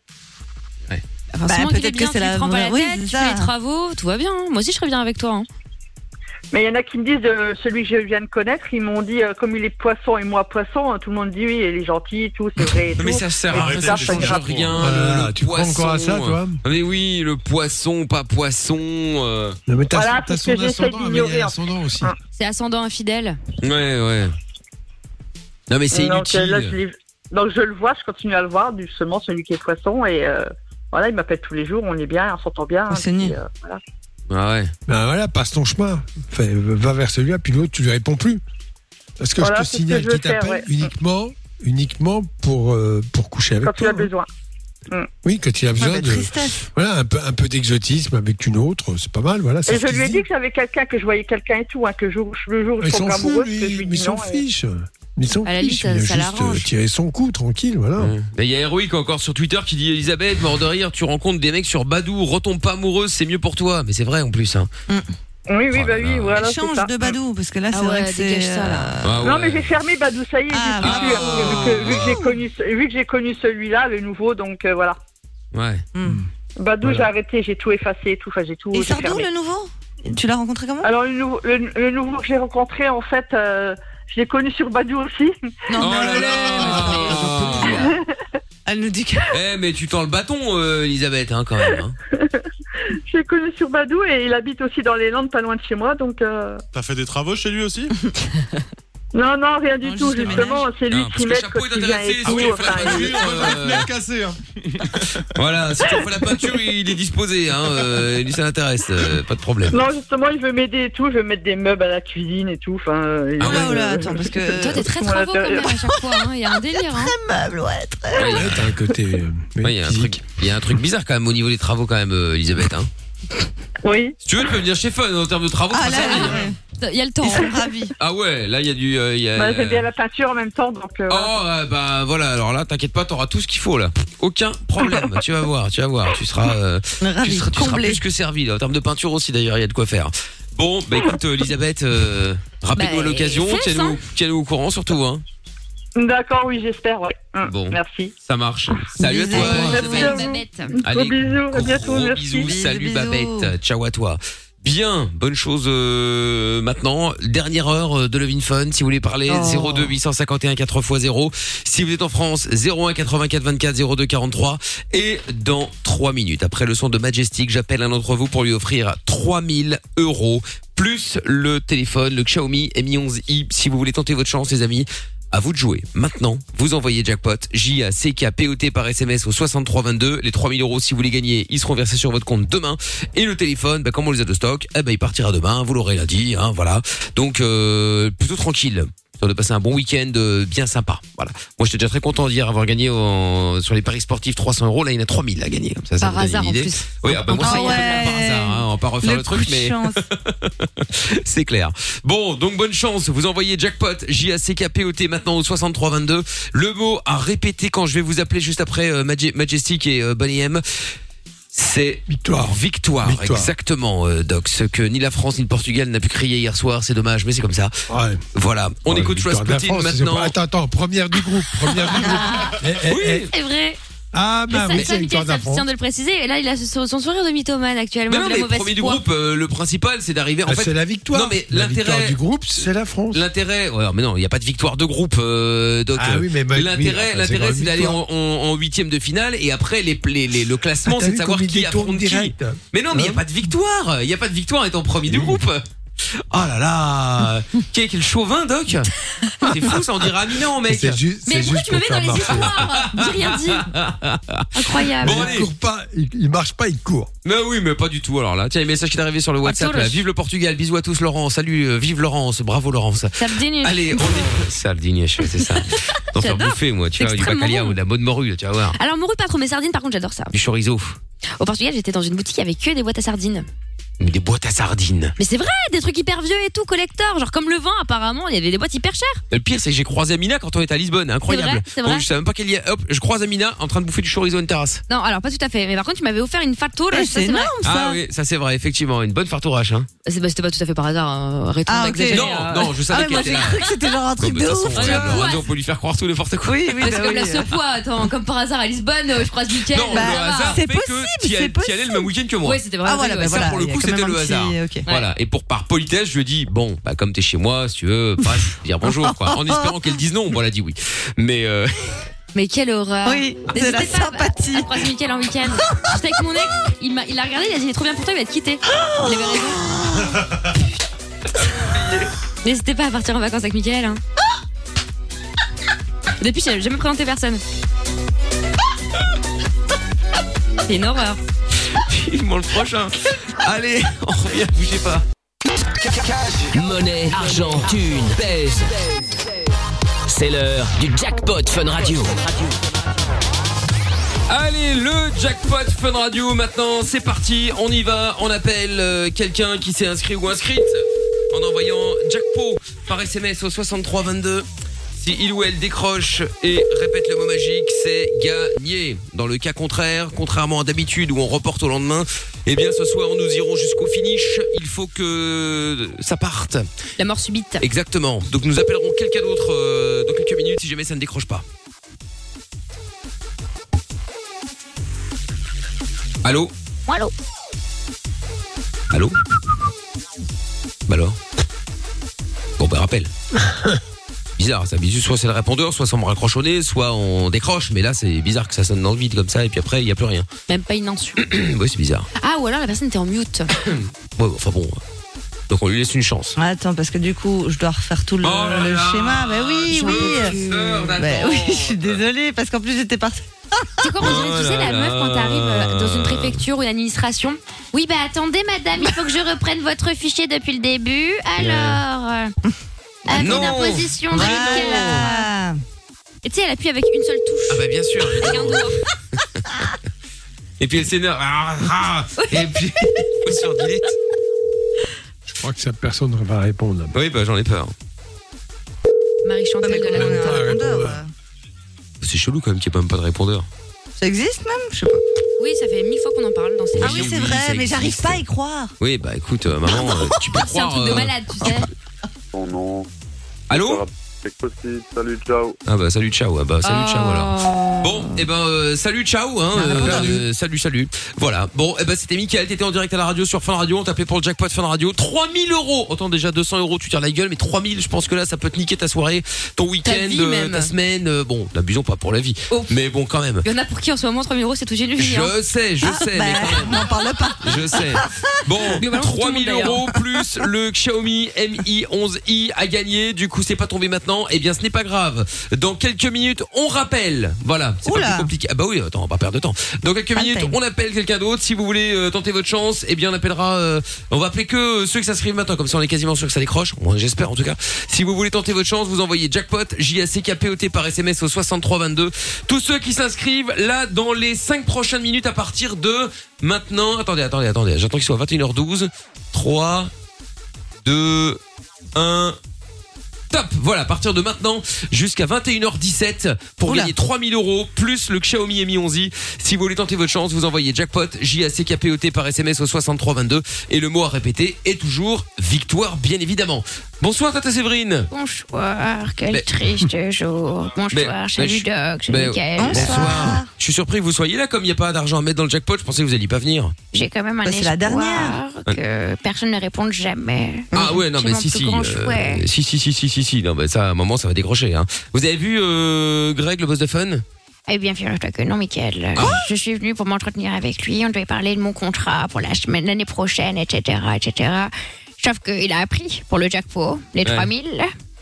Speaker 4: Enfin,
Speaker 3: Bah,
Speaker 4: sûrement qu'il est
Speaker 3: peut-être
Speaker 4: bien,
Speaker 3: que c'est
Speaker 4: tu lui
Speaker 3: la
Speaker 4: prends pas la
Speaker 3: oui,
Speaker 4: tête,
Speaker 3: c'est
Speaker 4: tu
Speaker 3: ça.
Speaker 4: fais les travaux, tout va bien. Moi aussi, je serais bien avec toi. Hein.
Speaker 12: Mais il y en a qui me disent, euh, celui que je viens de connaître, ils m'ont dit, euh, comme il est poisson et moi poisson, euh, tout le monde dit oui, il est gentil, tout, c'est vrai. Et
Speaker 2: Non, mais
Speaker 12: tout.
Speaker 2: ça sert
Speaker 12: Et
Speaker 2: à
Speaker 12: tout
Speaker 2: rien,
Speaker 12: ça,
Speaker 2: ça
Speaker 12: ça
Speaker 2: change
Speaker 12: ira.
Speaker 2: rien.
Speaker 6: Voilà,
Speaker 2: le, le
Speaker 6: tu crois
Speaker 2: poisson,
Speaker 6: encore à ça, toi?
Speaker 2: Mais oui, le poisson, pas poisson. euh.
Speaker 6: Non, mais t'as,
Speaker 12: Voilà,
Speaker 6: t'as
Speaker 12: c'est ce
Speaker 6: son
Speaker 12: que j'essaie
Speaker 6: ascendant, mais il y
Speaker 12: d'ignorer,
Speaker 6: a
Speaker 12: en
Speaker 6: l'ascendant aussi.
Speaker 12: Ah.
Speaker 4: C'est ascendant infidèle.
Speaker 2: Ouais, ouais. Non, mais c'est
Speaker 12: Donc, euh,
Speaker 2: inutile.
Speaker 12: là, je l'ai- donc je le vois, je continue à le voir, du- seulement celui qui est poisson, et euh, voilà, il m'appelle tous les jours, on est bien, on s'entend bien.
Speaker 3: Oh, c'est
Speaker 12: puis,
Speaker 3: nul.
Speaker 12: euh, voilà.
Speaker 2: Ah ouais.
Speaker 6: Ben voilà, passe ton chemin. Enfin, va vers celui-là, puis l'autre, tu lui réponds plus. Parce que
Speaker 12: Voilà,
Speaker 6: je te
Speaker 12: c'est ce que
Speaker 6: signale
Speaker 12: je veux
Speaker 6: qu'il t'appelle
Speaker 12: faire, ouais.
Speaker 6: uniquement, uniquement pour, euh, pour coucher avec
Speaker 12: Quand tu
Speaker 6: toi.
Speaker 12: as besoin.
Speaker 6: Oui, quand il a besoin
Speaker 3: bah,
Speaker 6: de.
Speaker 3: tristesse.
Speaker 6: Voilà, un peu, un peu d'exotisme avec une autre, c'est pas mal. Voilà, c'est
Speaker 12: Et
Speaker 6: ce
Speaker 12: je
Speaker 6: qu'il
Speaker 12: lui ai
Speaker 6: se
Speaker 12: dit que j'avais quelqu'un, que je voyais quelqu'un et tout, hein, que jour, le jour où je
Speaker 6: Il
Speaker 12: tombe
Speaker 6: s'en fout,
Speaker 12: amoureuse,
Speaker 6: lui,
Speaker 12: que je lui
Speaker 6: mais il
Speaker 12: dis
Speaker 6: s'en
Speaker 12: non. et-
Speaker 6: fiche. Il s'en
Speaker 4: À la
Speaker 6: fiche,
Speaker 4: limite,
Speaker 6: il
Speaker 4: ça
Speaker 6: a juste
Speaker 4: l'arrange.
Speaker 6: euh, tiré son coup, tranquille, voilà.
Speaker 2: Ouais. Mais il y a Héroïque encore sur Twitter qui dit Elisabeth, mort de rire, tu rencontres des mecs sur Badou, retombe pas amoureuse, c'est mieux pour toi. Mais c'est vrai en plus. Hein.
Speaker 12: Oui, oui,
Speaker 2: Oh
Speaker 12: bah
Speaker 2: là
Speaker 12: oui,
Speaker 2: là.
Speaker 12: voilà. c'est
Speaker 3: Change
Speaker 12: ça.
Speaker 3: de Badou, parce que là, c'est
Speaker 4: Ah
Speaker 3: vrai
Speaker 4: ouais,
Speaker 3: que c'est.
Speaker 4: dégage ça, là.
Speaker 2: Ah ouais.
Speaker 12: Non, mais j'ai fermé Badou, ça y est,
Speaker 3: Ah,
Speaker 12: j'y suis plus,
Speaker 3: bravo.
Speaker 12: hein, vu, que, vu que j'ai connu, ce- vu que j'ai connu celui-là, le nouveau, donc euh, voilà.
Speaker 2: Ouais.
Speaker 3: Hmm.
Speaker 12: Badou,
Speaker 6: Voilà.
Speaker 12: j'ai arrêté, j'ai tout effacé et tout, enfin j'ai tout.
Speaker 3: Et
Speaker 12: j'ai
Speaker 3: Sardou,
Speaker 12: fermé.
Speaker 3: le nouveau Tu l'as rencontré comment
Speaker 12: Alors le nouveau, le, le nouveau que j'ai rencontré, en fait, euh, je l'ai connu sur Badou aussi.
Speaker 3: Non,
Speaker 2: Oh
Speaker 3: mais
Speaker 2: là
Speaker 3: allez,
Speaker 2: là.
Speaker 3: Elle nous dit que.
Speaker 2: Eh mais tu tends le bâton, euh, Elisabeth, hein, quand même. Hein.
Speaker 12: Je l'ai connu sur Badou et il habite aussi dans les Landes, pas loin de chez moi, donc. Euh...
Speaker 13: T'as fait des travaux chez lui aussi?
Speaker 12: Non, non, rien du
Speaker 3: Non,
Speaker 12: tout,
Speaker 3: juste le
Speaker 12: justement, c'est lui
Speaker 2: Ah, parce
Speaker 12: qui
Speaker 2: que
Speaker 12: m'aide
Speaker 2: Chapeau
Speaker 12: quand
Speaker 2: est
Speaker 12: il vient
Speaker 2: intéressé,
Speaker 12: et
Speaker 2: si
Speaker 12: tout.
Speaker 2: tu refais la
Speaker 12: enfin, il-
Speaker 2: peinture, euh,
Speaker 13: Venez le casser, hein.
Speaker 2: voilà, si tu refais la peinture, il est disposé, hein. Euh, lui ça l'intéresse, euh, pas de problème.
Speaker 12: Non, justement, il veut m'aider et tout, je veux mettre des meubles à la cuisine et tout, enfin. euh,
Speaker 2: Ah
Speaker 12: il-
Speaker 2: ouais,
Speaker 3: Oh là, attends, parce que.
Speaker 4: Toi, t'es très
Speaker 12: Voilà,
Speaker 4: travaux quand
Speaker 12: t'as-
Speaker 4: même à chaque fois. hein. Il y a un délire. Hein.
Speaker 3: Meuble, ouais, très.
Speaker 2: Ouais, il y a-
Speaker 6: Ouais, t'as un côté. euh, oui,
Speaker 2: ouais, il y a un
Speaker 6: physique.
Speaker 2: truc, il y a un truc bizarre quand même au niveau des travaux quand même, euh, Elisabeth. Hein.
Speaker 12: Oui.
Speaker 2: Si tu veux, tu peux venir chez Fun en termes de travaux.
Speaker 3: Ah
Speaker 2: ça
Speaker 3: là,
Speaker 2: sert à rien.
Speaker 3: ouais.
Speaker 4: Il y a le temps.
Speaker 3: Ils sont ravis.
Speaker 2: Ah ouais, là il y a du, euh, il y a.
Speaker 12: Bah, j'aime bien la peinture en même temps, donc. euh,
Speaker 2: Oh euh, bah voilà, alors là t'inquiète pas, t'auras tout ce qu'il faut là, aucun problème. Tu vas voir, tu vas voir, tu seras, euh, tu
Speaker 3: Ravis,
Speaker 2: seras, tu seras
Speaker 3: comblés.
Speaker 2: plus que servi là. En termes de peinture aussi d'ailleurs, il y a de quoi faire. Bon, bah écoute euh, Elisabeth, euh, rappelle-nous
Speaker 4: Bah,
Speaker 2: à l'occasion,
Speaker 4: fonce,
Speaker 2: tiens-nous,
Speaker 4: hein.
Speaker 2: tiens-nous au courant surtout. Hein.
Speaker 12: D'accord, oui, j'espère, ouais. Hum,
Speaker 2: Bon.
Speaker 12: Merci.
Speaker 2: Ça marche. Salut à
Speaker 3: Bisous.
Speaker 2: toi.
Speaker 12: Merci
Speaker 2: Elisabeth.
Speaker 12: à vous.
Speaker 4: Babette.
Speaker 2: Allez,
Speaker 12: Gros bisous, à bientôt,
Speaker 2: gros
Speaker 12: merci.
Speaker 2: bisous,
Speaker 3: Bisous,
Speaker 2: salut
Speaker 3: bisous.
Speaker 2: Babette, ciao à toi. Bien, bonne chose euh, maintenant. Dernière heure euh, de Love in Fun. Si vous voulez parler,
Speaker 3: Oh.
Speaker 2: zéro deux huit cent cinquante et un quatre fois zéro. Si vous êtes en France, zéro un quatre-vingt-quatre vingt-quatre zéro deux quarante-trois. Et dans trois minutes, après le son de Majestic, j'appelle un d'entre vous pour lui offrir trois mille euros. Plus le téléphone, le Xiaomi Mi onze i. Si vous voulez tenter votre chance, les amis. À vous de jouer. Maintenant, vous envoyez jackpot, J A C K P O T par S M S au soixante-trois vingt-deux. Les trois mille euros, si vous les gagnez, ils seront versés sur votre compte demain. Et le téléphone, bah, comme on les a de stock, eh ben, il partira demain. Vous l'aurez lundi, hein, voilà. Donc, euh, plutôt tranquille. Histoire de passer un bon week-end euh, bien sympa. Voilà. Moi, j'étais déjà très content d'hier avoir gagné en- sur les paris sportifs trois cents euros. Là, il y en a trois mille à gagner. Comme ça, ça
Speaker 4: Par
Speaker 2: vous donne
Speaker 4: hasard,
Speaker 2: une
Speaker 4: en
Speaker 2: idée.
Speaker 4: plus.
Speaker 2: Oui, ah, bah, moi,
Speaker 3: Ah
Speaker 2: c'est complètement
Speaker 3: ouais.
Speaker 2: par hasard. Hein. On va pas refaire le,
Speaker 3: Le
Speaker 2: truc,
Speaker 3: coup de
Speaker 2: mais
Speaker 3: chance.
Speaker 2: c'est clair. Bon, donc bonne chance. Vous envoyez jackpot, J A C K P O T maintenant au soixante-trois vingt-deux. Le mot à répéter quand je vais vous appeler juste après euh, Maj- Majestic et euh, Bonnie M. C'est
Speaker 6: Victoire.
Speaker 2: Victoire,
Speaker 6: Victoire.
Speaker 2: exactement, euh, Doc. Ce que ni la France ni le Portugal n'a pu crier hier soir, c'est dommage, mais c'est comme ça.
Speaker 6: Ouais.
Speaker 2: Voilà. On
Speaker 6: Ouais,
Speaker 2: écoute
Speaker 6: victoire de la
Speaker 2: Poutine
Speaker 6: France, c'est
Speaker 2: maintenant.
Speaker 6: pas- Attends, attends, première du groupe. Première du groupe. Eh, eh,
Speaker 2: Oui.
Speaker 6: eh.
Speaker 4: C'est vrai.
Speaker 6: Ah, bah
Speaker 4: Mais
Speaker 6: oui,
Speaker 4: ça,
Speaker 6: c'est victoire
Speaker 4: Mickaël
Speaker 6: de la
Speaker 4: s'abstient
Speaker 6: France.
Speaker 4: de le préciser. Et là, il a son, son sourire de mythomane actuellement.
Speaker 2: Mais non,
Speaker 4: de la
Speaker 2: mais
Speaker 4: mauvaise
Speaker 2: premier du
Speaker 4: foi.
Speaker 2: groupe, euh, le principal, c'est d'arriver. En
Speaker 6: Ah,
Speaker 2: fait,
Speaker 6: c'est la victoire.
Speaker 2: Non, mais
Speaker 6: la victoire
Speaker 2: l'intérêt
Speaker 6: du groupe, c'est la France.
Speaker 2: L'intérêt, ouais, mais non, il n'y a pas de victoire de groupe, euh, Doc.
Speaker 6: Ah oui, mais bah, oui,
Speaker 2: l'intérêt,
Speaker 6: enfin,
Speaker 2: l'intérêt,
Speaker 6: c'est
Speaker 2: c'est d'aller
Speaker 6: victoire.
Speaker 2: en, en, en huitième de finale et après les, les, les- le classement,
Speaker 6: Ah, t'as
Speaker 2: c'est de
Speaker 6: vu
Speaker 2: savoir
Speaker 6: comme il
Speaker 2: qui
Speaker 6: détourne
Speaker 2: affronte qui.
Speaker 6: direct.
Speaker 2: Mais non, mais il n'y a
Speaker 6: Hein
Speaker 2: pas de victoire. Il n'y a pas de victoire étant premier du groupe. Oh là là, quel, quel chauvin, Doc. C'est fou, ça, on dirait Aminan, mec.
Speaker 6: C'est juste,
Speaker 4: Mais
Speaker 6: c'est
Speaker 4: pourquoi
Speaker 6: juste
Speaker 4: tu me
Speaker 6: pour
Speaker 4: mets dans
Speaker 6: faire
Speaker 4: les
Speaker 6: marcher.
Speaker 4: histoires J'ai rien dit. Incroyable.
Speaker 2: Bon,
Speaker 6: Il
Speaker 2: allez.
Speaker 6: court pas, il, il marche pas, il court.
Speaker 2: Mais oui, mais pas du tout. Alors là, tiens, les messages qui est arrivé sur le WhatsApp.
Speaker 4: Absolument.
Speaker 2: Là. Vive le Portugal, bisous à tous, Laurent. Salut, euh, vive Laurence, bravo Laurence.
Speaker 4: Sardine.
Speaker 2: Allez, on est. Sardine, c'est ça. T'en faire
Speaker 4: J'adore.
Speaker 2: bouffer, moi, tu
Speaker 4: C'est
Speaker 2: vois, du
Speaker 4: extrêmement
Speaker 2: bacalhau
Speaker 4: bon.
Speaker 2: ou de la bonne morue, tu vas voir.
Speaker 4: Alors, morue pas trop, mais sardines, par contre, j'adore ça.
Speaker 2: Du chorizo.
Speaker 4: Au Portugal, j'étais dans une boutique avec que des boîtes à sardines.
Speaker 2: Mais des boîtes à sardines.
Speaker 4: Mais c'est vrai, des trucs hyper vieux et tout, collector. Genre comme le vin, apparemment, il y avait des boîtes hyper chères.
Speaker 2: Le pire, c'est que j'ai croisé Amina quand on était à Lisbonne. Incroyable.
Speaker 4: C'est vrai, c'est vrai.
Speaker 2: Donc, je savais même pas qu'elle y a. Hop, je croise Amina en train de bouffer du chorizo à une terrasse.
Speaker 4: Non, alors pas tout à fait. Mais par contre, tu m'avais offert une fartour.
Speaker 3: Eh,
Speaker 4: ça,
Speaker 3: c'est
Speaker 4: vrai.
Speaker 3: énorme, ça.
Speaker 2: Ah oui, ça c'est vrai, effectivement. Une bonne fartourache, hein.
Speaker 4: C'est- bah, C'était pas tout à fait par hasard. Hein. Arrêtons
Speaker 3: Ah, ok.
Speaker 4: d'exagérer,
Speaker 2: Non,
Speaker 4: euh.
Speaker 2: non, je
Speaker 3: Ah
Speaker 2: savais
Speaker 3: ouais,
Speaker 2: qu'elle
Speaker 3: moi
Speaker 2: était
Speaker 3: j'ai
Speaker 2: là.
Speaker 3: cru que c'était genre un
Speaker 2: Non,
Speaker 3: truc
Speaker 2: mais
Speaker 3: de
Speaker 2: de toute
Speaker 3: ouf.
Speaker 2: façon,
Speaker 4: tu vois.
Speaker 2: on a- on peut lui faire croire tout n'importe quoi.
Speaker 3: Oui, oui,
Speaker 4: Parce
Speaker 3: bah
Speaker 4: que
Speaker 3: oui.
Speaker 4: la sepois, attends, comme par hasard à Lisbonne, euh, je croise Mickaël.
Speaker 2: Non,
Speaker 3: Bah,
Speaker 2: le hasard
Speaker 3: c'est
Speaker 2: fait
Speaker 3: possible,
Speaker 2: que t'y
Speaker 3: c'est
Speaker 2: t'y allais le même week-end que moi.
Speaker 4: Ouais, c'était vrai.
Speaker 3: Ah voilà,
Speaker 4: ouais,
Speaker 3: bah
Speaker 2: ça,
Speaker 3: voilà.
Speaker 2: pour le
Speaker 3: il y a
Speaker 2: coup,
Speaker 3: quand même
Speaker 2: c'était
Speaker 3: un
Speaker 2: le
Speaker 3: petit-
Speaker 2: hasard.
Speaker 3: ok.
Speaker 2: Voilà. Et pour par politesse, je lui ai dit bon, bah comme t'es chez moi, si tu veux, passe, dire bonjour, quoi. En espérant qu'elle dise non. Bon, elle a dit oui. Mais euh...
Speaker 4: Mais quelle horreur.
Speaker 3: Oui, c'est
Speaker 4: N'hésitez
Speaker 3: la
Speaker 4: pas à-
Speaker 3: sympathie.
Speaker 4: à croiser Mickaël en week-end. J'étais avec mon ex, il m'a il a regardé, il a dit il est trop bien pour toi, il va te quitter. Il avait raison. N'hésitez pas à partir en vacances avec Mickaël. Hein. Depuis, j'ai jamais présenté personne. C'est une horreur.
Speaker 2: vivement le prochain. Allez, on revient, bougez pas.
Speaker 1: Monnaie, argent, thune, pèse. C'est l'heure du jackpot Fun Radio.
Speaker 2: Allez, le jackpot Fun Radio maintenant, c'est parti, on y va, on appelle euh, quelqu'un qui s'est inscrit ou inscrite en envoyant jackpot par S M S au soixante-trois vingt-deux. Si il ou elle décroche et répète le mot magique, c'est gagné. Dans le cas contraire, contrairement à d'habitude où on reporte au lendemain, eh bien ce soir nous irons jusqu'au finish. Il faut que ça parte.
Speaker 4: La mort subite.
Speaker 2: Exactement. Donc nous appellerons quelqu'un d'autre euh, dans quelques minutes si jamais ça ne décroche pas. Allô ?
Speaker 4: Allô ?
Speaker 2: Allô ? Bah alors ? Bon bah rappelle. Bizarre, ça. Soit c'est le répondeur, soit ça me raccroche au nez, soit on décroche. Mais là, c'est bizarre que ça sonne dans le vide comme ça, et puis après, il n'y a plus rien.
Speaker 4: Même pas une insulte.
Speaker 2: Oui, c'est bizarre.
Speaker 4: Ah, ou alors la personne était en mute.
Speaker 2: Ouais, enfin bon. Donc on lui laisse une chance.
Speaker 3: Attends, parce que du coup, je dois refaire tout le,
Speaker 2: Oh là
Speaker 3: le
Speaker 2: là,
Speaker 3: schéma. Bah oui,
Speaker 2: je
Speaker 3: oui.
Speaker 2: veux sœur
Speaker 3: Bah
Speaker 2: d'attendre.
Speaker 3: oui, je suis désolée, parce qu'en plus, j'étais partie.
Speaker 4: C'est quoi, on dirait,
Speaker 2: Oh
Speaker 4: tu sais,
Speaker 2: là
Speaker 4: la meuf
Speaker 2: là.
Speaker 4: quand t'arrives euh, dans une préfecture ou une administration. Oui, bah attendez, madame, il faut que je reprenne votre fichier depuis le début. Alors, euh, avis
Speaker 2: Non.
Speaker 4: d'imposition,
Speaker 2: Voilà.
Speaker 4: Rick. Et tu sais, elle appuie avec une seule touche.
Speaker 2: Ah bah bien sûr.
Speaker 4: Avec un doigt.
Speaker 2: Et puis elle s'énerve. Ah, ah. Et puis il faut sur delete.
Speaker 6: Je crois que cette personne va répondre.
Speaker 2: Oui, bah j'en ai peur.
Speaker 4: Marie-Chantal de la
Speaker 6: Même pas
Speaker 4: Montagne.
Speaker 6: répondre.
Speaker 2: C'est chelou quand même qu'il n'y ait même pas de répondeur.
Speaker 3: Ça existe même? Je sais pas.
Speaker 4: Oui, ça fait mille fois qu'on en parle dans ces
Speaker 3: Ah
Speaker 2: Oui,
Speaker 3: oui, c'est
Speaker 2: oui,
Speaker 3: vrai,
Speaker 2: ça
Speaker 3: mais j'arrive
Speaker 2: existe.
Speaker 3: pas à y croire.
Speaker 2: Oui, bah écoute, euh, maman, euh, tu peux
Speaker 4: C'est un
Speaker 2: croire.
Speaker 4: truc de
Speaker 2: euh,
Speaker 4: malade, tu sais.
Speaker 14: Son nom.
Speaker 2: Allô?
Speaker 14: C'est possible. Salut, ciao.
Speaker 2: Ah bah salut, ciao. Ah bah salut,
Speaker 4: Oh.
Speaker 2: ciao alors. Bon, et ben euh, salut, ciao. Hein, euh, euh, salut, salut. Voilà. Bon, et ben c'était Mickaël. T'étais en direct à la radio sur Fun Radio. On t'appelait pour le jackpot Fun Radio. trois mille euros. Autant déjà deux cents euros, tu tires la gueule, mais trois mille, je pense que là, ça peut te niquer ta soirée, ton week-end,
Speaker 4: Ta vie
Speaker 2: euh,
Speaker 4: même.
Speaker 2: ta semaine. euh, bon, n'abusons pas pour la vie.
Speaker 4: Oh.
Speaker 2: Mais bon, quand même.
Speaker 4: Il y en a pour qui en ce moment trois mille euros c'est tout j'ai lu. hein.
Speaker 2: Je sais, je
Speaker 3: Ah,
Speaker 2: sais,
Speaker 3: bah,
Speaker 2: mais quand même.
Speaker 3: n'en parle pas.
Speaker 2: Je sais. Bon,
Speaker 4: Globalement, pour tout
Speaker 2: trois
Speaker 4: le
Speaker 2: mille
Speaker 4: monde, d'ailleurs.
Speaker 2: euros plus le Xiaomi Mi onze i à gagner. Du coup, c'est pas tombé maintenant. Eh bien, ce n'est pas grave. Dans quelques minutes, on rappelle. Voilà, c'est pas
Speaker 3: Oula.
Speaker 2: plus compliqué. Ah bah oui, attends, on va pas perdre de temps. Dans quelques
Speaker 3: Pas de
Speaker 2: minutes,
Speaker 3: time.
Speaker 2: on appelle quelqu'un d'autre. Si vous voulez euh, tenter votre chance, eh bien, on appellera. euh, on va appeler que euh, ceux qui s'inscrivent maintenant. Comme ça, on est quasiment sûr que ça décroche. Moi, j'espère en tout cas. Si vous voulez tenter votre chance, vous envoyez jackpot J A C K P O T par S M S au soixante-trois vingt-deux. Tous ceux qui s'inscrivent là dans les cinq prochaines minutes à partir de maintenant. Attendez, attendez, attendez. J'attends qu'il soit vingt et une heures douze. trois, deux, un. Top. Voilà, à partir de maintenant jusqu'à vingt et une heures dix-sept pour
Speaker 3: Oula.
Speaker 2: gagner trois mille euros plus le Xiaomi Mi onze i. Si vous voulez tenter votre chance, vous envoyez jackpot J A C K P O T par S M S au soixante-trois vingt-deux et le mot à répéter est toujours victoire, bien évidemment. Bonsoir Tata Séverine.
Speaker 4: Bonsoir, quel
Speaker 2: Mais-
Speaker 4: triste jour. Bonsoir,
Speaker 2: Mais-
Speaker 4: c'est
Speaker 2: mais je-
Speaker 4: Ludoc, c'est
Speaker 2: Ben,
Speaker 4: Mickaël.
Speaker 2: bonsoir. Je suis surpris que vous soyez là comme il n'y a pas d'argent à mettre dans le jackpot. Je pensais que vous alliez pas venir.
Speaker 4: J'ai quand même un
Speaker 3: Bah, c'est la
Speaker 4: espoir
Speaker 3: dernière.
Speaker 4: que personne ne réponde jamais.
Speaker 2: Ah ouais, non
Speaker 4: C'est
Speaker 2: mais
Speaker 4: mon
Speaker 2: si
Speaker 4: plus
Speaker 2: si,
Speaker 4: grand
Speaker 2: euh,
Speaker 4: souhait.
Speaker 2: si si si si si si. Non mais ça à un moment ça va décrocher. Hein. Vous avez vu euh, Greg le boss de Fun?
Speaker 4: Eh bien, figure-toi que non, Mickaël. Je suis venue pour m'entretenir avec lui. On devait parler de mon contrat pour la semaine, l'année prochaine, et cetera, et cetera. Sauf qu'il a appris pour le jackpot, les
Speaker 2: Ouais.
Speaker 4: trois mille.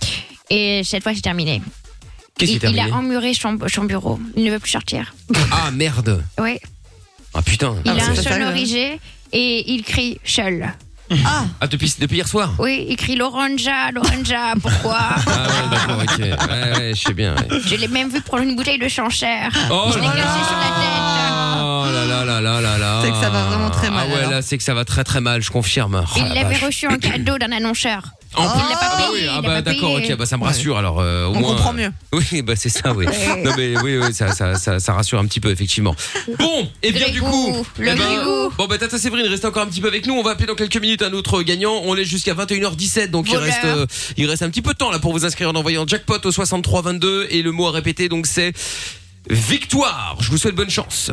Speaker 4: Et cette fois, c'est terminé.
Speaker 2: Qu'est-ce qui est
Speaker 4: il, il
Speaker 2: terminé?
Speaker 4: a emmuré son, son bureau. Il ne veut plus sortir.
Speaker 2: Ah merde.
Speaker 4: Oui.
Speaker 2: Ah putain.
Speaker 4: Il
Speaker 3: Ah,
Speaker 4: a
Speaker 3: c'est
Speaker 4: un
Speaker 3: pas ça,
Speaker 4: sonorisé et il crie seul.
Speaker 3: Ah,
Speaker 2: Ah depuis depuis hier soir.
Speaker 4: Oui, il crie Loranja, Loranja, pourquoi?
Speaker 2: Ah ouais d'accord ok. Ouais ouais je sais bien. Ouais.
Speaker 4: Je l'ai même vu prendre une bouteille de Sancerre.
Speaker 2: Oh
Speaker 4: Je l'ai
Speaker 2: là
Speaker 4: cassé sur la tête.
Speaker 2: Oh là là là là là là.
Speaker 3: C'est que ça va vraiment très mal,
Speaker 2: Ah ouais
Speaker 3: alors.
Speaker 2: là c'est que ça va très très mal, je confirme. Oh,
Speaker 4: Il
Speaker 2: la
Speaker 4: l'avait
Speaker 2: vache.
Speaker 4: reçu en cadeau d'un annonceur.
Speaker 2: En
Speaker 4: Il
Speaker 2: plus-
Speaker 4: l'a pas
Speaker 2: ah bah
Speaker 4: payé.
Speaker 2: oui, ah
Speaker 4: il
Speaker 2: bah
Speaker 4: l'a pas
Speaker 2: d'accord,
Speaker 4: payé.
Speaker 2: ok, bah ça me rassure alors euh, au
Speaker 3: on
Speaker 2: moins.
Speaker 3: comprend mieux.
Speaker 2: Oui, bah c'est ça, oui.
Speaker 4: Ouais.
Speaker 2: Non mais oui, oui, ça, ça, ça, ça rassure un petit peu effectivement. Bon, et bien du
Speaker 4: Grégou,
Speaker 2: coup,
Speaker 4: le
Speaker 2: eh ben,
Speaker 4: Grégou.
Speaker 2: bon bah Tata Séverine, restez encore un petit peu avec nous. On va appeler dans quelques minutes un autre gagnant. On laisse jusqu'à vingt et une heures dix-sept, donc il
Speaker 4: Voleur.
Speaker 2: reste, euh, il reste un petit peu de temps là pour vous inscrire en envoyant jackpot au soixante-trois vingt-deux et le mot à répéter donc c'est victoire. Je vous souhaite bonne chance.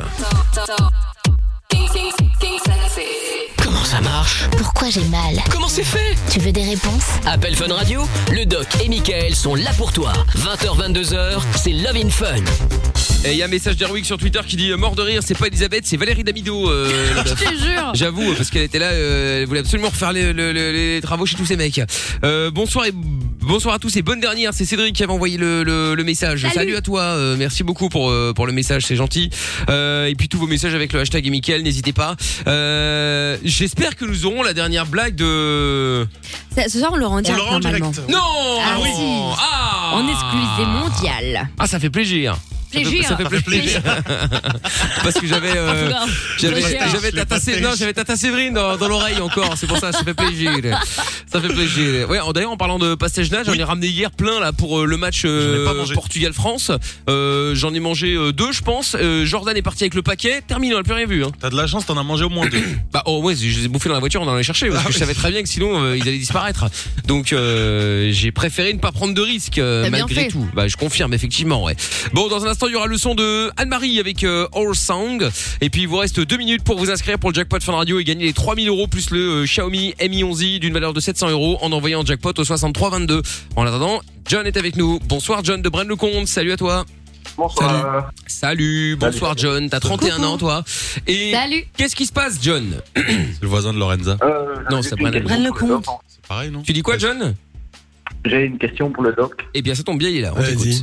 Speaker 1: Comment ça marche?
Speaker 7: Pourquoi j'ai mal?
Speaker 1: Comment c'est fait?
Speaker 7: Tu veux des réponses?
Speaker 1: Appel Fun Radio, le doc et Mickaël sont là pour toi. vingt heures vingt-deux heures, c'est Love in Fun.
Speaker 2: Et il y a un message d'Erwick sur Twitter qui dit euh, mort de rire, c'est pas Elisabeth, c'est Valérie Damido. Euh, la
Speaker 4: Je
Speaker 2: meuf.
Speaker 4: te jure.
Speaker 2: J'avoue, parce qu'elle était là, euh, elle voulait absolument refaire les, les, les, les travaux chez tous ces mecs. Euh, bonsoir et bonsoir à tous et bonne dernière. C'est Cédric qui avait envoyé le, le, le message.
Speaker 4: Salut.
Speaker 2: Salut à toi. Euh, merci beaucoup pour euh, pour le message, c'est gentil. Euh, et puis tous vos messages avec le hashtag et Mickaël, n'hésitez pas. Euh, J'espère que nous aurons la dernière blague de.
Speaker 4: Ça- Ce soir, on le rend
Speaker 13: On
Speaker 4: direct
Speaker 13: le rend
Speaker 4: normalement.
Speaker 13: direct.
Speaker 2: Non.
Speaker 4: Ah
Speaker 2: oui.
Speaker 4: si.
Speaker 2: Ah.
Speaker 4: en exclusivité mondiale.
Speaker 2: Ah, ça fait plaisir.
Speaker 4: Plaisir.
Speaker 2: Ça fait, ça fait plaisir. Parce que j'avais, euh, j'avais, j'avais Tata Sé- non, j'avais Tata Séverine dans, dans l'oreille encore. C'est pour ça, ça fait plaisir. Ça fait plaisir. Ouais, d'ailleurs, en parlant de pastége-nage, j'en ai ramené hier plein là pour euh, le match euh, Portugal-France. Euh, j'en ai mangé euh, deux, je pense. Euh, Jordan est parti avec le paquet. Terminé, on n'a plus rien vu. Hein.
Speaker 13: T'as de la chance, t'en as mangé au moins deux.
Speaker 2: Bah, oh ouais, je les ai bouffés dans la voiture, on en allait chercher parce
Speaker 13: Ah
Speaker 2: que
Speaker 13: oui.
Speaker 2: je savais très bien que sinon euh, ils allaient disparaître. Donc euh, j'ai préféré ne pas prendre de risques euh,
Speaker 4: T'as bien
Speaker 2: malgré
Speaker 4: fait.
Speaker 2: tout. Bah, je confirme effectivement. Ouais. Bon, dans un instant, il y aura le son de Anne-Marie avec euh, Our Song. Et puis il vous reste deux minutes pour vous inscrire pour le jackpot Fun Radio et gagner les trois mille euros plus le euh, Xiaomi Mi onze i d'une valeur de sept cents euros en envoyant jackpot au soixante-trois vingt-deux. En attendant, John est avec nous. Bonsoir John de Braine-le-Comte. Salut à toi.
Speaker 14: Bonsoir.
Speaker 2: Salut. Bonsoir John. T'as trente et un ans toi. Et
Speaker 4: Salut.
Speaker 2: qu'est-ce qui se passe John?
Speaker 13: C'est le voisin de Lorenza.
Speaker 14: Euh,
Speaker 2: Non, c'est Braine-
Speaker 3: Braine-le-Comte.
Speaker 13: C'est pareil, non?
Speaker 2: Tu dis quoi John?
Speaker 11: J'ai une question pour le doc.
Speaker 2: Eh bien ça tombe bien, il est là. On
Speaker 6: Vas-y.
Speaker 2: t'écoute.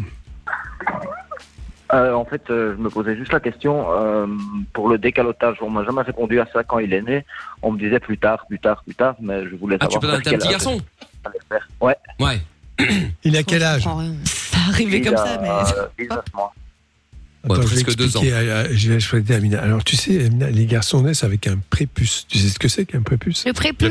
Speaker 11: Euh, en fait, euh, je me posais juste la question euh, pour le décalotage. On m'a jamais répondu à ça quand il est né. On me disait plus tard, plus tard, plus tard, mais je voulais
Speaker 2: Ah,
Speaker 11: savoir.
Speaker 2: tu peux
Speaker 11: vers
Speaker 2: t'as un
Speaker 11: quel
Speaker 2: petit
Speaker 11: âge
Speaker 2: garçon?
Speaker 11: ça allait faire. Ouais.
Speaker 2: Ouais.
Speaker 6: Il a quel âge?
Speaker 3: Ça arrivait
Speaker 11: Il
Speaker 3: comme
Speaker 11: a,
Speaker 3: ça, mais.
Speaker 11: euh, dix-neuf mois.
Speaker 2: Ouais,
Speaker 6: Attends, je vais
Speaker 2: presque deux
Speaker 6: expliquer à- à- je vais expliquer à Amina. Alors, tu sais, Amina, les garçons naissent avec un prépuce. Tu sais ce que c'est qu'un prépuce?
Speaker 4: Le prépuce.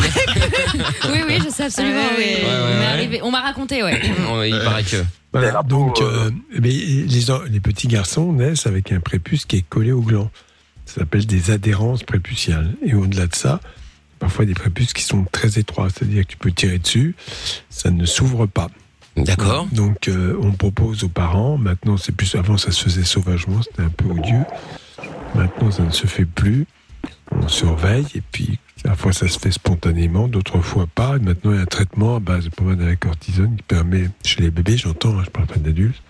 Speaker 4: Oui, oui, je sais absolument.
Speaker 3: Ouais,
Speaker 4: oui.
Speaker 3: ouais,
Speaker 2: ouais,
Speaker 4: On m'est
Speaker 2: ouais.
Speaker 4: arrivé- On m'a raconté, ouais.
Speaker 2: Ouais, il paraît que.
Speaker 6: Voilà,
Speaker 11: la peau,
Speaker 6: donc
Speaker 11: euh,
Speaker 6: euh, mais les, en- les petits garçons naissent avec un prépuce qui est collé au gland. Ça s'appelle des adhérences prépuciales. Et au-delà de ça, parfois des prépuces qui sont très étroits, c'est-à-dire que tu peux tirer dessus, ça ne s'ouvre pas.
Speaker 2: D'accord.
Speaker 6: Donc euh, on propose aux parents, maintenant c'est plus, avant ça se faisait sauvagement, c'était un peu odieux. Maintenant ça ne se fait plus. On surveille et puis parfois ça se fait spontanément, d'autres fois pas. Et maintenant il y a un traitement à base de pommade à la cortisone qui permet, chez les bébés j'entends, hein, je parle pas d'adultes,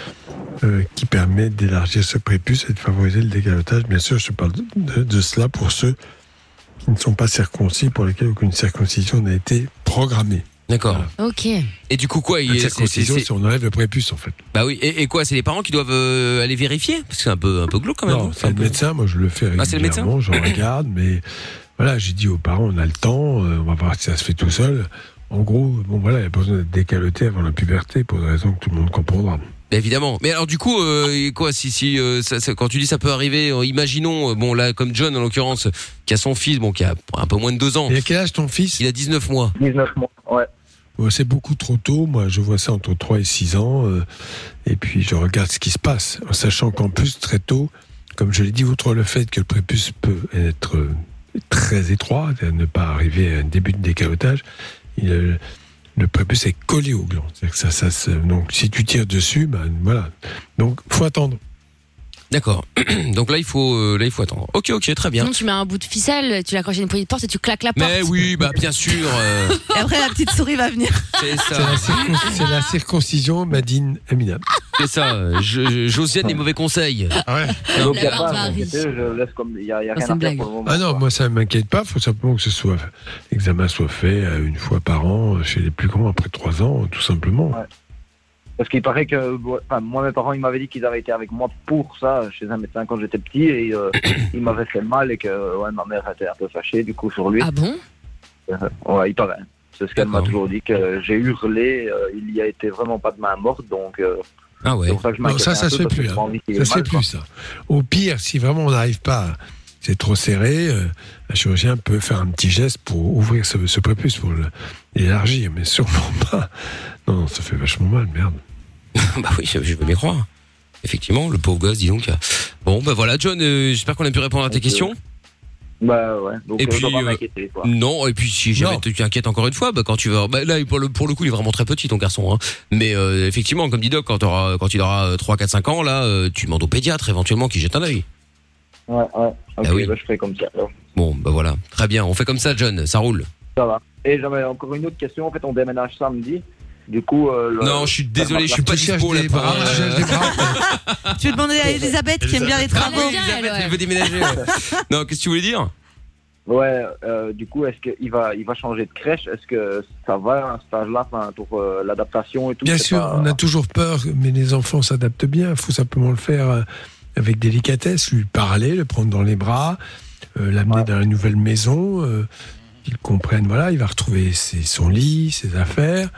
Speaker 6: euh, qui permet d'élargir ce prépuce et de favoriser le décalotage. Bien sûr, je parle de, de, de cela pour ceux qui ne sont pas circoncis, pour lesquels aucune circoncision n'a été programmée.
Speaker 2: D'accord.
Speaker 4: Ok.
Speaker 2: Et du coup quoi il
Speaker 6: La
Speaker 2: est- c'est-
Speaker 6: circoncision,
Speaker 2: c'est-
Speaker 6: c'est on enlève le prépuce en fait.
Speaker 2: Bah oui. Et, et quoi? C'est les parents qui doivent euh, aller vérifier parce que c'est un peu un peu glauque quand même.
Speaker 6: Non,
Speaker 2: hein.
Speaker 6: c'est le
Speaker 2: un peu-
Speaker 6: médecin, moi je le fais
Speaker 2: Ah, c'est le médecin
Speaker 6: régulièrement, je regarde, mais voilà, j'ai dit aux parents, on a le temps, euh, on va voir si ça se fait tout seul. En gros, bon voilà, il n'y a pas besoin d'être décaloté avant la puberté pour des raisons que tout le monde comprendra.
Speaker 2: Évidemment. Mais alors du coup, euh, et quoi si si euh, ça, ça- quand tu dis ça peut arriver, euh, imaginons euh, bon là comme John en l'occurrence qui a son fils bon qui a un peu moins de deux ans.
Speaker 6: Et à quel âge ton fils?
Speaker 2: Il a dix-neuf mois.
Speaker 11: dix-neuf mois, ouais.
Speaker 6: Ouais, c'est beaucoup trop tôt, moi je vois ça entre trois et six ans, euh, et puis je regarde ce qui se passe, en sachant qu'en plus très tôt, comme je l'ai dit, outre le fait que le prépuce peut être euh, très étroit, et ne pas arriver à un début de décalotage, il, euh, le prépuce est collé au gland. C'est-à-dire que ça, ça, se- donc si tu tires dessus, ben voilà. Donc faut attendre.
Speaker 2: D'accord. Donc là il faut euh, là il faut attendre. Ok ok très bien.
Speaker 4: Sinon, tu mets un bout de ficelle, tu l'accroches à une poignée de porte et tu claques la porte.
Speaker 2: Mais oui bah bien sûr. euh,
Speaker 3: Et après, la petite souris va venir.
Speaker 2: c'est
Speaker 6: C'est
Speaker 2: ça.
Speaker 6: la, circon- c'est la circoncision Madine Amina.
Speaker 2: C'est ça. euh, Je, je- Josiane les mauvais conseils.
Speaker 13: Ah ouais.
Speaker 11: Donc il n'y a
Speaker 4: La
Speaker 11: pas à
Speaker 4: barbarie.
Speaker 11: m'inquiéter, je laisse comme. Il n'y a, y a
Speaker 4: Oh,
Speaker 11: rien
Speaker 4: c'est
Speaker 11: à
Speaker 4: une
Speaker 11: faire
Speaker 4: blague.
Speaker 11: pour le moment.
Speaker 6: Ah non,
Speaker 11: quoi.
Speaker 6: moi ça ne m'inquiète pas, il faut simplement que ce soit l'examen soit fait euh, une fois par an chez les plus grands après trois ans, tout simplement.
Speaker 11: Ouais. Parce qu'il paraît que, ouais, enfin, moi, mes parents, ils m'avaient dit qu'ils avaient été avec moi pour ça, chez un médecin quand j'étais petit, et euh, ils m'avaient fait mal, et que ouais, ma mère était un peu fâchée, du coup, sur lui.
Speaker 4: Ah bon?
Speaker 11: Euh, ouais, il paraît. C'est ce qu'elle m'a
Speaker 2: D'accord.
Speaker 11: toujours dit, que j'ai hurlé, euh, il y a été vraiment pas de main morte, donc euh,
Speaker 2: Ah ouais.
Speaker 11: c'est pour ça que je
Speaker 6: Non,
Speaker 11: m'inquiète
Speaker 6: ça,
Speaker 11: un
Speaker 6: ça
Speaker 11: peu,
Speaker 6: se fait
Speaker 11: parce que
Speaker 6: plus.
Speaker 11: j'ai pas
Speaker 6: hein.
Speaker 11: envie qu'il ait
Speaker 6: Ça se fait
Speaker 11: mal, quoi.
Speaker 6: plus, ça. Au pire, si vraiment on n'arrive pas, c'est trop serré, euh, un chirurgien peut faire un petit geste pour ouvrir ce, ce prépuce, pour le- l'élargir, mais sûrement pas. Non, non, ça fait vachement mal, merde.
Speaker 2: Bah oui, je, je veux bien croire. Effectivement, le pauvre gosse, dis donc. Bon, bah voilà, John, euh, j'espère qu'on a pu répondre à tes
Speaker 11: Ok.
Speaker 2: questions.
Speaker 11: Bah ouais, donc
Speaker 2: Et
Speaker 11: euh, je dois
Speaker 2: puis,
Speaker 11: pas
Speaker 2: euh,
Speaker 11: m'inquiéter, quoi.
Speaker 2: Non, et puis si jamais
Speaker 6: Non.
Speaker 2: tu t'inquiètes encore une fois, bah quand tu vas, bah là pour le pour le coup il est vraiment très petit ton garçon, hein. Mais euh, effectivement, comme dit Doc, quand t'auras quand il aura trois, quatre, cinq ans, là, euh, tu demandes au pédiatre éventuellement qui jette un œil.
Speaker 11: Ouais, ouais, ok,
Speaker 2: Ah oui.
Speaker 11: bah, je ferai comme ça, alors.
Speaker 2: Bon, bah voilà, très bien, on fait comme ça, John, ça roule.
Speaker 11: Ça va. Et j'avais encore une autre question, en fait, on déménage samedi, du coup... euh, le-
Speaker 2: Non, je suis désolé, je suis pas
Speaker 6: Tu cherches
Speaker 2: dispo là.
Speaker 6: des
Speaker 2: pour,
Speaker 6: bras,
Speaker 2: euh,
Speaker 6: tu cherches des bras.
Speaker 3: Tu veux demander à Elisabeth qui aime bien les travaux.
Speaker 4: bien, elle,
Speaker 2: Elisabeth,
Speaker 4: ouais.
Speaker 2: elle veut déménager. ouais. Non, qu'est-ce que tu voulais dire?
Speaker 11: Ouais, euh, du coup, est-ce qu'il va, il va changer de crèche? Est-ce que ça va à cet âge-là, enfin, pour euh, l'adaptation et tout?
Speaker 6: Bien
Speaker 11: c'est
Speaker 6: sûr,
Speaker 11: pas-
Speaker 6: on a toujours peur, mais les enfants s'adaptent bien. Il faut simplement le faire euh, avec délicatesse, lui parler, le prendre dans les bras, euh, l'amener
Speaker 11: Ouais.
Speaker 6: dans une nouvelle maison, euh, qu'il comprenne, voilà, il va retrouver ses- son lit, ses affaires.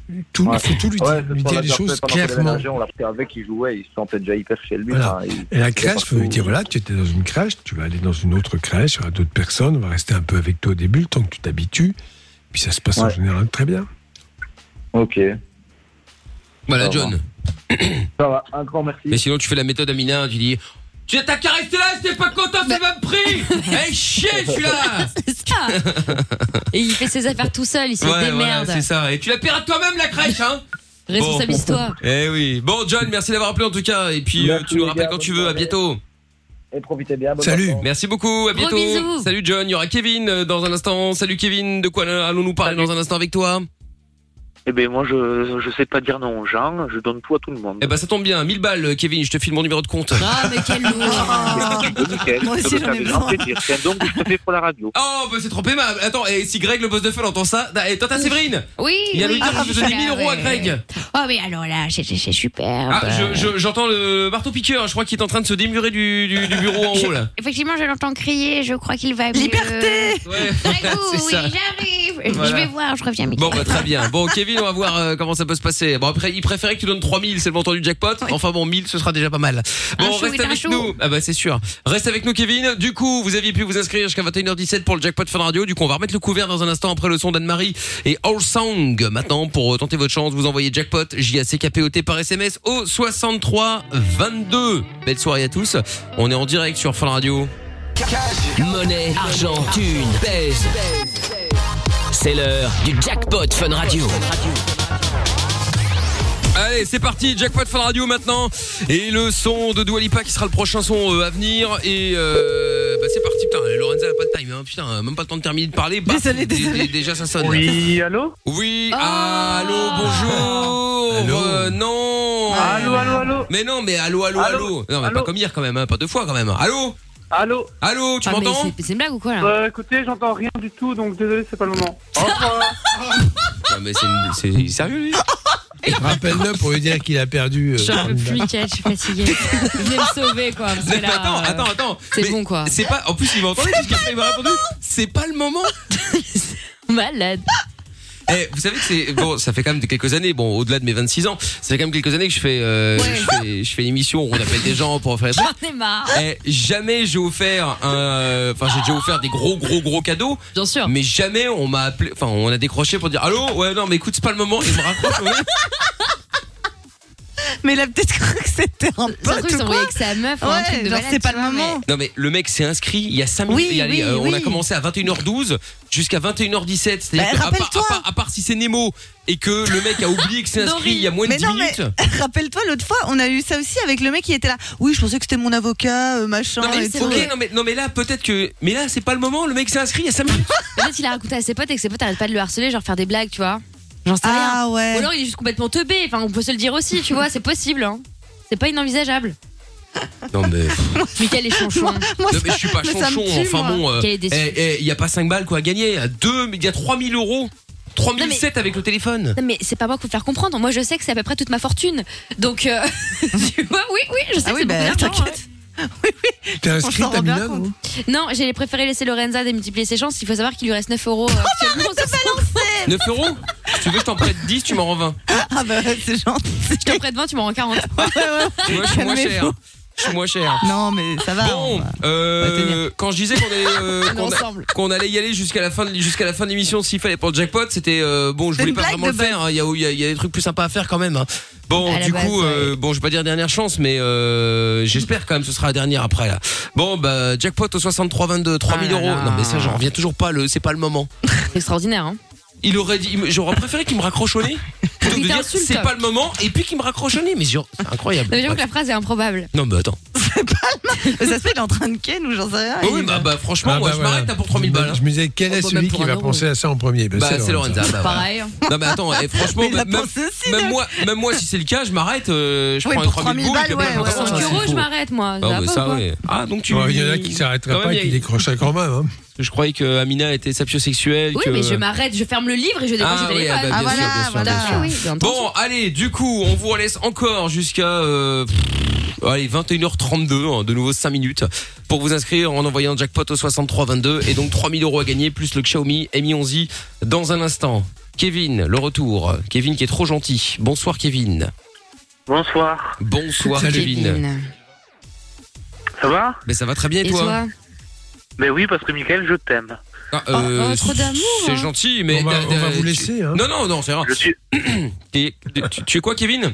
Speaker 6: Tout,
Speaker 11: Ouais.
Speaker 6: faut tout lui dire,
Speaker 11: Ouais,
Speaker 6: lui
Speaker 11: c'est
Speaker 6: dire
Speaker 11: ça,
Speaker 6: les
Speaker 11: on l'a
Speaker 6: choses
Speaker 11: fait pendant qu'il
Speaker 6: clairement.
Speaker 11: déménageait, on l'a pris avec, il jouait, il se sentait déjà hyper chez lui.
Speaker 6: Voilà.
Speaker 11: enfin, il-
Speaker 6: Et la
Speaker 11: il
Speaker 6: crèche,
Speaker 11: était
Speaker 6: faut lui
Speaker 11: partout.
Speaker 6: dire, voilà, tu étais dans une crèche, tu vas aller dans une autre crèche, il y aura d'autres personnes, on va rester un peu avec toi au début, le temps que tu t'habitues, puis ça se passe en
Speaker 11: Ouais.
Speaker 6: général très bien.
Speaker 11: Ok.
Speaker 2: Voilà,
Speaker 11: Ça
Speaker 2: John.
Speaker 11: Ça va, un grand merci.
Speaker 2: Mais sinon, tu fais la méthode Amina, tu dis. Tu t'as qu'à rester là, si t'es pas content, c'est même prix. Eh, chier, celui-là.
Speaker 15: C'est ça. Et il fait ses affaires tout seul, il se
Speaker 2: Ouais,
Speaker 15: démerde.
Speaker 2: voilà, c'est ça. Et tu la paieras toi-même, la crèche, hein.
Speaker 15: Responsabilise-toi.
Speaker 2: Bon. Eh oui. Bon, John, merci d'avoir appelé en tout cas. Et puis, euh,
Speaker 11: Merci,
Speaker 2: tu nous
Speaker 11: les
Speaker 2: rappelles
Speaker 11: gars,
Speaker 2: quand
Speaker 11: bonne
Speaker 2: tu veux. À
Speaker 11: soirée.
Speaker 2: bientôt.
Speaker 11: Et profitez bien. bonne
Speaker 6: Salut.
Speaker 11: vacances.
Speaker 2: Merci beaucoup. À
Speaker 15: Gros
Speaker 2: bientôt.
Speaker 15: bisous.
Speaker 2: Salut, John. Il y aura Kevin euh, dans un instant. Salut, Kevin. De quoi allons-nous parler dans un instant avec toi?
Speaker 16: Eh ben moi je je sais pas dire non aux gens, je donne tout à tout le monde.
Speaker 2: Eh ben, ça tombe bien. mille balles, Kevin. Je te file mon numéro de compte.
Speaker 15: Ah, mais quel lourd.
Speaker 16: Nickel,
Speaker 3: Moi
Speaker 16: ça
Speaker 3: aussi,
Speaker 16: me
Speaker 3: j'en ai
Speaker 16: fait
Speaker 3: besoin.
Speaker 16: grand plaisir. C'est un don que je te fais pour la radio.
Speaker 2: Oh, bah c'est trop aimable. Attends, et si Greg, le boss de Fun, entend ça, et toi, t'as Séverine.
Speaker 4: Oui,
Speaker 2: Il y a
Speaker 4: oui.
Speaker 2: lui dire que je donne
Speaker 4: Ah,
Speaker 2: mille euros à
Speaker 4: ouais.
Speaker 2: Greg.
Speaker 4: Oh, mais alors là, c'est c'est- c'est super.
Speaker 2: Ah, je- je- j'entends le marteau piqueur. Je crois qu'il est en train de se démurer du, du, du bureau en haut là.
Speaker 4: Effectivement, je l'entends crier, je crois qu'il va mieux.
Speaker 3: Liberté.
Speaker 2: Ouais,
Speaker 4: Grégou,
Speaker 2: c'est
Speaker 4: oui,
Speaker 2: ça.
Speaker 4: j'arrive.
Speaker 2: Voilà.
Speaker 4: Je vais voir, je reviens.
Speaker 2: Bon, bah très bien. Bon, Kevin, on va voir euh, comment ça peut se passer. Bon, après, il préférait que tu donnes trois mille, c'est le montant du jackpot. Enfin bon, mille, ce sera déjà pas mal. Bon,
Speaker 4: Un chou
Speaker 2: reste
Speaker 4: est un
Speaker 2: avec
Speaker 4: chou.
Speaker 2: nous. Ah bah c'est sûr. Reste avec nous, Kevin. Du coup, vous aviez pu vous inscrire jusqu'à vingt et une heures dix-sept pour le jackpot Fun Radio. Du coup, on va remettre le couvert dans un instant après le son d'Anne-Marie et All Song. Maintenant, pour tenter votre chance, vous envoyez jackpot J A C K P O T par S M S au soixante-trois vingt-deux. Belle soirée à tous. On est en direct sur Fun Radio.
Speaker 1: Monnaie, argent, thune, baise. C'est l'heure du jackpot Fun Radio.
Speaker 2: Allez, c'est parti, jackpot Fun Radio maintenant. Et le son de Dua Lipa qui sera le prochain son euh, à venir. Et euh, bah c'est parti, putain, Lorenza a pas le time, hein. Putain, même pas le temps de terminer de parler. Baf,
Speaker 3: Désolé,
Speaker 2: dé-
Speaker 3: désolé.
Speaker 2: dé- Déjà ça sonne.
Speaker 14: Oui, allô?
Speaker 2: Oui,
Speaker 3: Oh.
Speaker 2: allô, bonjour.
Speaker 6: Allô.
Speaker 2: Euh, non.
Speaker 14: Allô, allô, allô?
Speaker 2: Mais non, mais allô, allô, allô.
Speaker 14: Allô.
Speaker 2: Non, mais
Speaker 14: Allô.
Speaker 2: pas comme hier quand même, hein. Pas deux fois quand même. Allô,
Speaker 14: Allô?
Speaker 2: allô, tu
Speaker 15: Ah, mais
Speaker 2: m'entends?
Speaker 15: c'est- c'est une blague ou quoi là?
Speaker 14: Bah écoutez, j'entends rien du tout, donc désolé, c'est pas le moment. Au revoir.
Speaker 2: Non, mais c'est une- c'est il est sérieux lui.
Speaker 6: Rappelle-le pour lui dire qu'il a perdu. euh,
Speaker 15: J'en peux
Speaker 6: trente
Speaker 15: plus,
Speaker 6: balles.
Speaker 15: Mickaël, je suis fatiguée. Viens me sauver quoi. Parce que
Speaker 2: Mais
Speaker 15: là,
Speaker 2: attends,
Speaker 15: euh,
Speaker 2: attends, attends.
Speaker 15: c'est
Speaker 2: Mais
Speaker 15: bon, quoi.
Speaker 2: C'est pas. En plus, il m'a entendu puisqu'après il m'a répondu. C'est pas le moment.
Speaker 15: Malade.
Speaker 2: Eh, vous savez que c'est bon, ça fait quand même quelques années, bon, au-delà de mes vingt-six ans, ça fait quand même quelques années que je fais, euh,
Speaker 15: Ouais.
Speaker 2: je fais, je fais une émission où on appelle des gens pour faire des trucs.
Speaker 15: J'en ai marre.
Speaker 2: Eh, jamais j'ai offert un, enfin j'ai déjà offert des gros gros gros cadeaux,
Speaker 15: Bien sûr.
Speaker 2: mais jamais on m'a appelé, enfin on a décroché pour dire allô, ouais non mais écoute c'est pas le moment, et il me raccroche. Ouais.
Speaker 3: Mais il a peut-être cru que c'était un
Speaker 15: C'est un
Speaker 3: pote
Speaker 15: truc,
Speaker 3: ou
Speaker 15: c'est
Speaker 3: quoi.
Speaker 15: avec sa meuf ou un
Speaker 3: Ouais,
Speaker 15: truc de
Speaker 3: genre
Speaker 15: malade,
Speaker 3: c'est pas
Speaker 15: tu
Speaker 3: le
Speaker 15: vois,
Speaker 3: moment.
Speaker 2: Non mais le mec s'est inscrit il y a cinq
Speaker 3: Oui,
Speaker 2: minutes, il y a-
Speaker 3: oui,
Speaker 2: euh, on a
Speaker 3: oui.
Speaker 2: commencé à vingt et une heures douze jusqu'à vingt et une heures dix-sept, c'est-à-dire
Speaker 3: Bah,
Speaker 2: que à part,
Speaker 3: rappelle-toi.
Speaker 2: à, part, à part si c'est Nemo et que le mec a oublié que c'est inscrit il y a moins de
Speaker 3: Mais
Speaker 2: dix
Speaker 3: non, mais
Speaker 2: minutes.
Speaker 3: rappelle-toi, l'autre fois, on a eu ça aussi avec le mec qui était là. Oui, je pensais que c'était mon avocat, euh, machin.
Speaker 2: Non mais,
Speaker 3: et tout.
Speaker 2: ok, non mais non mais là peut-être que mais là c'est pas le moment, le mec s'est inscrit il y a cinq minutes.
Speaker 15: Peut-être il a raconté à ses potes et que ses potes arrêtent pas de le harceler, genre faire des blagues, tu vois. J'en sais
Speaker 3: Ah
Speaker 15: rien.
Speaker 3: ouais.
Speaker 15: Ou alors il est juste complètement teubé. Enfin, on peut se le dire aussi, tu vois, c'est possible. Hein. C'est pas inenvisageable.
Speaker 2: Non mais
Speaker 15: Mickaël est chonchon.
Speaker 3: Moi,
Speaker 2: non,
Speaker 3: ça-
Speaker 2: mais je suis pas
Speaker 3: mais ça me
Speaker 2: chonchon,
Speaker 3: tue,
Speaker 2: enfin
Speaker 3: moi.
Speaker 2: bon euh,
Speaker 15: Quel est déçu.
Speaker 2: eh, eh, il y a pas cinq balles quoi à gagner, il y a deux il y a trois mille euros. trois mille sept avec le téléphone.
Speaker 15: Non mais c'est pas moi qu'il faut faire comprendre. Moi je sais que c'est à peu près toute ma fortune. Donc euh, tu vois, oui, oui, je sais
Speaker 3: Ah
Speaker 15: que
Speaker 3: oui,
Speaker 15: c'est
Speaker 3: bah,
Speaker 15: beaucoup d'argent.
Speaker 3: t'inquiète.
Speaker 6: T'es
Speaker 3: On
Speaker 6: inscrite,
Speaker 3: s'en rend bien
Speaker 6: Amina,
Speaker 3: compte.
Speaker 6: non?
Speaker 15: Non, j'ai préféré laisser Lorenza démultiplier ses chances. Il faut savoir qu'il lui reste neuf euros euh, actuellement. sur son-
Speaker 2: neuf euros. Si tu veux je t'en prête dix, tu m'en rends vingt.
Speaker 3: Ah bah c'est gentil.
Speaker 15: Je t'en prête vingt, tu m'en rends quarante.
Speaker 2: Tu vois, je suis moins cher.
Speaker 3: Calmez-vous.
Speaker 2: Je suis moins cher.
Speaker 3: Non, mais ça va.
Speaker 2: Bon,
Speaker 3: on va-
Speaker 2: euh, quand je disais qu'on allait, euh,
Speaker 15: On est
Speaker 2: qu'on a-
Speaker 15: ensemble.
Speaker 2: qu'on allait y aller jusqu'à la fin, de, jusqu'à la fin de l'émission s'il fallait pour le jackpot, c'était euh, bon, je
Speaker 3: C'est
Speaker 2: voulais
Speaker 3: une
Speaker 2: pas
Speaker 3: blague
Speaker 2: vraiment le
Speaker 3: de base.
Speaker 2: faire. hein, Il y a, il y a, il y a des trucs plus sympas à faire quand même. hein. Bon,
Speaker 15: À la
Speaker 2: du
Speaker 15: base,
Speaker 2: coup, euh, bon, je vais pas dire dernière chance, mais euh, j'espère quand même que ce sera la dernière après là. Bon, bah jackpot au soixante-trois vingt-deux, trois mille
Speaker 15: Ah là
Speaker 2: euros.
Speaker 15: là.
Speaker 2: Non mais ça, j'en reviens toujours pas. Le, c'est pas le moment.
Speaker 15: C'est extraordinaire, hein.
Speaker 2: Il aurait dit, il me- j'aurais préféré qu'il me raccroche au nez plutôt que de
Speaker 15: Il
Speaker 2: dire
Speaker 15: t'insulte.
Speaker 2: c'est pas le moment et puis qu'il me raccroche au nez. Mais genre, c'est incroyable.
Speaker 15: Ça veut dire que
Speaker 2: Bref.
Speaker 15: la phrase est improbable.
Speaker 2: Non mais attends.
Speaker 3: Mais ça se fait, il est en train de ken ou j'en sais rien.
Speaker 2: Oh oui,
Speaker 3: Il-
Speaker 2: bah, bah franchement,
Speaker 6: Ah,
Speaker 2: moi
Speaker 6: bah,
Speaker 2: je
Speaker 6: voilà.
Speaker 2: m'arrête hein, pour trois mille balles. hein.
Speaker 6: Je me disais, quel est
Speaker 15: Oh, bah,
Speaker 6: celui
Speaker 15: même pour
Speaker 6: qui
Speaker 15: un
Speaker 6: va
Speaker 15: euro.
Speaker 6: penser à ça en premier? Ben,
Speaker 2: Bah c'est Lorenza. bah, voilà.
Speaker 15: Pareil.
Speaker 2: Non mais attends, eh, franchement,
Speaker 3: Mais il a
Speaker 2: même,
Speaker 3: pensé aussi,
Speaker 2: même
Speaker 3: donc.
Speaker 2: moi, même moi, si c'est le cas, je m'arrête, euh, je
Speaker 3: Oui,
Speaker 2: prends les
Speaker 3: pour
Speaker 2: trois mille boules.
Speaker 3: trois
Speaker 2: et puis
Speaker 3: mille
Speaker 2: après,
Speaker 3: balles,
Speaker 2: je
Speaker 3: ouais,
Speaker 2: recommence,
Speaker 3: ouais,
Speaker 2: hein,
Speaker 15: cinq
Speaker 2: c'est
Speaker 15: euros,
Speaker 2: fou.
Speaker 15: je m'arrête, moi.
Speaker 2: Ah,
Speaker 15: Ça va
Speaker 2: bah,
Speaker 15: pas,
Speaker 2: ça,
Speaker 15: ou quoi
Speaker 2: ouais. Ah, donc tu.
Speaker 6: Bon, il y en a qui s'arrêteraient
Speaker 2: Quand
Speaker 6: pas
Speaker 2: même,
Speaker 6: et qui
Speaker 2: il y a-
Speaker 6: décrocheraient quand même. Hein.
Speaker 2: Je croyais que Amina était sapiosexuelle.
Speaker 15: Oui,
Speaker 2: que...
Speaker 15: mais je m'arrête, je ferme le livre et je décroche
Speaker 2: Ah
Speaker 15: le
Speaker 2: oui,
Speaker 15: téléphone.
Speaker 2: ah, bah,
Speaker 3: Ah
Speaker 2: bien sûr,
Speaker 3: voilà,
Speaker 2: bien sûr,
Speaker 3: voilà.
Speaker 2: bien sûr.
Speaker 15: Ah oui, bien entendu.
Speaker 2: Bon, allez, du coup, on vous laisse encore jusqu'à euh, pff, allez, vingt et une heures trente-deux, hein, de nouveau cinq minutes, pour vous inscrire en envoyant jackpot au soixante-trois vingt-deux et donc trois mille euros à gagner, plus le Xiaomi Mi onze i dans un instant. Kevin, le retour. Kevin qui est trop gentil. Bonsoir Kevin.
Speaker 16: Bonsoir.
Speaker 2: Bonsoir
Speaker 16: Salut.
Speaker 2: Kevin.
Speaker 16: Ça va?
Speaker 2: Mais ça va très bien et,
Speaker 16: Et
Speaker 2: toi,
Speaker 16: toi Mais oui, parce que Mickaël, je t'aime.
Speaker 2: Ah, euh,
Speaker 16: Oh, oh, trop d'amour,
Speaker 2: C'est
Speaker 16: hein.
Speaker 2: gentil, mais
Speaker 6: On va-
Speaker 2: euh,
Speaker 6: on va
Speaker 2: euh,
Speaker 6: vous
Speaker 2: tu-
Speaker 6: laisser, hein.
Speaker 2: Non, non, non, c'est rare.
Speaker 16: Je suis.
Speaker 2: Et- tu, tu es quoi, Kevin?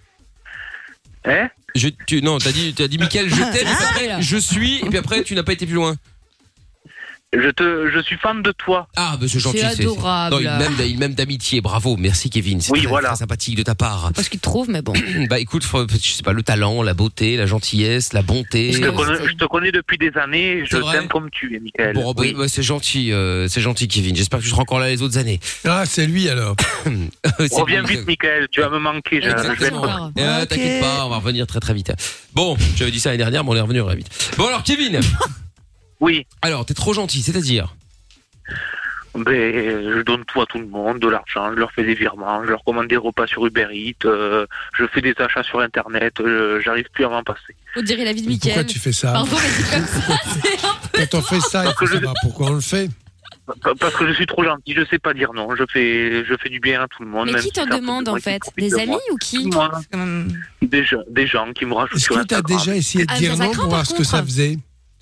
Speaker 16: Hein?
Speaker 2: Je, tu, non, t'as dit, t'as dit, Mickaël, je t'aime. et puis
Speaker 16: Ah,
Speaker 2: après,
Speaker 16: là.
Speaker 2: je suis. Et puis après, tu n'as pas été plus loin.
Speaker 16: Je te, je suis fan de toi.
Speaker 2: Ah, bah c'est gentil.
Speaker 15: C'est adorable.
Speaker 2: Non, il m'aime, il m'aime d'amitié. Bravo, merci Kevin. C'est
Speaker 16: Oui,
Speaker 2: très,
Speaker 16: voilà.
Speaker 2: très sympathique de ta part.
Speaker 15: Parce qu'il te trouve, mais bon.
Speaker 2: Bah écoute, faut- je sais pas, le talent, la beauté, la gentillesse, la bonté.
Speaker 16: Je te, connais, je te connais depuis des années. Je
Speaker 2: C'est vrai
Speaker 16: t'aime comme tu es, Mickaël.
Speaker 2: Bon, bah,
Speaker 16: Oui.
Speaker 2: bah, c'est gentil, euh, c'est gentil Kevin. J'espère que tu seras encore là les autres années.
Speaker 6: Ah, c'est lui alors.
Speaker 2: C'est
Speaker 16: Reviens
Speaker 2: bon.
Speaker 16: vite, Mickaël. Tu vas me manquer. Je, je vais être...
Speaker 2: Euh, T'inquiète pas, on va revenir très très vite. Bon, j'avais dit ça l'année dernière, mais on est revenu très vite. Bon alors Kevin.
Speaker 16: Oui.
Speaker 2: Alors t'es trop gentil, c'est-à-dire?
Speaker 16: Ben, je donne tout à tout le monde, de l'argent, je leur fais des virements, je leur commande des repas sur Uber Eats, euh, je fais des achats sur Internet, euh, j'arrive plus à m'en passer.
Speaker 15: On dirait la vie de Mickaël.
Speaker 6: Pourquoi tu fais ça?
Speaker 15: Pardon, mais c'est comme ça. c'est un peu-
Speaker 6: Quand on fait ça, il faut savoir pourquoi on le fait.
Speaker 16: Pa- Parce que je suis trop gentil, je sais pas dire non, je fais, je fais du bien à tout le monde.
Speaker 15: Mais
Speaker 16: même
Speaker 15: qui
Speaker 16: si
Speaker 15: t'en
Speaker 16: certains
Speaker 15: demande
Speaker 16: de moi
Speaker 15: en
Speaker 16: qui
Speaker 15: fait?
Speaker 16: profitent
Speaker 15: Des
Speaker 16: de
Speaker 15: amis
Speaker 16: moi.
Speaker 15: ou qui?
Speaker 16: Moi, des, gens, des gens qui me rajoutent
Speaker 6: Est-ce
Speaker 16: sur
Speaker 6: que tu as
Speaker 16: Instagram.
Speaker 6: déjà essayé de
Speaker 15: Ah,
Speaker 6: dire
Speaker 15: ça
Speaker 6: non
Speaker 15: craint,
Speaker 6: pour voir
Speaker 15: par
Speaker 6: ce que ça
Speaker 15: contre.
Speaker 6: faisait?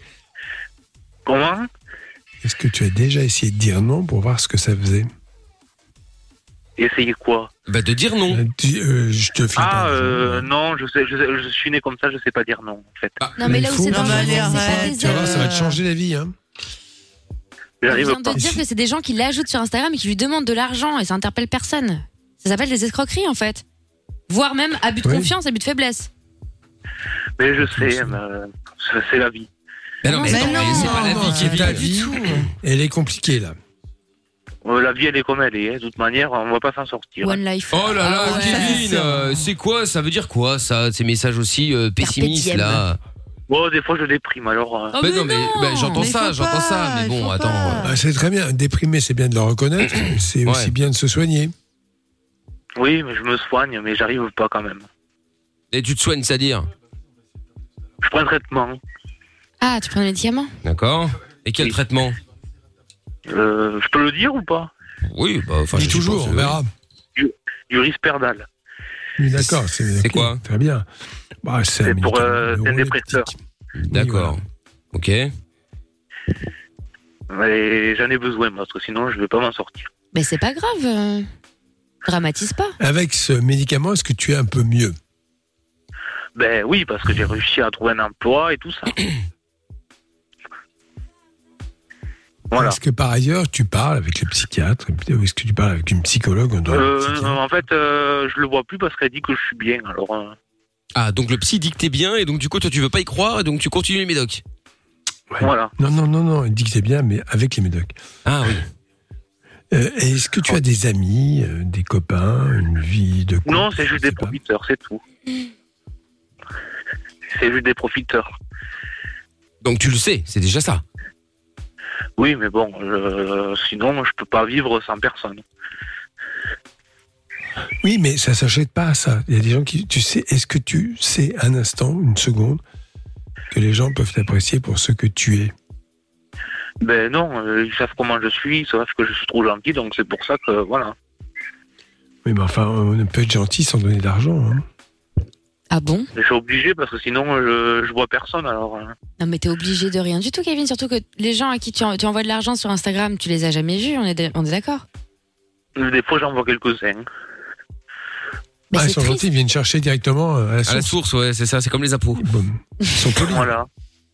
Speaker 16: Comment?
Speaker 6: Est-ce que tu as déjà essayé de dire non pour voir ce que ça faisait?
Speaker 16: Essayer quoi?
Speaker 2: Bah de dire non.
Speaker 6: Euh, tu- euh, je te file
Speaker 16: Ah,
Speaker 6: pas.
Speaker 16: euh, non, je sais, je sais, je suis né comme ça, je sais pas dire non, en fait.
Speaker 15: Non, mais
Speaker 6: il
Speaker 15: là où
Speaker 6: faut-
Speaker 15: c'est
Speaker 6: Non, mais
Speaker 15: dangereux,
Speaker 6: allez,
Speaker 15: c'est pas
Speaker 6: arrête,
Speaker 15: des
Speaker 6: tu vas voir, ça va te
Speaker 15: amis.
Speaker 6: changer la vie, hein.
Speaker 15: Il
Speaker 16: J'arrive
Speaker 15: vient
Speaker 16: pas.
Speaker 15: de dire que c'est des gens qui l'ajoutent sur Instagram et qui lui demandent de l'argent et ça interpelle personne. Ça s'appelle des escroqueries en fait. Voire même abus de
Speaker 6: Oui.
Speaker 15: confiance, abus de faiblesse.
Speaker 16: Mais je sais, mais, euh, c'est- c'est la vie.
Speaker 2: Mais non, mais,
Speaker 15: Mais
Speaker 2: attends,
Speaker 15: non,
Speaker 2: mais c'est pas la
Speaker 6: Non,
Speaker 2: vie
Speaker 6: c'est
Speaker 2: Kevin.
Speaker 6: ta vie. Elle est compliquée, là.
Speaker 16: Euh, la vie, elle est comme elle est. hein. De toute manière, on va pas s'en sortir.
Speaker 15: One life.
Speaker 2: Oh là là,
Speaker 15: Ah ouais.
Speaker 2: Kevin, euh, c'est quoi? Ça veut dire quoi ça? Ces messages aussi euh, pessimistes
Speaker 15: diem.
Speaker 2: là.
Speaker 16: Bon, des fois, je déprime, alors... euh,
Speaker 15: Oh,
Speaker 2: Bah
Speaker 15: mais
Speaker 2: non, mais
Speaker 15: non,
Speaker 2: bah, j'entends
Speaker 3: mais
Speaker 2: ça,
Speaker 3: faut
Speaker 2: j'entends
Speaker 3: pas,
Speaker 2: ça, mais
Speaker 3: il
Speaker 2: bon,
Speaker 3: faut
Speaker 2: attends.
Speaker 3: pas.
Speaker 2: euh,
Speaker 6: Bah, c'est très bien. Déprimer, c'est bien de le reconnaître. C'est
Speaker 2: Ouais.
Speaker 6: aussi bien de se soigner.
Speaker 16: Oui, mais je me soigne, mais j'arrive pas quand même.
Speaker 2: Et tu te soignes, c'est-à-dire?
Speaker 16: Je prends un traitement.
Speaker 15: Ah, tu prends des médicaments?
Speaker 2: D'accord. Et quel
Speaker 16: Oui.
Speaker 2: traitement?
Speaker 16: Euh, je peux le dire ou pas?
Speaker 2: Oui, bah, enfin,
Speaker 6: Dis
Speaker 2: je
Speaker 6: toujours,
Speaker 2: suppose,
Speaker 6: on verra.
Speaker 16: Du risperdal.
Speaker 6: Oui, d'accord. C'est
Speaker 2: C'est quoi?
Speaker 6: Très bien. Bah, c'est un
Speaker 16: C'est pour,
Speaker 6: médicament
Speaker 16: euh, c'est un dépresseur.
Speaker 6: neuroleptique.
Speaker 2: D'accord. Ok.
Speaker 16: Mais j'en ai besoin, parce que sinon, je vais pas m'en sortir.
Speaker 15: Mais c'est pas grave. euh, Dramatise pas.
Speaker 6: Avec ce médicament, est-ce que tu es un peu mieux?
Speaker 16: Ben oui, parce que j'ai réussi à trouver un emploi et tout ça. Voilà.
Speaker 6: Est-ce que par ailleurs, tu parles avec le psychiatre? Ou est-ce que tu parles avec une psychologue? On doit-
Speaker 16: Euh, en fait, euh, je le vois plus parce qu'elle dit que je suis bien, alors... euh,
Speaker 2: Ah, donc le psy dit que t'es bien, et donc du coup, toi, tu veux pas y croire, et donc tu continues les médocs.
Speaker 6: Ouais.
Speaker 16: Voilà.
Speaker 6: Non, non, non, non. Il dit que t'es bien, mais avec les médocs.
Speaker 2: Ah oui.
Speaker 6: Euh, est-ce que tu as des amis, euh, des copains, une vie de couple?
Speaker 16: Non, c'est juste
Speaker 6: Je
Speaker 16: des
Speaker 6: sais pas.
Speaker 16: profiteurs, c'est tout. C'est juste des profiteurs.
Speaker 2: Donc tu le sais, c'est déjà ça.
Speaker 16: Oui, mais bon, je- sinon, je peux pas vivre sans personne.
Speaker 6: Oui, mais ça s'achète pas, ça. Il y a des gens qui... Tu sais, est-ce que tu sais un instant, une seconde, que les gens peuvent t'apprécier pour ce que tu es?
Speaker 16: Ben non, euh, ils savent comment je suis, ils savent que je suis trop gentil, donc c'est pour ça que, voilà.
Speaker 6: Oui, mais enfin, on peut être gentil sans donner d'argent. Hein.
Speaker 15: Ah bon?
Speaker 16: Je suis obligé parce que sinon, je, je vois personne, alors... euh.
Speaker 15: Non, mais t'es obligé de rien du tout, Kevin. Surtout que les gens à qui tu, en- tu envoies de l'argent sur Instagram, tu les as jamais vus, on est, d- on est d'accord?
Speaker 16: Des fois, j'en vois quelques-uns.
Speaker 15: Mais
Speaker 6: Ah, ils
Speaker 15: c'est
Speaker 6: sont
Speaker 15: triste.
Speaker 6: gentils, ils viennent chercher directement euh, à la
Speaker 2: À
Speaker 6: source.
Speaker 2: la source, ouais, c'est ça, c'est comme les impôts.
Speaker 6: Bon, ils sont polis.
Speaker 16: Voilà.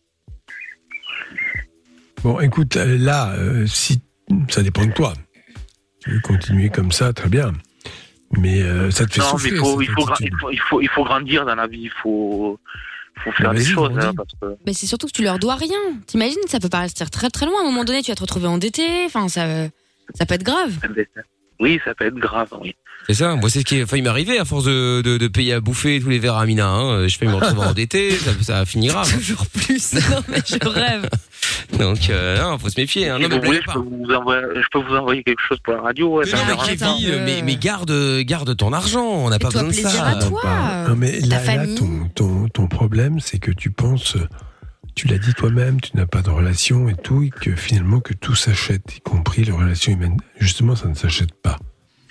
Speaker 6: Bon, écoute, euh, là, euh, si ça dépend de toi. Tu veux continuer comme ça, très bien. Mais euh, ça te fait
Speaker 16: Non, mais
Speaker 6: souffrir.
Speaker 16: il faut,
Speaker 6: cette
Speaker 16: il, faut, gra-
Speaker 6: attitude.
Speaker 16: il, faut, il, faut, il faut grandir dans la vie, il faut, faut faire
Speaker 6: Mais
Speaker 16: des
Speaker 6: vas-y,
Speaker 16: choses.
Speaker 6: grandis.
Speaker 16: Hein, parce que...
Speaker 15: Mais c'est surtout que tu leur dois rien. T'imagines, ça peut paraître très très loin. À un moment donné, tu vas te retrouver endetté. Enfin, ça, ça peut être grave.
Speaker 16: Oui, ça peut être grave, oui.
Speaker 2: C'est ça, moi c'est ce qui a failli m'arriver à force de, de, de payer à bouffer tous les verres à Mina. Hein. Je fais me retrouver endetté, ça, ça finit grave.
Speaker 15: Toujours plus. Non, mais je rêve.
Speaker 2: Donc, euh, non, faut se méfier. Hein.
Speaker 16: Si
Speaker 2: Non, mais
Speaker 16: vous voulez,
Speaker 2: blague
Speaker 16: je
Speaker 2: pas.
Speaker 16: peux, vous envoyer, je peux vous envoyer quelque chose pour la radio. Ouais,
Speaker 2: Mais
Speaker 16: ça
Speaker 2: non,
Speaker 16: me
Speaker 2: mais
Speaker 16: dérange pas.
Speaker 2: Kevin,
Speaker 15: Attends,
Speaker 2: mais, mais garde, garde ton argent, on n'a pas
Speaker 15: Fais-toi
Speaker 2: besoin de
Speaker 15: plaisir
Speaker 2: ça.
Speaker 15: à toi.
Speaker 6: Pas- Non, mais
Speaker 15: ta
Speaker 6: là, là,
Speaker 15: famille.
Speaker 6: ton, ton, ton problème, c'est que tu penses, euh, tu l'as dit toi-même, tu n'as pas de relation et tout, et que finalement que tout s'achète, y compris les relations humaines. Justement, ça ne s'achète pas.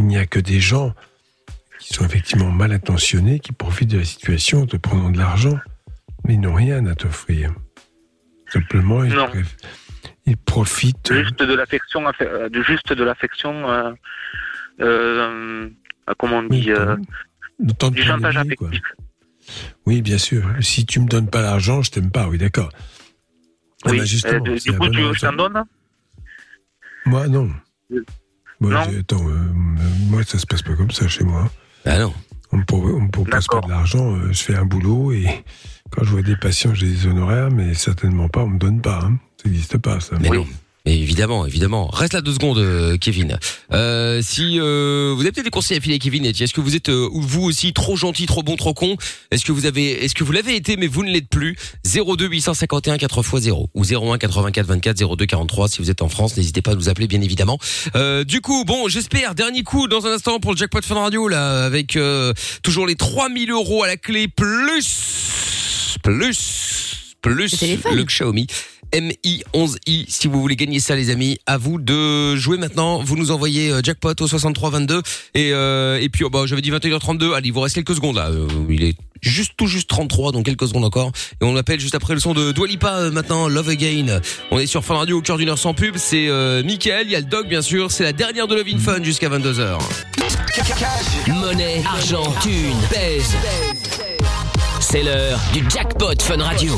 Speaker 6: il n'y a que des gens qui sont effectivement mal intentionnés, qui profitent de la situation en te prenant de l'argent, mais ils n'ont rien à t'offrir. Simplement, ils,
Speaker 16: Non.
Speaker 6: préf- ils profitent.
Speaker 16: Juste de l'affection, euh, de juste de l'affection, euh, euh, euh, comment on dit, euh,
Speaker 6: Le temps de
Speaker 16: du
Speaker 6: ton
Speaker 16: chantage
Speaker 6: ami, quoi.
Speaker 16: affectif.
Speaker 6: Oui, bien sûr. Si tu me donnes pas l'argent, je t'aime pas. Oui, d'accord. Ah
Speaker 16: Oui.
Speaker 6: bah, justement,
Speaker 16: Euh, de-
Speaker 6: c'est
Speaker 16: du
Speaker 6: la
Speaker 16: coup,
Speaker 6: bonne
Speaker 16: tu veux que je
Speaker 6: raison.
Speaker 16: t'en donne?
Speaker 6: Moi, non. Moi,
Speaker 16: Non.
Speaker 6: j'ai- attends, euh, moi, ça se passe pas comme ça chez moi.
Speaker 2: Ah non.
Speaker 6: On me, pro- on me propose pas de l'argent, euh, je fais un boulot et quand je vois des patients, j'ai des honoraires, mais certainement pas, on me donne pas. Hein. Ça n'existe pas, ça.
Speaker 2: Mais non. Mais évidemment, évidemment. Reste là deux secondes, euh, Kevin. Euh, si euh, vous avez peut-être des conseils à filer à Kevin, est-ce que vous êtes euh, vous aussi trop gentil, trop bon, trop con? Est-ce que vous avez, est-ce que vous l'avez été mais vous ne l'êtes plus? zéro deux huit cent cinquante et un quatre fois zéro ou zéro un quatre-vingt-quatre vingt-quatre zéro deux quarante-trois si vous êtes en France, n'hésitez pas à nous appeler bien évidemment. Euh, du coup, bon, j'espère dernier coup dans un instant pour le jackpot Fun Radio là avec euh, toujours les trois mille euros à la clé plus plus plus le Xiaomi M I onze i. Si vous voulez gagner ça, les amis, à vous de jouer maintenant. Vous nous envoyez euh, jackpot au soixante-trois vingt-deux et euh, et puis oh, bah j'avais dit vingt et une heures trente-deux. Allez, il vous reste quelques secondes là. Euh, il est juste tout juste trente-trois, donc quelques secondes encore. Et on appelle juste après le son de Dua Lipa euh, maintenant. Love Again. On est sur Fun Radio au cœur d'une heure sans pub. C'est euh, Mickaël, il y a le Dog bien sûr. C'est la dernière de Love in Fun jusqu'à vingt-deux heures.
Speaker 1: Monnaie, argent, thune, pèse. C'est l'heure du jackpot Fun Radio.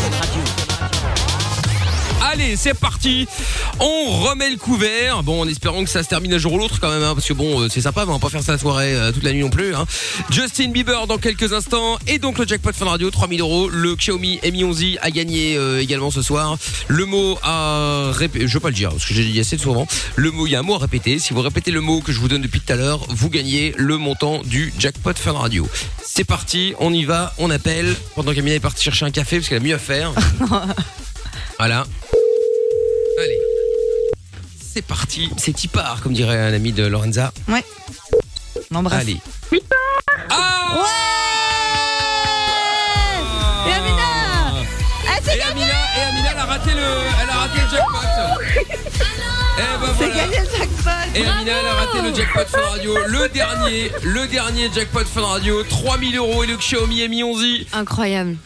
Speaker 2: Allez, c'est parti. On remet le couvert. Bon, en espérant que ça se termine un jour ou l'autre quand même, hein, parce que bon, euh, c'est sympa, mais on va pas faire ça la soirée euh, toute la nuit non plus. Hein. Justin Bieber dans quelques instants et donc le jackpot Fun Radio, trois mille euros. Le Xiaomi M I onze i a gagné euh, également ce soir. Le mot à répéter, je vais pas le dire parce que j'ai dit assez souvent. Le mot, il y a un mot à répéter. Si vous répétez le mot que je vous donne depuis tout à l'heure, vous gagnez le montant du jackpot Fun Radio. C'est parti, on y va, on appelle. Pendant qu'Amina est partie chercher un café parce qu'elle a mieux à faire. Voilà. Allez. C'est parti. C'est Tipar, comme dirait un ami de Lorenza.
Speaker 3: Ouais. On l'embrasse.
Speaker 2: Allez.
Speaker 3: Ah ouais. Et Amina ah, c'est
Speaker 2: Et Amina, et Amina, elle a raté le, elle a raté le jackpot. Eh ben
Speaker 3: C'est
Speaker 2: voilà.
Speaker 3: gagné le jackpot.
Speaker 2: Et Amina, elle a raté le jackpot Fun Radio. Le dernier, le dernier jackpot Fun Radio. trois mille euros et le Xiaomi M I onze i.
Speaker 15: Incroyable.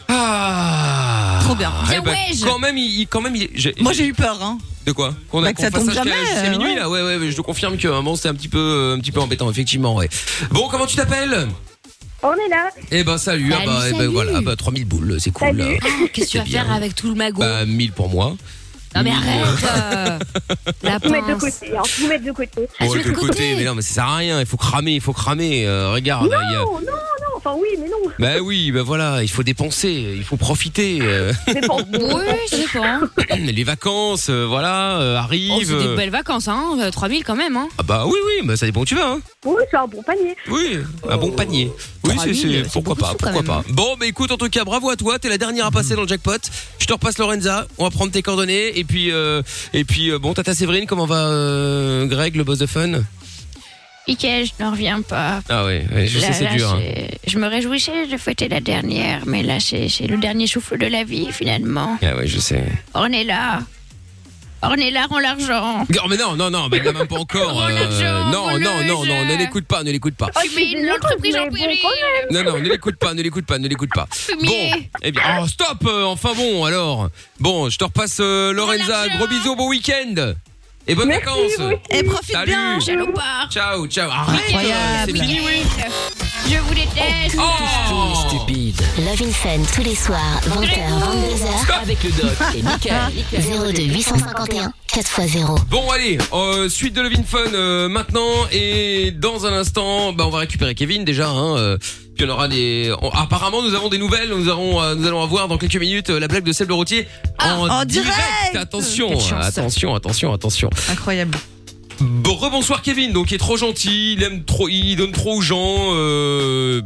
Speaker 2: Ah.
Speaker 3: Trop bien.
Speaker 2: Eh ben,
Speaker 3: Ouais, je-
Speaker 2: quand même, il, quand même, il, j'ai-
Speaker 3: Moi j'ai eu peur, hein.
Speaker 2: De quoi Qu'on
Speaker 3: Bah, que ça
Speaker 2: qu'on fasse
Speaker 3: tombe
Speaker 2: jusqu'à-
Speaker 3: jamais,
Speaker 2: jusqu'à
Speaker 3: euh,
Speaker 2: minuit
Speaker 3: ouais.
Speaker 2: là. Ouais, ouais, ouais, je te confirme que un moment c'est un petit peu, euh, un petit peu embêtant, effectivement, ouais. Bon, comment tu t'appelles?
Speaker 17: On est là.
Speaker 2: Eh ben salut, ah
Speaker 15: Salut,
Speaker 2: bah, eh ben,
Speaker 15: salut.
Speaker 2: voilà, ah bah trois mille boules, c'est cool.
Speaker 17: Salut.
Speaker 2: là.
Speaker 15: Oh, qu'est-ce que tu vas
Speaker 2: C'est bien.
Speaker 15: faire avec tout le magot?
Speaker 2: Bah mille pour moi.
Speaker 15: Non mais
Speaker 2: mille,
Speaker 15: arrête euh, La
Speaker 17: Vous mettre de
Speaker 15: pince.
Speaker 17: côté, hein. Vous mettre de côté.
Speaker 2: Oh, de côté, mais non, mais ça sert à rien. Il faut cramer, il faut cramer. Euh, regarde,
Speaker 17: Non,
Speaker 2: il y a-
Speaker 17: non, non, enfin oui, mais non.
Speaker 2: Bah oui, bah voilà, il faut dépenser, il faut profiter. euh.
Speaker 17: Dépense.
Speaker 15: Oui, je sais pas.
Speaker 2: Les vacances, euh, voilà, euh,
Speaker 15: Oh,
Speaker 2: arrivent.
Speaker 15: c'est des belles vacances, hein. euh, trois mille quand même, hein.
Speaker 2: Ah bah oui, oui, bah ça dépend où tu vas. Hein.
Speaker 17: Oui, c'est un bon panier.
Speaker 2: Oui, un bon panier. Oui,
Speaker 15: trois
Speaker 2: c'est,
Speaker 15: mille,
Speaker 2: c'est
Speaker 15: c'est
Speaker 2: pourquoi
Speaker 15: beaucoup
Speaker 2: pas,
Speaker 15: de sous, quand
Speaker 2: pourquoi pas.
Speaker 15: même.
Speaker 2: Bon, bah écoute, en tout cas, bravo à toi. T'es la dernière à passer dans le jackpot. Je te repasse Lorenza. On va prendre tes coordonnées et puis euh, et puis euh, bon, Tata Séverine, comment va euh, Greg, le boss de Fun?
Speaker 4: Mickaël, je n'en reviens pas.
Speaker 2: Ah ouais, ouais, je
Speaker 4: Là,
Speaker 2: sais, c'est
Speaker 4: là,
Speaker 2: dur. hein.
Speaker 4: c'est- Je me réjouissais de fêter la dernière, mais là, c'est c'est le dernier souffle de la vie, finalement.
Speaker 2: Ah ouais, je sais.
Speaker 4: On est là. On est là, rend l'argent.
Speaker 2: Non, mais non, non, non, mais là, même pas encore. euh, non, non, non, non, ne l'écoute pas, ne l'écoute pas.
Speaker 4: Tu mets l'entreprise en péril.
Speaker 2: Non, non, ne l'écoute pas, ne l'écoute pas, ne l'écoute pas.
Speaker 4: Fumier.
Speaker 2: Bon, eh bien, oh, stop, euh, enfin bon, alors. Bon, je te repasse euh, Lorenza, gros bisous, bon week-end. Et bonnes
Speaker 17: Merci,
Speaker 2: vacances.
Speaker 17: oui.
Speaker 3: Et profite
Speaker 2: Salut.
Speaker 3: bien.
Speaker 4: Salopard.
Speaker 2: Ciao, ciao. Arrête,
Speaker 3: Incroyable.
Speaker 2: c'est fini, oui.
Speaker 4: Je vous déteste.
Speaker 2: Oh,
Speaker 1: Stupide.
Speaker 7: Love in Fun tous les soirs, vingt heures, vingt-deux heures.
Speaker 1: Avec le doc et Mickaël.
Speaker 7: zéro deux huit cent cinquante et un quatre fois zéro.
Speaker 2: Bon allez, euh, suite de Love in Fun euh, maintenant et dans un instant, bah on va récupérer Kevin déjà. Hein, euh, puis on aura des. on- apparemment nous avons des nouvelles. Nous allons euh, nous allons avoir dans quelques minutes euh, la blague de Seb le Routier en,
Speaker 3: en direct.
Speaker 2: Attention,
Speaker 3: Quelle chance.
Speaker 2: attention, attention, attention.
Speaker 3: Incroyable.
Speaker 2: Bon, rebonsoir Kevin. Donc il est trop gentil, il aime trop, il donne trop aux gens. Euh...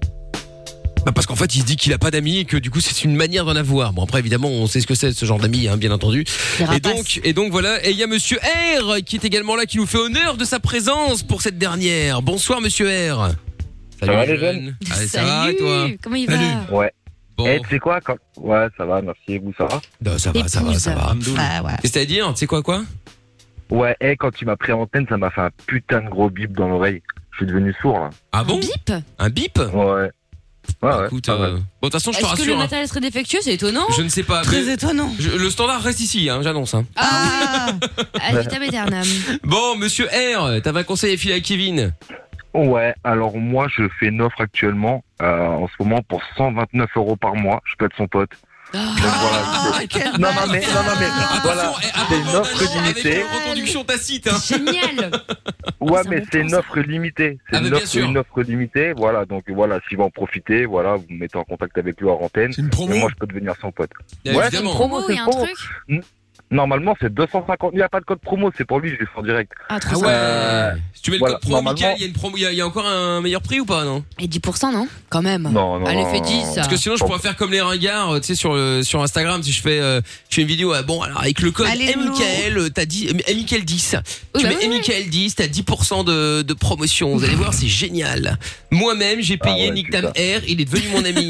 Speaker 2: Bah parce qu'en fait il se dit qu'il a pas d'amis et que du coup c'est une manière d'en avoir. Bon après évidemment on sait ce que c'est ce genre d'amis, hein, bien entendu. Et donc et donc voilà, et il y a Monsieur R qui est également là, qui nous fait honneur de sa présence pour cette dernière. Bonsoir Monsieur R. Salut
Speaker 11: va,
Speaker 2: les
Speaker 11: les
Speaker 2: jeunes. Allez, ça va et toi?
Speaker 15: Comment il
Speaker 2: Salut.
Speaker 15: va?
Speaker 11: Ouais.
Speaker 2: Bon.
Speaker 11: Et tu sais quoi quand... Ouais, ça va, merci. Et vous, ça va?
Speaker 2: Non, ça va, ça va, ça va.
Speaker 3: Bah ouais.
Speaker 2: Qu'est-ce que t'as à dire? Tu sais quoi quoi?
Speaker 11: Ouais, et quand tu m'as pris en antenne, ça m'a fait un putain de gros bip dans l'oreille.
Speaker 18: Je suis devenu sourd, là.
Speaker 2: Ah bon?
Speaker 15: Un bip?
Speaker 2: Un bip?
Speaker 18: Ouais. Ouais, ouais.
Speaker 2: Écoute,
Speaker 18: pas
Speaker 2: euh,
Speaker 18: mal.
Speaker 2: bon, de toute façon, je te
Speaker 15: Est-ce que
Speaker 2: rassure.
Speaker 15: le
Speaker 2: hein.
Speaker 15: matériel serait défectueux? C'est étonnant.
Speaker 2: Je ne sais pas.
Speaker 3: Très
Speaker 2: mais
Speaker 3: étonnant.
Speaker 2: je- le standard reste ici, hein, j'annonce. Hein.
Speaker 15: Ah Ad vitam aeternam.
Speaker 2: Bon, monsieur R, t'avais un conseil à filer à Kevin?
Speaker 18: Ouais, alors moi, je fais une offre actuellement, euh, en ce moment, pour cent vingt-neuf euros par mois. Je peux être son pote. Donc voilà. c'est- non, non, mais, non, non, mais, voilà. C'est une offre limitée.
Speaker 2: Reconduction tacite. Hein.
Speaker 15: Génial.
Speaker 18: Ouais, mais c'est une offre limitée. C'est
Speaker 2: Ah, mais
Speaker 18: une,
Speaker 2: bien
Speaker 18: offre,
Speaker 2: sûr.
Speaker 18: une offre limitée. Voilà, donc voilà, s'il va en profiter, voilà, vous me mettez en contact avec lui en antenne. C'est une promo. Et moi, je peux devenir son pote.
Speaker 2: Bien
Speaker 18: ouais,
Speaker 2: évidemment.
Speaker 18: c'est une promo,
Speaker 15: Oh,
Speaker 18: c'est
Speaker 15: il y a
Speaker 18: une
Speaker 15: un
Speaker 18: promo.
Speaker 15: truc.
Speaker 18: N- Normalement, c'est deux cent cinquante. Il n'y a pas de code promo, c'est pour lui, je lui fais en direct.
Speaker 15: Ah, trop
Speaker 2: Ah
Speaker 15: sympa.
Speaker 2: ouais.
Speaker 18: Euh,
Speaker 2: Si tu mets le
Speaker 18: voilà,
Speaker 2: code pro,
Speaker 18: normalement-
Speaker 2: Mickaël, il y a une promo, il y, a- il y a encore un meilleur prix ou pas, non?
Speaker 15: Et dix pour cent, non? Quand même.
Speaker 18: Non, non.
Speaker 15: Allez,
Speaker 18: non,
Speaker 15: fais
Speaker 18: non,
Speaker 15: dix.
Speaker 18: non.
Speaker 2: Parce que sinon, je pourrais faire comme les ringards, euh, tu sais, sur le, sur Instagram, si je fais, euh, je fais une vidéo, euh, bon, alors, avec le code
Speaker 3: Allez, loulou.
Speaker 2: Mickaël, euh, t'as dit, euh, Mickaël dix.
Speaker 15: Oui,
Speaker 2: Tu
Speaker 15: bah
Speaker 2: mets
Speaker 15: oui, oui.
Speaker 2: Mickaël dix, t'as dix pour cent de, de promotion. Vous allez voir, c'est génial. Moi-même, j'ai payé
Speaker 18: Ah ouais,
Speaker 2: Nick Tam
Speaker 18: putain.
Speaker 2: R, il est devenu mon ami.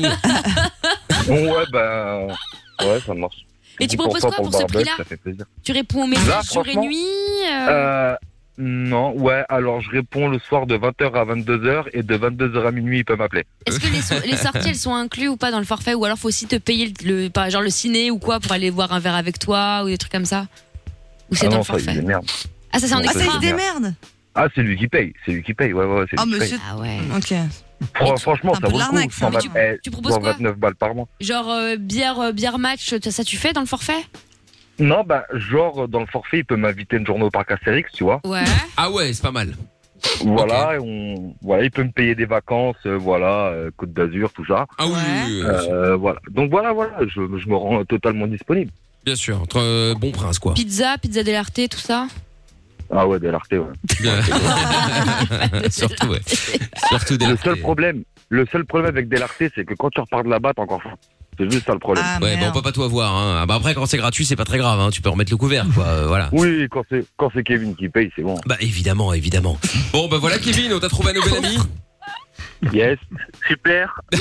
Speaker 18: Ouais, ben, ouais, ça marche.
Speaker 15: Et tu
Speaker 18: dix pour cent
Speaker 15: proposes quoi pour
Speaker 18: le
Speaker 15: ce
Speaker 18: barbecue,
Speaker 15: prix-là?
Speaker 18: Ça fait plaisir.
Speaker 15: Tu réponds aux
Speaker 18: Là,
Speaker 15: messages jour et
Speaker 18: franchement,
Speaker 15: nuit euh,
Speaker 18: Euh, non, ouais, alors je réponds le soir de vingt heures à vingt-deux heures et de vingt-deux heures à minuit, il peut m'appeler.
Speaker 15: Est-ce que les, so- les sorties, elles sont incluses ou pas dans le forfait? Ou alors faut aussi te payer le, le- par genre le ciné ou quoi pour aller boire un verre avec toi ou des trucs comme ça? Ou c'est
Speaker 18: Ah
Speaker 15: dans
Speaker 18: non,
Speaker 15: le
Speaker 18: ça,
Speaker 15: forfait?
Speaker 18: il démerde.
Speaker 15: Ah, ça c'est en
Speaker 18: Non,
Speaker 3: Ah,
Speaker 18: ça,
Speaker 3: ça,
Speaker 15: extra.
Speaker 3: il se démerde.
Speaker 18: Ah, c'est lui qui paye, c'est lui qui paye, ouais, ouais, c'est
Speaker 3: Oh,
Speaker 18: lui qui
Speaker 3: monsieur.
Speaker 18: paye.
Speaker 15: Ah ouais.
Speaker 3: Ok.
Speaker 18: Fran- Franchement,
Speaker 3: un
Speaker 18: ça
Speaker 3: peu
Speaker 18: vaut
Speaker 3: de
Speaker 18: le coup,
Speaker 3: l'arnaque, ça.
Speaker 18: cent vingt, eh,
Speaker 15: Tu proposes quoi?
Speaker 18: vingt-neuf balles par mois.
Speaker 15: Genre euh, bière, euh, bière match, ça, ça tu fais dans le forfait?
Speaker 18: Non, bah, genre, dans le forfait, il peut m'inviter une journée au parc Astérix, tu vois.
Speaker 15: Ouais.
Speaker 2: Ah ouais, c'est pas mal.
Speaker 18: Voilà, et on, voilà, il peut me payer des vacances, euh, voilà, euh, Côte d'Azur, tout ça.
Speaker 2: Ah oui,
Speaker 15: Ouais.
Speaker 2: oui, oui, oui,
Speaker 18: Euh, voilà. Donc voilà, voilà, je, je me rends totalement disponible.
Speaker 2: bien sûr. Entre euh, bon prince, quoi.
Speaker 15: Pizza, pizza dell'arte, tout ça?
Speaker 18: Ah ouais, de l'Arte, ouais.
Speaker 2: Bien. Surtout, ouais. Surtout des
Speaker 18: Le seul problème, le seul problème avec Delarte, c'est que quand tu repars de là-bas, t'as encore faim. C'est juste ça le problème.
Speaker 3: Ah,
Speaker 2: Ouais, bon, on
Speaker 3: merde.
Speaker 2: peut pas tout avoir. Hein. Ah, bah après, quand c'est gratuit, c'est pas très grave. Hein. Tu peux remettre le couvert, quoi. euh, voilà.
Speaker 18: Oui, quand c'est quand c'est Kevin qui paye, c'est bon.
Speaker 2: Bah évidemment, évidemment. Bon, bah voilà, Kevin, on t'a trouvé un nouvel ami.
Speaker 18: Yes.
Speaker 16: Super.
Speaker 3: Il est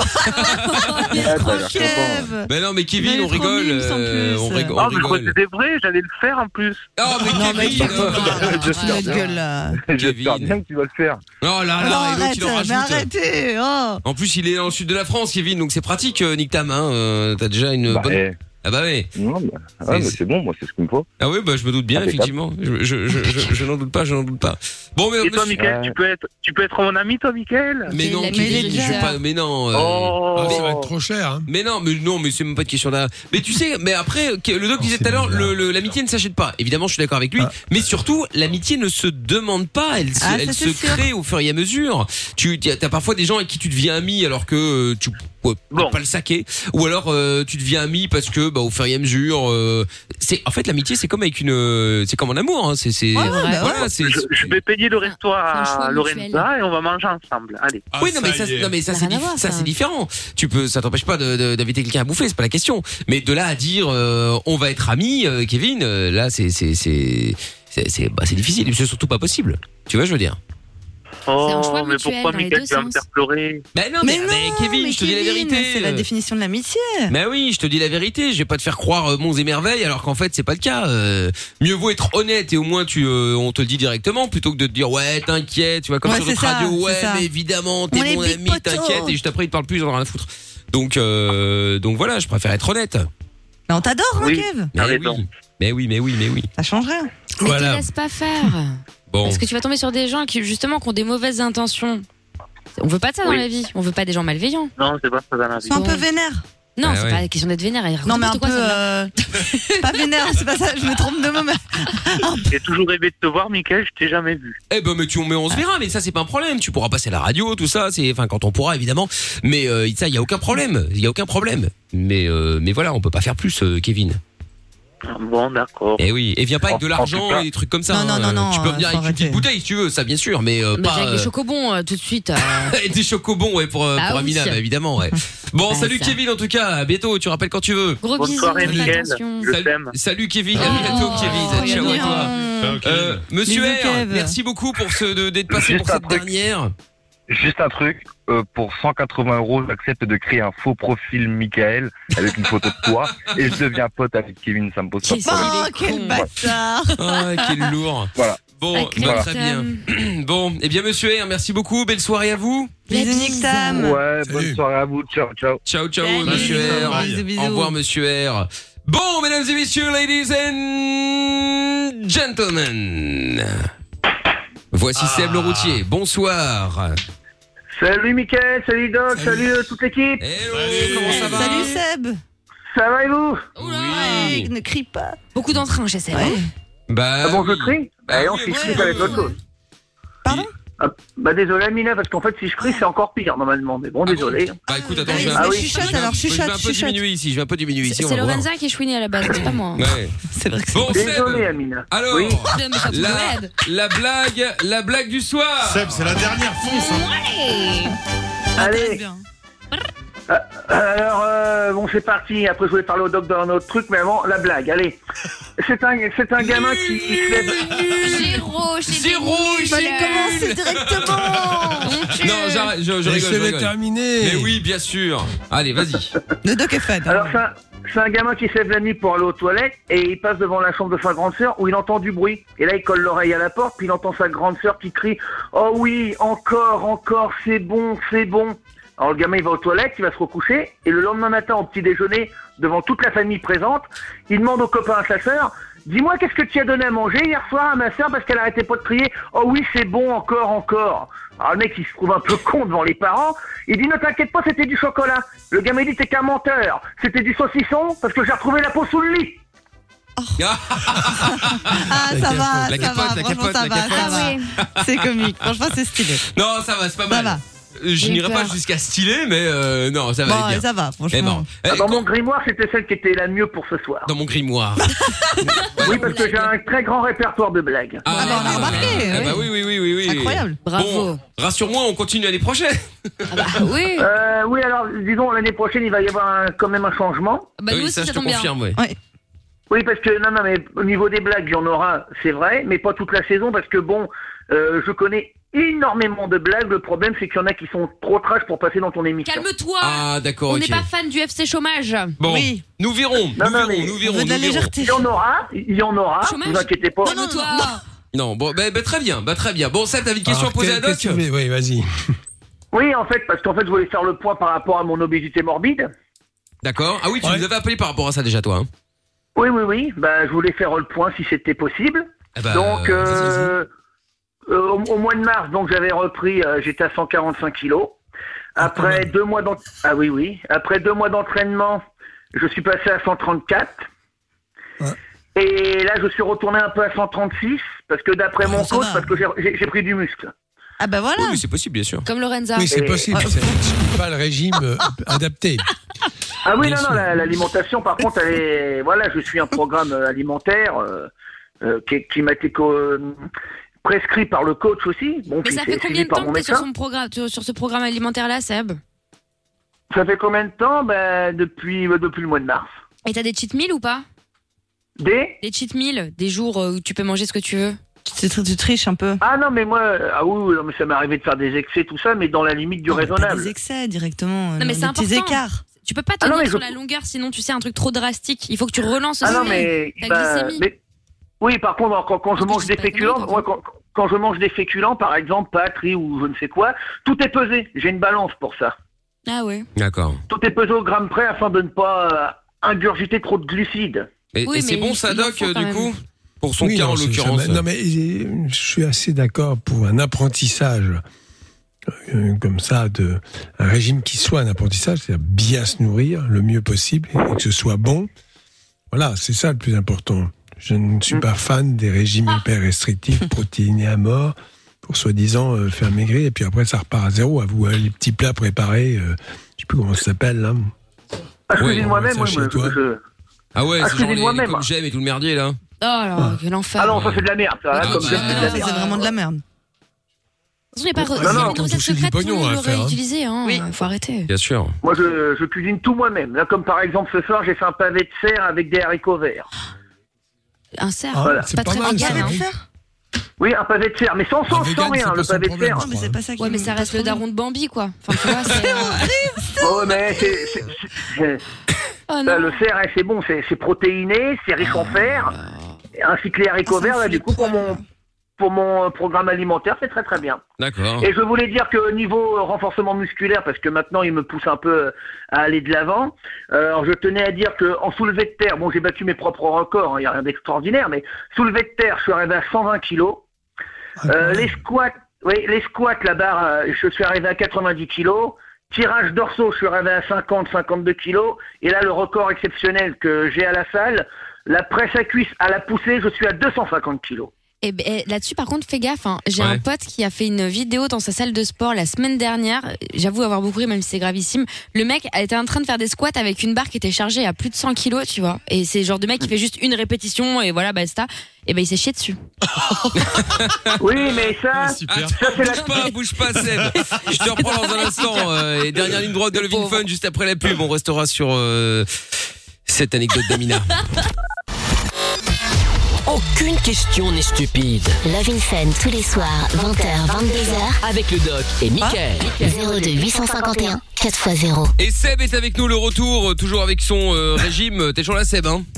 Speaker 18: Ah,
Speaker 3: trop
Speaker 18: t'as l'air
Speaker 3: Kev.
Speaker 2: Mais non, mais
Speaker 3: Il
Speaker 2: Kevin,
Speaker 3: est
Speaker 2: on
Speaker 3: trop
Speaker 2: rigole.
Speaker 3: mime, sans
Speaker 2: euh,
Speaker 3: plus.
Speaker 2: on rigole.
Speaker 16: Ah,
Speaker 2: On
Speaker 16: mais je crois que
Speaker 2: rigole.
Speaker 16: c'était vrai, j'allais le faire en plus.
Speaker 2: Oh, mais
Speaker 3: Non, mais
Speaker 2: Kevin.
Speaker 3: Kevin,
Speaker 2: euh,
Speaker 18: J'espère
Speaker 3: notre
Speaker 18: bien.
Speaker 3: gueule là.
Speaker 18: J'espère
Speaker 2: Kevin.
Speaker 18: bien que tu vas le faire.
Speaker 2: Oh là là,
Speaker 3: Non,
Speaker 2: et l'autre,
Speaker 3: arrête,
Speaker 2: il en
Speaker 3: mais
Speaker 2: rajoute.
Speaker 3: arrêtez. Oh.
Speaker 2: En plus, il est dans le sud de la France, Kevin, donc c'est pratique, euh, Nick Tam. Hein. Euh, T'as déjà une
Speaker 18: Bah,
Speaker 2: bonne.
Speaker 18: eh,
Speaker 2: Ah bah ouais.
Speaker 18: non, bah, ouais, mais c'est bon, moi, c'est ce qu'il me faut.
Speaker 2: Ah oui, bah je me doute bien,
Speaker 18: Impeccable.
Speaker 2: effectivement. Je, je, je, je, je n'en doute pas, je n'en doute pas. Bon, mais
Speaker 16: Et toi,
Speaker 2: monsieur-
Speaker 16: Mickaël,
Speaker 18: Ouais.
Speaker 16: tu peux être, tu peux être mon ami, toi, Mickaël?
Speaker 2: Mais
Speaker 15: C'est
Speaker 2: non,
Speaker 15: l'ami
Speaker 2: Kevin,
Speaker 15: des
Speaker 2: je vais
Speaker 15: auditeurs.
Speaker 2: pas. Mais non. euh,
Speaker 16: Oh.
Speaker 6: Ah, ça va être trop cher. Hein.
Speaker 2: Mais non, mais non, mais c'est même pas de question d'un. Mais tu sais, mais après, que- le doc
Speaker 6: Oh,
Speaker 2: disait
Speaker 6: c'est
Speaker 2: tout à l'heure,
Speaker 6: bizarre.
Speaker 2: le- le- l'amitié ne s'achète pas. Évidemment, je suis d'accord avec lui.
Speaker 6: Ah.
Speaker 2: Mais surtout, l'amitié ne se demande pas, elle se,
Speaker 3: Ah, ça,
Speaker 2: elle
Speaker 3: c'est
Speaker 2: se
Speaker 3: sûr.
Speaker 2: crée au fur et à mesure. Tu, t'as parfois des gens avec qui tu deviens ami alors que euh, tu peux
Speaker 16: Bon.
Speaker 2: pas le saquer, ou alors euh, tu deviens ami parce que, bah, au fur et à mesure, euh, c'est en fait l'amitié, c'est comme avec une, euh, c'est comme un amour. Hein, c'est, c'est,
Speaker 3: Ouais, ouais, bah
Speaker 2: voilà,
Speaker 3: ouais.
Speaker 2: c'est.
Speaker 16: Je, je vais payer le resto
Speaker 15: C'est un choix
Speaker 16: à
Speaker 15: mutuel.
Speaker 16: Lorenza et on va manger ensemble. Allez.
Speaker 6: Ah,
Speaker 2: oui, non mais,
Speaker 6: ça
Speaker 2: ça,
Speaker 6: y est.
Speaker 2: non, mais ça,
Speaker 15: Ça
Speaker 2: c'est,
Speaker 15: n'a rien à
Speaker 2: dif-
Speaker 15: voir,
Speaker 2: ça,
Speaker 15: ça.
Speaker 2: c'est différent. Tu peux, ça t'empêche pas de, de- d'inviter quelqu'un à bouffer, c'est pas la question. Mais de là à dire, euh, on va être amis, euh, Kevin, euh, là, c'est, c'est, c'est, c'est, c'est, bah, c'est difficile. C'est surtout pas possible. Tu vois, je veux dire.
Speaker 16: Oh,
Speaker 15: un choix
Speaker 16: mais
Speaker 15: mutuel
Speaker 16: pourquoi,
Speaker 15: dans les
Speaker 16: Mickaël,
Speaker 15: deux
Speaker 16: tu vas me
Speaker 15: sens.
Speaker 16: faire pleurer?
Speaker 2: Ben non, mais,
Speaker 3: Mais
Speaker 2: mais
Speaker 3: non,
Speaker 2: Kevin,
Speaker 3: mais
Speaker 2: je te dis la
Speaker 3: Kevin,
Speaker 2: vérité.
Speaker 3: C'est la
Speaker 2: euh.
Speaker 3: définition de l'amitié.
Speaker 2: Ben oui, je te dis la vérité. Je vais pas te faire croire euh, monts et merveilles alors qu'en fait c'est pas le cas. Euh, mieux vaut être honnête et au moins tu, euh, on te le dit directement plutôt que de te dire ouais t'inquiète, tu vois comme
Speaker 3: Ouais,
Speaker 2: sur
Speaker 3: c'est
Speaker 2: notre
Speaker 3: ça,
Speaker 2: radio,
Speaker 3: c'est
Speaker 2: ouais
Speaker 3: ça.
Speaker 2: mais évidemment
Speaker 3: On
Speaker 2: t'es
Speaker 3: est
Speaker 2: mon
Speaker 3: big
Speaker 2: ami,
Speaker 3: potos.
Speaker 2: t'inquiète et juste après il te parle plus, j'en ai rien à foutre. Donc euh, donc voilà, je préfère être honnête.
Speaker 3: Mais on t'adore, hein,
Speaker 16: Oui.
Speaker 3: Kev.
Speaker 2: Mais
Speaker 16: Arrête
Speaker 2: oui, mais oui, mais oui, mais oui.
Speaker 3: Ça change rien.
Speaker 15: Mais
Speaker 2: Voilà.
Speaker 15: te laisse pas faire.
Speaker 2: Bon.
Speaker 15: Parce que tu vas tomber sur des gens qui, justement, qui ont des mauvaises intentions. On veut pas de ça dans
Speaker 16: Oui.
Speaker 15: la vie. On veut pas des gens malveillants.
Speaker 16: Non, c'est pas ça dans la
Speaker 3: Ils
Speaker 16: vie.
Speaker 3: sont un peu
Speaker 15: Bon.
Speaker 3: vénères.
Speaker 15: Non,
Speaker 2: Ah
Speaker 15: c'est
Speaker 2: ouais.
Speaker 15: pas la question d'être vénère. Elle raconte
Speaker 3: Non, mais un
Speaker 15: n'importe
Speaker 3: peu.
Speaker 15: quoi, celle-là.
Speaker 3: euh, pas vénère, c'est pas ça, je me trompe de mot. mais-
Speaker 16: J'ai toujours rêvé de te voir, Mickaël, je t'ai jamais vu.
Speaker 2: Eh ben mais tu mais on se verra, mais ça c'est pas un problème. Tu pourras passer à la radio, tout ça, c'est enfin quand on pourra évidemment. Mais euh, ça y a aucun problème, il y a aucun problème. Mais euh, mais voilà, on peut pas faire plus, euh, Kevin.
Speaker 16: Bon, d'accord.
Speaker 2: Eh oui, et viens pas avec de
Speaker 18: En- en
Speaker 2: l'argent
Speaker 18: tout cas-
Speaker 2: et des trucs comme ça.
Speaker 3: Non,
Speaker 2: hein.
Speaker 3: non, non,
Speaker 2: Tu peux
Speaker 3: non,
Speaker 2: venir
Speaker 3: faut
Speaker 2: avec une petite
Speaker 3: arrêter.
Speaker 2: bouteille si tu veux, ça bien sûr, mais euh,
Speaker 15: Mais
Speaker 2: pas
Speaker 15: avec des
Speaker 2: euh,
Speaker 15: chocobons euh, tout de suite. euh.
Speaker 2: et des chocobons ouais pour euh,
Speaker 15: Ah
Speaker 2: pour
Speaker 15: oui.
Speaker 2: Amina, bah, évidemment ouais. Bon,
Speaker 15: Ah,
Speaker 2: salut
Speaker 15: ça.
Speaker 2: Kevin en tout cas, à bientôt, tu rappelles quand tu veux.
Speaker 15: Gros
Speaker 16: Bonne
Speaker 15: bisous,
Speaker 16: soirée,
Speaker 15: fais
Speaker 16: Mickaël.
Speaker 15: attention.
Speaker 16: Je
Speaker 2: Salut,
Speaker 16: t'aime.
Speaker 2: salut Kevin, à
Speaker 15: Oh,
Speaker 2: bientôt Kevin. Ciao à
Speaker 3: mignon.
Speaker 2: toi. Euh, monsieur
Speaker 3: Bisous,
Speaker 2: R,
Speaker 3: Kev.
Speaker 2: merci beaucoup pour ce de- d'être passé
Speaker 18: Juste
Speaker 2: pour
Speaker 18: un
Speaker 2: cette
Speaker 18: truc.
Speaker 2: dernière.
Speaker 18: Juste un truc, euh, pour cent quatre-vingts euros, j'accepte de créer un faux profil Michael avec une photo de toi et je deviens pote avec Kevin, ça me pose pas de
Speaker 15: Qu'est-ce
Speaker 18: problème.
Speaker 3: Oh, quel bâtard.
Speaker 2: Ah, quel lourd.
Speaker 18: Voilà.
Speaker 2: Bon,
Speaker 15: Sacré
Speaker 2: bah,
Speaker 15: homme.
Speaker 2: très bien. Bon, eh bien monsieur R, merci beaucoup, belle soirée à vous.
Speaker 3: Bisous Nick Tam.
Speaker 18: Ouais, bonne soirée à vous. Ciao, ciao.
Speaker 2: Ciao, ciao,
Speaker 3: Salut.
Speaker 2: monsieur R.
Speaker 3: Bisous, bisous.
Speaker 2: Au revoir, monsieur R. Bon, mesdames et messieurs, ladies and gentlemen. Voici
Speaker 18: Ah.
Speaker 2: Seb le routier. Bonsoir.
Speaker 11: Salut Mickaël, salut Doc, salut, euh, toute l'équipe.
Speaker 2: Hello, comment ça va?
Speaker 3: Salut Seb.
Speaker 11: Ça va et vous?
Speaker 3: Ouais, ne crie pas.
Speaker 15: Beaucoup d'entrain chez Seb.
Speaker 2: Bah,
Speaker 11: Ah bon, je
Speaker 2: oui.
Speaker 11: crie?
Speaker 2: Bah
Speaker 11: Eh non,
Speaker 2: oui,
Speaker 11: si je
Speaker 2: oui,
Speaker 11: crie,
Speaker 2: oui,
Speaker 11: ça va être
Speaker 2: oui.
Speaker 11: autre chose.
Speaker 3: Pardon?
Speaker 11: Ah, bah désolé Amina, parce qu'en fait si je crie c'est encore pire normalement, mais bon désolé.
Speaker 2: Bah écoute, attends,
Speaker 3: Ah,
Speaker 2: je vais
Speaker 3: oui,
Speaker 2: un peu,
Speaker 3: mais
Speaker 2: je
Speaker 3: chuchote,
Speaker 2: vais un-
Speaker 3: alors,
Speaker 2: je vais
Speaker 3: chuchote,
Speaker 2: un peu
Speaker 3: chuchote.
Speaker 2: diminuer ici, je vais un peu diminuer ici. on
Speaker 15: C'est
Speaker 2: va voir.
Speaker 15: Lorenza qui est chouiné à la base, c'est pas moi.
Speaker 2: Ouais.
Speaker 3: C'est vrai que
Speaker 2: Bon, Seb,
Speaker 11: Désolé Amina.
Speaker 2: alors,
Speaker 11: Oui.
Speaker 15: Mais ça te
Speaker 2: la,
Speaker 15: aide.
Speaker 2: la blague, la blague du soir.
Speaker 13: Seb, c'est la dernière fonce. hein.
Speaker 11: Allez.
Speaker 3: bien.
Speaker 11: Euh, alors euh, bon c'est parti, après je voulais parler au Doc d'un autre truc, mais avant la blague, allez. C'est un, c'est un gamin qui, qui se lève...
Speaker 15: Zéro, chez
Speaker 2: Zéro,
Speaker 3: Il fallait commencer directement.
Speaker 2: Non, j'arrête, je, je rigole, je
Speaker 6: Laissez-le
Speaker 2: rigole.
Speaker 6: terminer.
Speaker 2: Mais oui, bien sûr. Allez, vas-y.
Speaker 3: Le Doc est fan.
Speaker 11: Alors c'est un, c'est un gamin qui se lève la nuit pour aller aux toilettes et il passe devant la chambre de sa grande sœur où il entend du bruit. Et là il colle l'oreille à la porte, puis il entend sa grande sœur qui crie « Oh oui, encore, encore, c'est bon, c'est bon ». Alors le gamin il va aux toilettes, il va se recoucher et le lendemain matin au petit déjeuner, devant toute la famille présente, il demande au copain à sa sœur « Dis-moi qu'est-ce que tu as donné à manger hier soir à ma sœur parce qu'elle arrêtait pas de crier « Oh oui, c'est bon, encore, encore ». Alors le mec il se trouve un peu con devant les parents, il dit « Ne t'inquiète pas, c'était du chocolat ». Le gamin il dit « T'es qu'un menteur, c'était du saucisson parce que j'ai retrouvé la peau sous le lit ».
Speaker 3: Ah, ça va,
Speaker 2: La
Speaker 3: ça
Speaker 2: capote,
Speaker 3: va,
Speaker 2: la
Speaker 3: franchement,
Speaker 2: capote,
Speaker 3: ça
Speaker 2: la
Speaker 3: va,
Speaker 2: capote.
Speaker 3: ça va. C'est comique, franchement, c'est stylé.
Speaker 2: Non, ça va, c'est pas
Speaker 3: Ça
Speaker 2: mal.
Speaker 3: va.
Speaker 2: Euh, Je
Speaker 15: J'ai
Speaker 2: n'irai pas
Speaker 15: peur.
Speaker 2: jusqu'à stylé, mais euh, non, ça va
Speaker 3: Bon,
Speaker 2: aller bien.
Speaker 3: ça va,
Speaker 2: Eh
Speaker 3: franchement.
Speaker 2: bon. Eh,
Speaker 11: Ah, dans
Speaker 2: quand-
Speaker 11: mon grimoire c'était celle qui était la mieux pour ce soir.
Speaker 2: Dans mon grimoire.
Speaker 11: Oui parce que j'ai un très grand répertoire de blagues.
Speaker 3: Ah, bah, on a remarqué,
Speaker 2: Ah
Speaker 3: oui.
Speaker 2: bah oui, oui, oui, oui, oui.
Speaker 3: Incroyable.
Speaker 15: Bravo.
Speaker 2: Bon, rassure-moi, on continue l'année prochaine.
Speaker 15: Ah bah oui.
Speaker 11: Euh, oui, alors, disons, l'année prochaine, il va y avoir un- quand même un changement.
Speaker 15: Bah nous
Speaker 2: oui,
Speaker 15: aussi,
Speaker 2: ça,
Speaker 15: ça
Speaker 2: je te
Speaker 15: tombe bien.
Speaker 2: confirme, ouais.
Speaker 11: Oui, parce que, non, non, mais au niveau des blagues, il y en aura, c'est vrai, mais pas toute la saison, parce que, bon, euh, je connais énormément de blagues. Le problème, c'est qu'il y en a qui sont trop trash pour passer dans ton émission.
Speaker 15: Calme-toi.
Speaker 2: Ah, d'accord,
Speaker 15: On
Speaker 2: ok.
Speaker 15: n'est pas fan du F C chômage.
Speaker 2: Bon,
Speaker 3: Oui.
Speaker 2: nous verrons,
Speaker 11: Non,
Speaker 2: nous
Speaker 11: non,
Speaker 2: verrons,
Speaker 11: mais
Speaker 2: nous
Speaker 3: On
Speaker 2: verrons,
Speaker 3: veut de la
Speaker 2: nous verrons.
Speaker 3: légèreté.
Speaker 11: Il y en aura, il y en aura,
Speaker 15: Chômage.
Speaker 11: vous inquiétez pas.
Speaker 15: Calme-toi.
Speaker 2: Non, bon, bah, bah, très bien, bah, très bien. Bon, ça, t'avais une question
Speaker 6: Alors,
Speaker 2: à poser à
Speaker 6: qu'est-
Speaker 2: Doc?
Speaker 6: qu'est-ce que tu voulais Oui, vas-y.
Speaker 11: Oui, en fait, parce qu'en fait, je voulais faire le point par rapport à mon obésité morbide.
Speaker 2: D'accord. Ah oui, tu
Speaker 6: Ouais.
Speaker 2: nous avais appelé par rapport à ça déjà, toi. Hein.
Speaker 11: Oui, oui, oui, bah, je voulais faire le point si c'était possible.
Speaker 2: Eh bah,
Speaker 11: Donc,
Speaker 2: euh, vas-y, vas-y.
Speaker 11: euh, euh, au, au mois de mars, donc j'avais repris, euh, j'étais à cent quarante-cinq kilos. Après deux mois d'ent- ah oui oui, après deux mois d'entraînement, je suis passé à cent trente-quatre.
Speaker 6: Ouais.
Speaker 11: Et là, je suis retourné un peu à cent trente-six parce que d'après mon
Speaker 3: ça
Speaker 11: coach,
Speaker 3: va.
Speaker 11: parce que j'ai- j'ai j'ai pris du muscle.
Speaker 3: Ah bah voilà.
Speaker 2: Oui, oui, c'est possible, bien sûr.
Speaker 15: Comme Lorenza.
Speaker 6: Oui, c'est
Speaker 11: Et-
Speaker 6: possible.
Speaker 3: Ah.
Speaker 6: C'est c'est pas le régime euh, adapté.
Speaker 11: Ah oui,
Speaker 6: Bien
Speaker 11: non, non,
Speaker 6: sûr.
Speaker 11: la- l'alimentation, par contre, elle est, voilà, je suis un programme euh, alimentaire euh, euh, qui, qui m'a été co- euh, prescrit par le coach aussi. Bon,
Speaker 15: Mais
Speaker 11: puis
Speaker 15: ça
Speaker 11: c'est
Speaker 15: fait combien
Speaker 11: suivi
Speaker 15: de
Speaker 11: par
Speaker 15: temps
Speaker 11: mon
Speaker 15: que t'es sur,
Speaker 11: médecin.
Speaker 15: son programme, sur sur ce programme alimentaire-là, Seb?
Speaker 11: Ça fait combien de temps? Ben, depuis, euh, depuis le mois de mars.
Speaker 15: Et t'as des cheat meals ou pas?
Speaker 11: Des
Speaker 15: Des cheat meals, des jours euh, où tu peux manger ce que tu veux.
Speaker 3: Tu, tu- tu triches un peu.
Speaker 11: Ah non, mais moi, euh, ah oui, oui, non, mais ça m'est arrivé de faire des excès, tout ça, mais dans la limite du
Speaker 3: Non, mais pas
Speaker 11: raisonnable.
Speaker 3: des excès directement. euh,
Speaker 15: Non, mais
Speaker 3: des
Speaker 15: c'est
Speaker 3: petits
Speaker 15: important.
Speaker 3: écarts.
Speaker 15: Tu peux pas
Speaker 11: Ah non,
Speaker 15: tenir
Speaker 11: mais
Speaker 15: sur
Speaker 11: je-
Speaker 15: la longueur, sinon tu sais un truc trop drastique. Il faut que tu relances
Speaker 11: Ah
Speaker 15: aussi
Speaker 11: non, mais,
Speaker 15: ta
Speaker 11: bah,
Speaker 15: glycémie.
Speaker 11: mais- oui, par contre, quand, quand je
Speaker 15: Non, mais
Speaker 11: mange
Speaker 15: je
Speaker 11: des
Speaker 15: dis pas
Speaker 11: féculents,
Speaker 15: économique,
Speaker 11: moi, quand, quand je mange des féculents, par exemple, pâtes, riz ou je ne sais quoi, tout est pesé. J'ai une balance pour ça.
Speaker 15: Ah ouais.
Speaker 2: D'accord.
Speaker 11: Tout est pesé au gramme près afin de ne pas euh, ingurgiter trop de glucides.
Speaker 2: Et,
Speaker 15: Oui,
Speaker 2: et c'est
Speaker 15: mais
Speaker 2: bon,
Speaker 15: il-
Speaker 2: ça,
Speaker 15: il en
Speaker 2: Doc,
Speaker 15: faut
Speaker 2: euh,
Speaker 15: quand
Speaker 2: du
Speaker 15: même.
Speaker 2: coup? Pour son
Speaker 6: Oui,
Speaker 2: cas,
Speaker 6: non,
Speaker 2: en
Speaker 6: c'est-
Speaker 2: l'occurrence.
Speaker 6: ça m'a- Non, mais euh, je suis assez d'accord pour un apprentissage euh, comme ça, de, un régime qui soit un apprentissage, c'est-à-dire bien se nourrir le mieux possible et que ce soit bon. Voilà, c'est ça le plus important. Je ne suis pas fan des régimes hyper restrictifs, protéinés à mort, pour soi-disant euh, faire maigrir, et puis après ça repart à zéro. À vous, euh, les petits plats préparés, euh, je sais plus comment ça s'appelle là.
Speaker 11: Ah, je
Speaker 2: Oui,
Speaker 11: cuisine
Speaker 6: on
Speaker 11: moi-même,
Speaker 6: met ça
Speaker 11: moi,
Speaker 6: chez
Speaker 11: je-
Speaker 6: toi.
Speaker 11: je-
Speaker 2: Ah ouais,
Speaker 11: Ah,
Speaker 2: c'est
Speaker 11: je
Speaker 2: genre
Speaker 11: cuisine
Speaker 2: les,
Speaker 11: moi-même.
Speaker 2: comme j'aime et tout le merdier, là.
Speaker 15: Oh là, quel enfer.
Speaker 11: Ah non, ça c'est de la merde, ça. hein,
Speaker 2: Ah,
Speaker 11: comme
Speaker 2: bah,
Speaker 11: j'aime, c'est de la
Speaker 3: Ça,
Speaker 11: merde.
Speaker 3: c'est vraiment de la merde.
Speaker 15: Il n'y a pas
Speaker 11: Non,
Speaker 15: il y a
Speaker 11: non,
Speaker 15: une
Speaker 6: quand
Speaker 15: recette
Speaker 6: toucher du
Speaker 15: secrète, tout le
Speaker 6: pognon
Speaker 15: monde
Speaker 6: à
Speaker 15: l'aurait
Speaker 6: faire, hein.
Speaker 15: utilisé. Hein.
Speaker 3: Oui.
Speaker 15: Faut arrêter.
Speaker 2: Bien sûr.
Speaker 11: Moi, je, je cuisine tout moi-même. Là, comme par exemple ce soir, j'ai fait un pavé de serre avec des haricots verts.
Speaker 15: Un cerf.
Speaker 6: Ah,
Speaker 11: Voilà.
Speaker 6: c'est
Speaker 15: Pas
Speaker 6: pas,
Speaker 15: très
Speaker 6: mal
Speaker 15: vegan,
Speaker 6: ça.
Speaker 15: hein.
Speaker 6: oui.
Speaker 11: Oui, un pavé de serre, mais sans
Speaker 6: Un
Speaker 11: sans,
Speaker 6: vegan,
Speaker 11: sans rien,
Speaker 6: c'est
Speaker 11: le
Speaker 6: pas son
Speaker 11: pavé de
Speaker 6: problème,
Speaker 11: serre.
Speaker 6: je
Speaker 3: Non, mais c'est pas ça qui
Speaker 15: Ouais, mais ça
Speaker 3: me
Speaker 15: reste
Speaker 3: passe
Speaker 15: le
Speaker 3: trop
Speaker 15: daron de Bambi, quoi. Enfin, tu vois, c'est. euh,
Speaker 11: Oh, mais c'est, c'est- c'est-
Speaker 15: Oh
Speaker 11: ça,
Speaker 15: non.
Speaker 11: le cerf, eh, c'est bon, c'est, c'est protéiné, c'est riche en fer. Ainsi que les haricots
Speaker 3: Ah, ça me
Speaker 11: verts, là,
Speaker 3: fout
Speaker 11: du
Speaker 3: les
Speaker 11: coup, pour
Speaker 3: poils.
Speaker 11: mon, pour mon programme alimentaire, c'est très très bien.
Speaker 2: D'accord.
Speaker 11: Et je voulais dire que niveau renforcement musculaire, parce que maintenant il me pousse un peu à aller de l'avant, euh, alors je tenais à dire que en soulevé de terre, bon j'ai battu mes propres records, il hein, n'y a rien d'extraordinaire, mais soulevé de terre, je suis arrivé à cent vingt kilos. Euh, les squats, oui, les squats, la barre, euh, je suis arrivé à quatre-vingt-dix kilos. Tirage dorsaux, je suis arrivé à cinquante, cinquante-deux kilos. Et là, le record exceptionnel que j'ai à la salle, la presse à cuisse à la poussée, je suis à deux cent cinquante kilos.
Speaker 15: Et ben, eh, là-dessus, par contre, fais gaffe. Hein. J'ai
Speaker 2: Ouais.
Speaker 15: un pote qui a fait une vidéo dans sa salle de sport la semaine dernière. J'avoue avoir beaucoup ri, même si c'est gravissime. Le mec était en train de faire des squats avec une barre qui était chargée à plus de cent kilos, tu vois. Et c'est le genre de mec qui fait juste une répétition et voilà, basta. Et ben, il s'est chié dessus.
Speaker 11: Oui, mais ça,
Speaker 2: Super.
Speaker 11: ça c'est la...
Speaker 2: Bouge pas, bouge pas, Seb. Je te reprends dans un instant. Euh, et dernière ligne droite de Levin Fun, juste après la pub. On restera sur euh, cette anecdote d'Amina.
Speaker 1: Aucune question n'est stupide.
Speaker 7: Love in Fun tous les soirs, vingt heures, vingt-deux heures.
Speaker 1: Avec le doc et Mickaël.
Speaker 7: zéro deux huit cent cinquante et un quatre fois zéro.
Speaker 2: Et Seb est avec nous, le retour, euh, toujours avec son euh, régime. T'es toujours là, Seb, hein?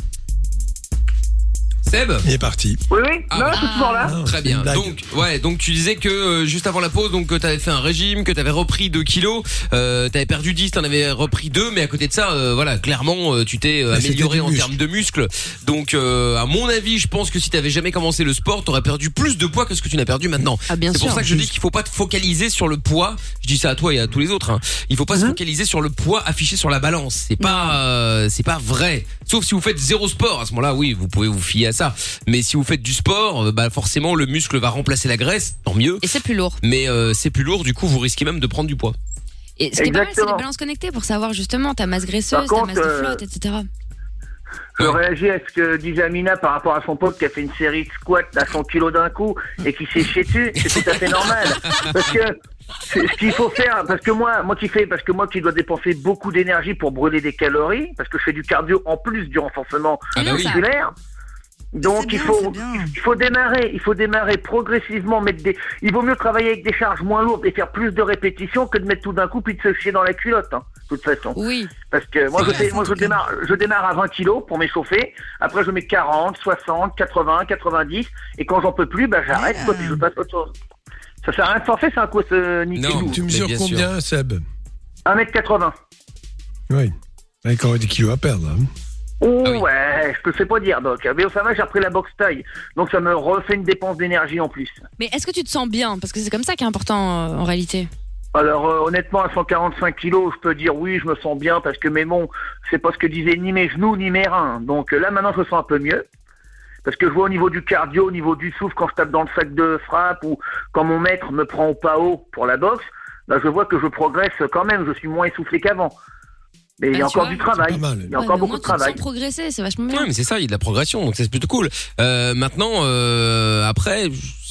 Speaker 2: Seb?
Speaker 6: Il est parti.
Speaker 11: Oui, oui,
Speaker 2: Ah,
Speaker 11: non,
Speaker 2: ouais.
Speaker 11: je suis toujours là.
Speaker 6: Non,
Speaker 2: Très
Speaker 6: c'est
Speaker 2: bien.
Speaker 6: une blague.
Speaker 2: Donc, ouais, donc tu disais que euh, juste avant la pause, donc tu avais fait un régime, que tu avais repris deux kilos, euh, tu avais perdu dix, tu en avais repris deux, mais à côté de ça, euh, voilà, clairement, euh, tu t'es euh,
Speaker 6: Ouais, c'était
Speaker 2: amélioré
Speaker 6: du
Speaker 2: en
Speaker 6: muscle.
Speaker 2: termes de muscles. Donc, euh, à mon avis, je pense que si tu avais jamais commencé le sport, tu aurais perdu plus de poids que ce que tu n'as perdu maintenant.
Speaker 15: Ah, bien
Speaker 2: C'est pour
Speaker 15: sûr.
Speaker 2: ça que je dis qu'il faut pas te focaliser sur le poids. Je dis ça à toi et à tous les autres. Hein. Il faut pas se focaliser sur le poids affiché sur la balance. C'est pas, euh, c'est pas vrai. Sauf si vous faites zéro sport. À ce moment-là, oui, vous pouvez vous fier à ça. Mais si vous faites du sport, euh, bah forcément le muscle va remplacer la graisse, tant mieux.
Speaker 15: Et c'est plus lourd.
Speaker 2: Mais euh, c'est plus lourd, du coup vous risquez même de prendre du poids.
Speaker 15: Et ce qui est pas mal, c'est
Speaker 11: Exactement.
Speaker 15: les balances connectées pour savoir justement ta masse
Speaker 11: Par
Speaker 15: graisseuse, ta
Speaker 11: contre,
Speaker 15: masse de
Speaker 11: euh,
Speaker 15: flotte, et cetera.
Speaker 11: Je réagis à ce que disait Amina par rapport à son pote qui a fait une série de squats à cent kilos d'un coup et qui s'est chié dessus. C'est tout à fait normal. Parce que c'est ce qu'il faut faire, parce que moi, moi qui fais, parce que moi qui dois dépenser beaucoup d'énergie pour brûler des calories, parce que je fais du cardio en plus du renforcement
Speaker 2: Ah bah oui.
Speaker 11: musculaire. Donc
Speaker 3: C'est
Speaker 11: il
Speaker 3: bien,
Speaker 11: faut,
Speaker 3: c'est bien.
Speaker 11: il faut démarrer, il faut démarrer progressivement, mettre des, il vaut mieux travailler avec des charges moins lourdes et faire plus de répétitions que de mettre tout d'un coup puis de se chier dans la culotte, hein, de toute façon.
Speaker 15: Oui.
Speaker 11: Parce que moi,
Speaker 2: C'est
Speaker 11: je,
Speaker 2: vrai,
Speaker 11: fais, moi
Speaker 3: ça, en
Speaker 11: je,
Speaker 3: tout cas.
Speaker 11: démarre, je démarre à vingt kilos pour m'échauffer. Après, je mets quarante, soixante, quatre-vingts, quatre-vingt-dix. Et quand j'en peux plus, bah, j'arrête,
Speaker 3: Yeah.
Speaker 11: quoi, puis je passe à autre chose. Ça sert à rien de forcer, c'est un coup se niquer
Speaker 2: Non.
Speaker 11: nous.
Speaker 6: Tu
Speaker 2: Mais
Speaker 6: mesures
Speaker 2: bien
Speaker 6: combien, Seb?
Speaker 11: un mètre quatre-vingts.
Speaker 6: Oui. Avec encore des kilos à perdre. Hein.
Speaker 11: Oh,
Speaker 2: Ah oui.
Speaker 11: ouais, je te le fais pas dire, donc. Mais au Fama, j'ai repris la boxe taille. Donc ça me refait une dépense d'énergie en plus.
Speaker 15: Mais est-ce que tu te sens bien? Parce que c'est comme ça qui est important euh, en réalité.
Speaker 11: Alors euh, honnêtement, à cent quarante-cinq kilos, je peux dire oui, je me sens bien parce que mes mon, c'est pas ce que disaient ni mes genoux ni mes reins. Donc euh, là maintenant, je me sens un peu mieux. Parce que je vois au niveau du cardio, au niveau du souffle, quand je tape dans le sac de frappe ou quand mon maître me prend au pas haut pour la boxe, là je vois que je progresse quand même, je suis moins essoufflé qu'avant. Mais il y a
Speaker 15: Ah, tu
Speaker 11: encore
Speaker 15: vois,
Speaker 11: du travail.
Speaker 6: c'est pas mal.
Speaker 11: Il y a
Speaker 15: Ouais,
Speaker 11: encore
Speaker 15: mais au
Speaker 11: beaucoup
Speaker 15: moins,
Speaker 11: de
Speaker 15: tu te
Speaker 11: travail.
Speaker 15: sens progresser, c'est vachement
Speaker 2: Ouais,
Speaker 15: bien.
Speaker 2: mais c'est ça, il y a de la progression, donc c'est plutôt cool. Euh, maintenant, euh, après,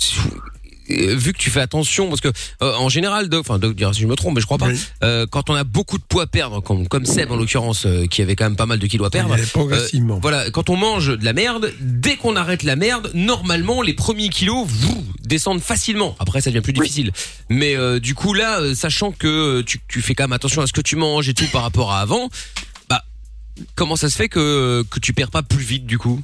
Speaker 2: euh, vu que tu fais attention, parce que euh, en général, Doc, enfin Doc, dire si je me trompe, mais je crois pas.
Speaker 6: Oui.
Speaker 2: Euh, quand on a beaucoup de poids à perdre, comme, comme Seb en l'occurrence, euh, qui avait quand même pas mal de kilos à perdre.
Speaker 6: Il allait progressivement.
Speaker 2: euh, voilà, quand on mange de la merde, dès qu'on arrête la merde, normalement les premiers kilos vous, descendent facilement. Après, ça devient plus difficile. Mais euh, du coup là, euh, sachant que tu, tu fais quand même attention à ce que tu manges et tout par rapport à avant, bah comment ça se fait que que tu perds pas plus vite du coup?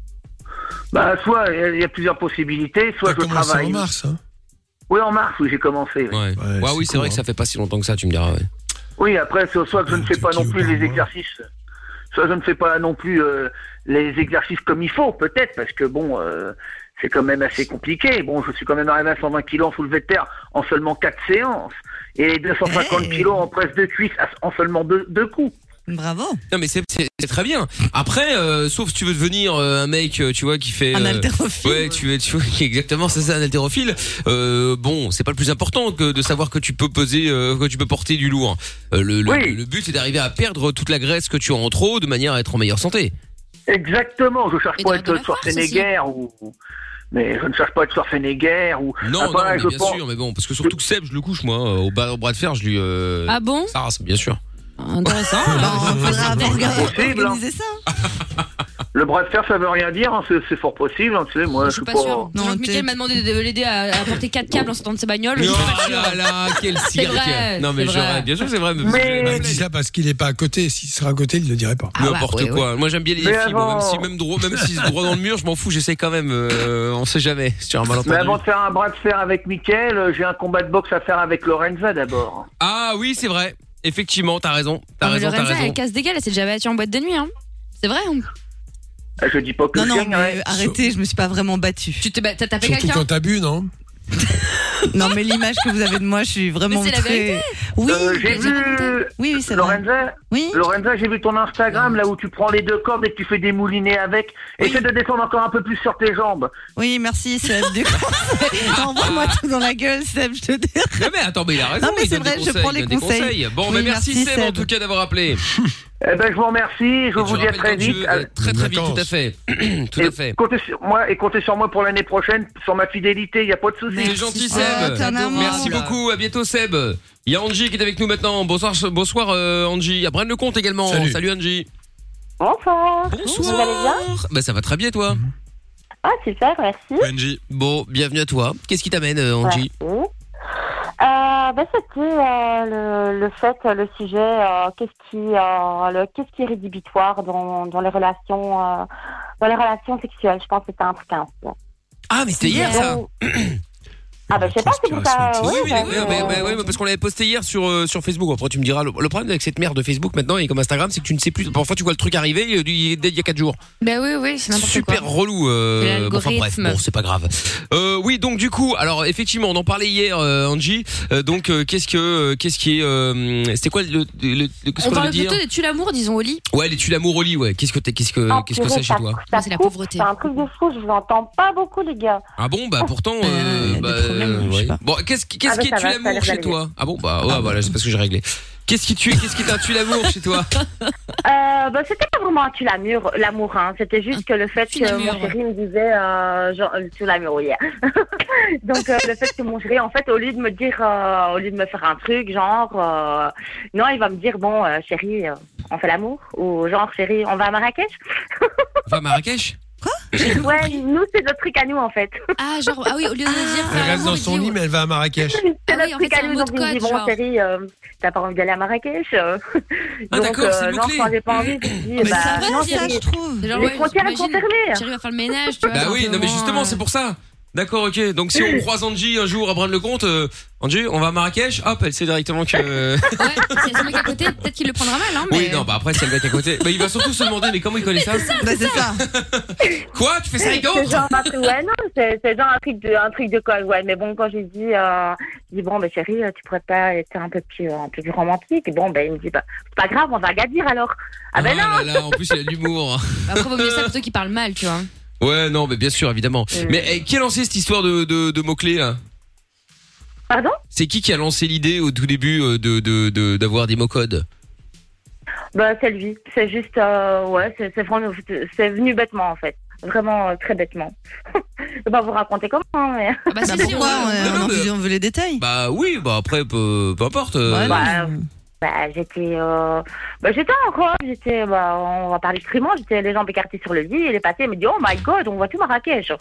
Speaker 11: Bah, soit il y a plusieurs possibilités, soit
Speaker 6: T'as
Speaker 11: je
Speaker 6: commencé
Speaker 11: travaille.
Speaker 6: en mars, hein?
Speaker 11: Oui, en mars, oui, j'ai commencé. Oui,
Speaker 2: Ouais. Ouais, oui, c'est vrai que ça fait pas si longtemps que ça, tu me diras. Ouais.
Speaker 11: Oui, après, soit soit que je ne fais pas non plus les
Speaker 6: mois.
Speaker 11: exercices, soit je ne fais pas non plus euh, les exercices comme il faut, peut-être, parce que bon, euh, c'est quand même assez compliqué. Bon, je suis quand même arrivé à cent vingt kilos en soulevé de terre en seulement quatre séances, et deux cent cinquante
Speaker 3: Hey.
Speaker 11: kilos en presse de cuisse en seulement deux, deux coups.
Speaker 3: Bravo.
Speaker 2: Non mais c'est c'est c'est très bien. Après, euh, sauf si tu veux devenir euh, un mec, euh, tu vois, qui fait
Speaker 3: Un
Speaker 2: euh,
Speaker 3: haltérophile.
Speaker 2: Ouais, tu veux, tu vois, exactement, c'est ça, un haltérophile. Euh, bon, c'est pas le plus important que de savoir que tu peux peser, euh, que tu peux porter du lourd. Euh, le, le,
Speaker 11: Oui.
Speaker 2: le but c'est d'arriver à perdre toute la graisse que tu as en trop, de manière à être en meilleure santé.
Speaker 11: Exactement, je cherche
Speaker 15: Et
Speaker 11: pas à
Speaker 15: de- de la
Speaker 11: être
Speaker 15: force
Speaker 11: Schwarzenegger ou. Mais je ne cherche pas à être Schwarzenegger ou.
Speaker 2: Non,
Speaker 11: Après,
Speaker 2: non, mais
Speaker 11: je
Speaker 2: bien
Speaker 11: pense-
Speaker 2: sûr, mais bon, parce que surtout que Seb, je le couche moi, euh, au, bas, au bras de fer, je lui. Euh,
Speaker 15: Ah bon?
Speaker 2: Ça race, bien sûr.
Speaker 15: Intéressant.
Speaker 3: Bon, faudra avoir
Speaker 11: Possible, hein.
Speaker 3: organisé ça.
Speaker 11: Le bras de fer, ça veut rien dire, hein, c'est, c'est fort possible. Hein, tu sais, moi,
Speaker 15: Je suis pas sûre. Non, Mickaël m'a demandé de l'aider à, à porter quatre câbles en sortant de ses bagnoles. Je suis pas
Speaker 2: Oh
Speaker 15: sûre.
Speaker 2: là là, quel
Speaker 15: C'est
Speaker 2: cirque.
Speaker 15: vrai,
Speaker 2: Non mais
Speaker 15: c'est
Speaker 2: j'aurais,
Speaker 15: vrai.
Speaker 2: bien sûr que c'est vrai. Mais,
Speaker 6: Mais il dit ça parce qu'il n'est pas à côté. S'il serait à côté, il ne le dirait pas.
Speaker 2: N'importe
Speaker 6: Ah bah,
Speaker 2: quoi.
Speaker 6: ouais, ouais.
Speaker 2: Moi j'aime bien les
Speaker 11: Mais
Speaker 2: filles, bon,
Speaker 11: avant-
Speaker 2: même si même droit, même si c'est droit dans le mur, je m'en fous. J'essaie quand même. Euh, on sait jamais. Sur un malentendu.
Speaker 11: Mais avant de faire un bras de fer avec Mickaël, euh, j'ai un combat de boxe à faire avec Lorenza d'abord.
Speaker 2: Ah oui, c'est vrai. Effectivement, t'as raison. T'as
Speaker 15: Non, mais
Speaker 2: raison, t'as
Speaker 15: Lorenza,
Speaker 2: raison.
Speaker 15: elle casse des gueules, elle s'est déjà battue en boîte de nuit. Hein. C'est vrai. Hein.
Speaker 11: Je dis pas que
Speaker 3: Non,
Speaker 11: je
Speaker 3: non,
Speaker 11: gagnerai.
Speaker 3: mais arrêtez, je me suis pas vraiment battue.
Speaker 15: Tu t'es ba- t'as tapé
Speaker 6: Surtout
Speaker 15: quelqu'un
Speaker 6: quand t'as bu, non?
Speaker 3: Non, mais l'image que vous avez de moi, je suis vraiment
Speaker 15: Mais c'est la
Speaker 3: très.
Speaker 15: vérité.
Speaker 3: Oui,
Speaker 11: Euh, j'ai vu
Speaker 3: oui, oui, c'est vrai.
Speaker 11: Lorenza,
Speaker 3: Oui.
Speaker 11: Lorenza, j'ai vu ton Instagram là où tu prends les deux cordes et que tu fais des moulinets avec. Essaie de descendre encore un peu plus sur tes jambes.
Speaker 3: Oui, merci Seb. Du coup, envoie-moi tout dans la gueule, Seb, je te dis.
Speaker 2: Non mais attends, mais il a raison.
Speaker 3: Non, mais
Speaker 2: il
Speaker 3: c'est
Speaker 2: donne des
Speaker 3: vrai, je
Speaker 2: conseils,
Speaker 3: prends
Speaker 2: il
Speaker 3: les
Speaker 2: donne des
Speaker 3: conseils.
Speaker 2: Bon,
Speaker 3: Oui,
Speaker 2: mais merci,
Speaker 3: merci,
Speaker 2: Seb, en
Speaker 3: Seb.
Speaker 2: tout cas d'avoir appelé.
Speaker 11: Eh ben, je vous remercie. Je
Speaker 2: Et
Speaker 11: vous
Speaker 2: tu
Speaker 11: dis à
Speaker 2: rappelles
Speaker 11: très
Speaker 2: quand tu
Speaker 11: vite.
Speaker 2: veux, euh, Très très vite, tout à fait. Tout à fait.
Speaker 11: Comptez sur moi et comptez sur moi pour l'année prochaine sur ma fidélité. Il y a pas de souci.
Speaker 2: C'est gentil
Speaker 3: Oh,
Speaker 2: Seb.
Speaker 3: t'es un amour.
Speaker 2: Merci beaucoup. À bientôt Seb. Il y a Angie qui est avec nous maintenant. Bonsoir, bonsoir euh, Angie. Il y a Braine Lecomte également.
Speaker 6: Salut.
Speaker 2: Angie.
Speaker 17: Bonsoir.
Speaker 2: Bonsoir.
Speaker 17: Vous allez bien?
Speaker 2: Bah ça va très bien toi.
Speaker 17: Ah, super, merci.
Speaker 2: Angie. Bon, bienvenue à toi. Qu'est-ce qui t'amène euh, Angie?
Speaker 17: Merci. Euh, ben, c'était euh, le, le fait, le sujet, euh, qu'est-ce qui, euh, le, qu'est-ce qui est rédhibitoire dans, dans les relations, euh, dans les relations sexuelles. Je pense que c'était un truc ainsi.
Speaker 2: Ah mais c'était hier ça.
Speaker 17: Donc, Ah bah je sais pas, c'est pour ça.
Speaker 2: Oui,
Speaker 17: ouais,
Speaker 2: oui,
Speaker 17: bah,
Speaker 2: oui, oui,
Speaker 17: euh,
Speaker 2: oui, oui, oui, parce qu'on l'avait posté hier sur euh, sur Facebook. Après, tu me diras, le, le problème avec cette merde de Facebook maintenant et comme Instagram, c'est que tu ne sais plus. Parfois, tu vois le truc arriver euh, du- dès il y a quatre jours.
Speaker 15: Bah oui, oui, c'est n'importe quoi.
Speaker 2: Super relou. Euh,
Speaker 15: C'est
Speaker 2: bon, enfin bref,
Speaker 15: l'algorithme.
Speaker 2: bon, c'est pas grave. Euh, oui, donc du coup, alors effectivement, on en parlait hier, euh, Angie. Euh, donc, euh, qu'est-ce que, euh, qu'est-ce qui est, euh, c'était quoi le, le, le- le- qu'est-ce
Speaker 15: On
Speaker 2: qu'on
Speaker 15: parle
Speaker 2: allait dire
Speaker 15: plutôt des tue l'amour, disons, au lit.
Speaker 2: Ouais, les tu l'amour au lit, ouais. Qu'est-ce que t'es, qu'est-ce que,
Speaker 17: ah,
Speaker 2: qu'est-ce que
Speaker 17: purée,
Speaker 2: c'est chez
Speaker 17: ça-
Speaker 2: toi
Speaker 17: ça
Speaker 15: C'est la
Speaker 17: coupe,
Speaker 15: pauvreté.
Speaker 17: C'est un truc de fou, je vous entends pas beaucoup, les gars.
Speaker 2: Ah bon, bah pourtant. Euh, bah, euh, ouais. Bon, qu'est-ce qui, qu'est-ce
Speaker 17: Ah, bah,
Speaker 2: qui
Speaker 17: ça
Speaker 2: tue
Speaker 17: va, ça a
Speaker 2: l'amour
Speaker 17: l'air
Speaker 2: chez
Speaker 17: d'aller
Speaker 2: toi? Ah bon, bah ouais, voilà, c'est parce que j'ai réglé. Qu'est-ce qui tue, qu'est-ce qui t'a tué l'amour chez toi?
Speaker 17: Euh, bah, c'était pas vraiment un tue l'amour, l'amour, hein. C'était juste que le fait
Speaker 15: tue
Speaker 17: que
Speaker 15: l'amour.
Speaker 17: mon chéri me disait, euh, genre, euh, tue l'amour, oui. Donc, euh, le fait que mon chéri, en fait, au lieu de me dire, euh, au lieu de me faire un truc, genre, euh, non, il va me dire, bon, euh, chéri, euh, on fait l'amour, ou genre, chéri, on va à Marrakech.
Speaker 2: Va à Marrakech?
Speaker 17: Ouais, nous, c'est notre truc à nous, en fait.
Speaker 15: Ah, genre, ah oui, au lieu de dire.
Speaker 6: Elle reste dans son lit, mais elle va à Marrakech.
Speaker 17: C'est
Speaker 15: Ah
Speaker 17: notre
Speaker 15: oui, en fait,
Speaker 17: truc à
Speaker 15: c'est un
Speaker 17: nous,
Speaker 15: mot
Speaker 17: donc
Speaker 15: de
Speaker 17: il me dit,
Speaker 15: code,
Speaker 17: bon,
Speaker 15: genre.
Speaker 17: chéri, euh, t'as pas envie d'aller à Marrakech euh.
Speaker 2: Ah,
Speaker 17: Donc,
Speaker 2: d'accord, c'est le
Speaker 17: non,
Speaker 2: mot-clé.
Speaker 17: quand j'ai pas envie, je dis,
Speaker 3: Mais
Speaker 17: bah,
Speaker 3: ça va,
Speaker 17: non,
Speaker 3: ça,
Speaker 17: chéri,
Speaker 3: je trouve.
Speaker 15: C'est genre,
Speaker 17: les
Speaker 15: ouais,
Speaker 17: frontières, elles sont
Speaker 15: j'imagine,
Speaker 17: fermées.
Speaker 15: J'arrive à faire le ménage, tu vois.
Speaker 2: Bah oui, non mais justement, c'est pour ça. D'accord, ok. Donc si on croise Angie un jour à Braine-le-Comte, euh, Angie, on va à Marrakech, hop, elle sait directement que.
Speaker 15: Ouais, si elle se met à côté, peut-être qu'il le prendra mal, hein, mais.
Speaker 2: Oui, non, bah après, si elle mec à côté. Bah il va surtout se demander, mais comment il connaît ça?
Speaker 3: Bah, c'est ça.
Speaker 2: Quoi? Tu fais ça avec
Speaker 17: C'est
Speaker 2: d'autres?
Speaker 17: genre un truc, ouais, non, c'est, c'est genre un truc de, un truc de code, ouais. Mais bon, quand j'ai dit, euh, je dis, bon, bah, chérie, tu pourrais pas être un peu plus, un peu plus romantique. Et bon, ben, il me dit, bah, c'est pas grave, on va à Gadir alors. Ah, ben non!
Speaker 2: là là, en plus il a de l'humour.
Speaker 15: Après, vaut mieux ça plutôt qu'il parle mal, tu vois.
Speaker 2: Ouais, non, mais bien sûr, évidemment.
Speaker 17: Mm.
Speaker 2: Mais eh, qui a lancé cette histoire de, de, de mots-clés là?
Speaker 17: Pardon?
Speaker 2: C'est qui qui a lancé l'idée au tout début euh, de, de, de, d'avoir des mots-codes?
Speaker 17: Bah, c'est lui. C'est juste, euh, ouais, c'est, c'est, vraiment- c'est venu bêtement, en fait. Vraiment, euh, très bêtement. Je vais pas vous raconter comment, hein, mais.
Speaker 15: Ah bah,
Speaker 3: Bah,
Speaker 15: si, si,
Speaker 3: pourquoi
Speaker 15: on-
Speaker 3: on,
Speaker 2: Non, non,
Speaker 3: on,
Speaker 2: mais-
Speaker 3: on veut les détails.
Speaker 2: Bah oui, bah après, peu, peu importe. euh,
Speaker 3: Ouais,
Speaker 17: Bah,
Speaker 3: non.
Speaker 17: Bah, j'étais, euh, bah, j'étais en robe, j'étais, bah, on va parler crûment, j'étais les jambes écartées sur le lit, il est passé, il me dit, oh my god, on voit tout Marrakech.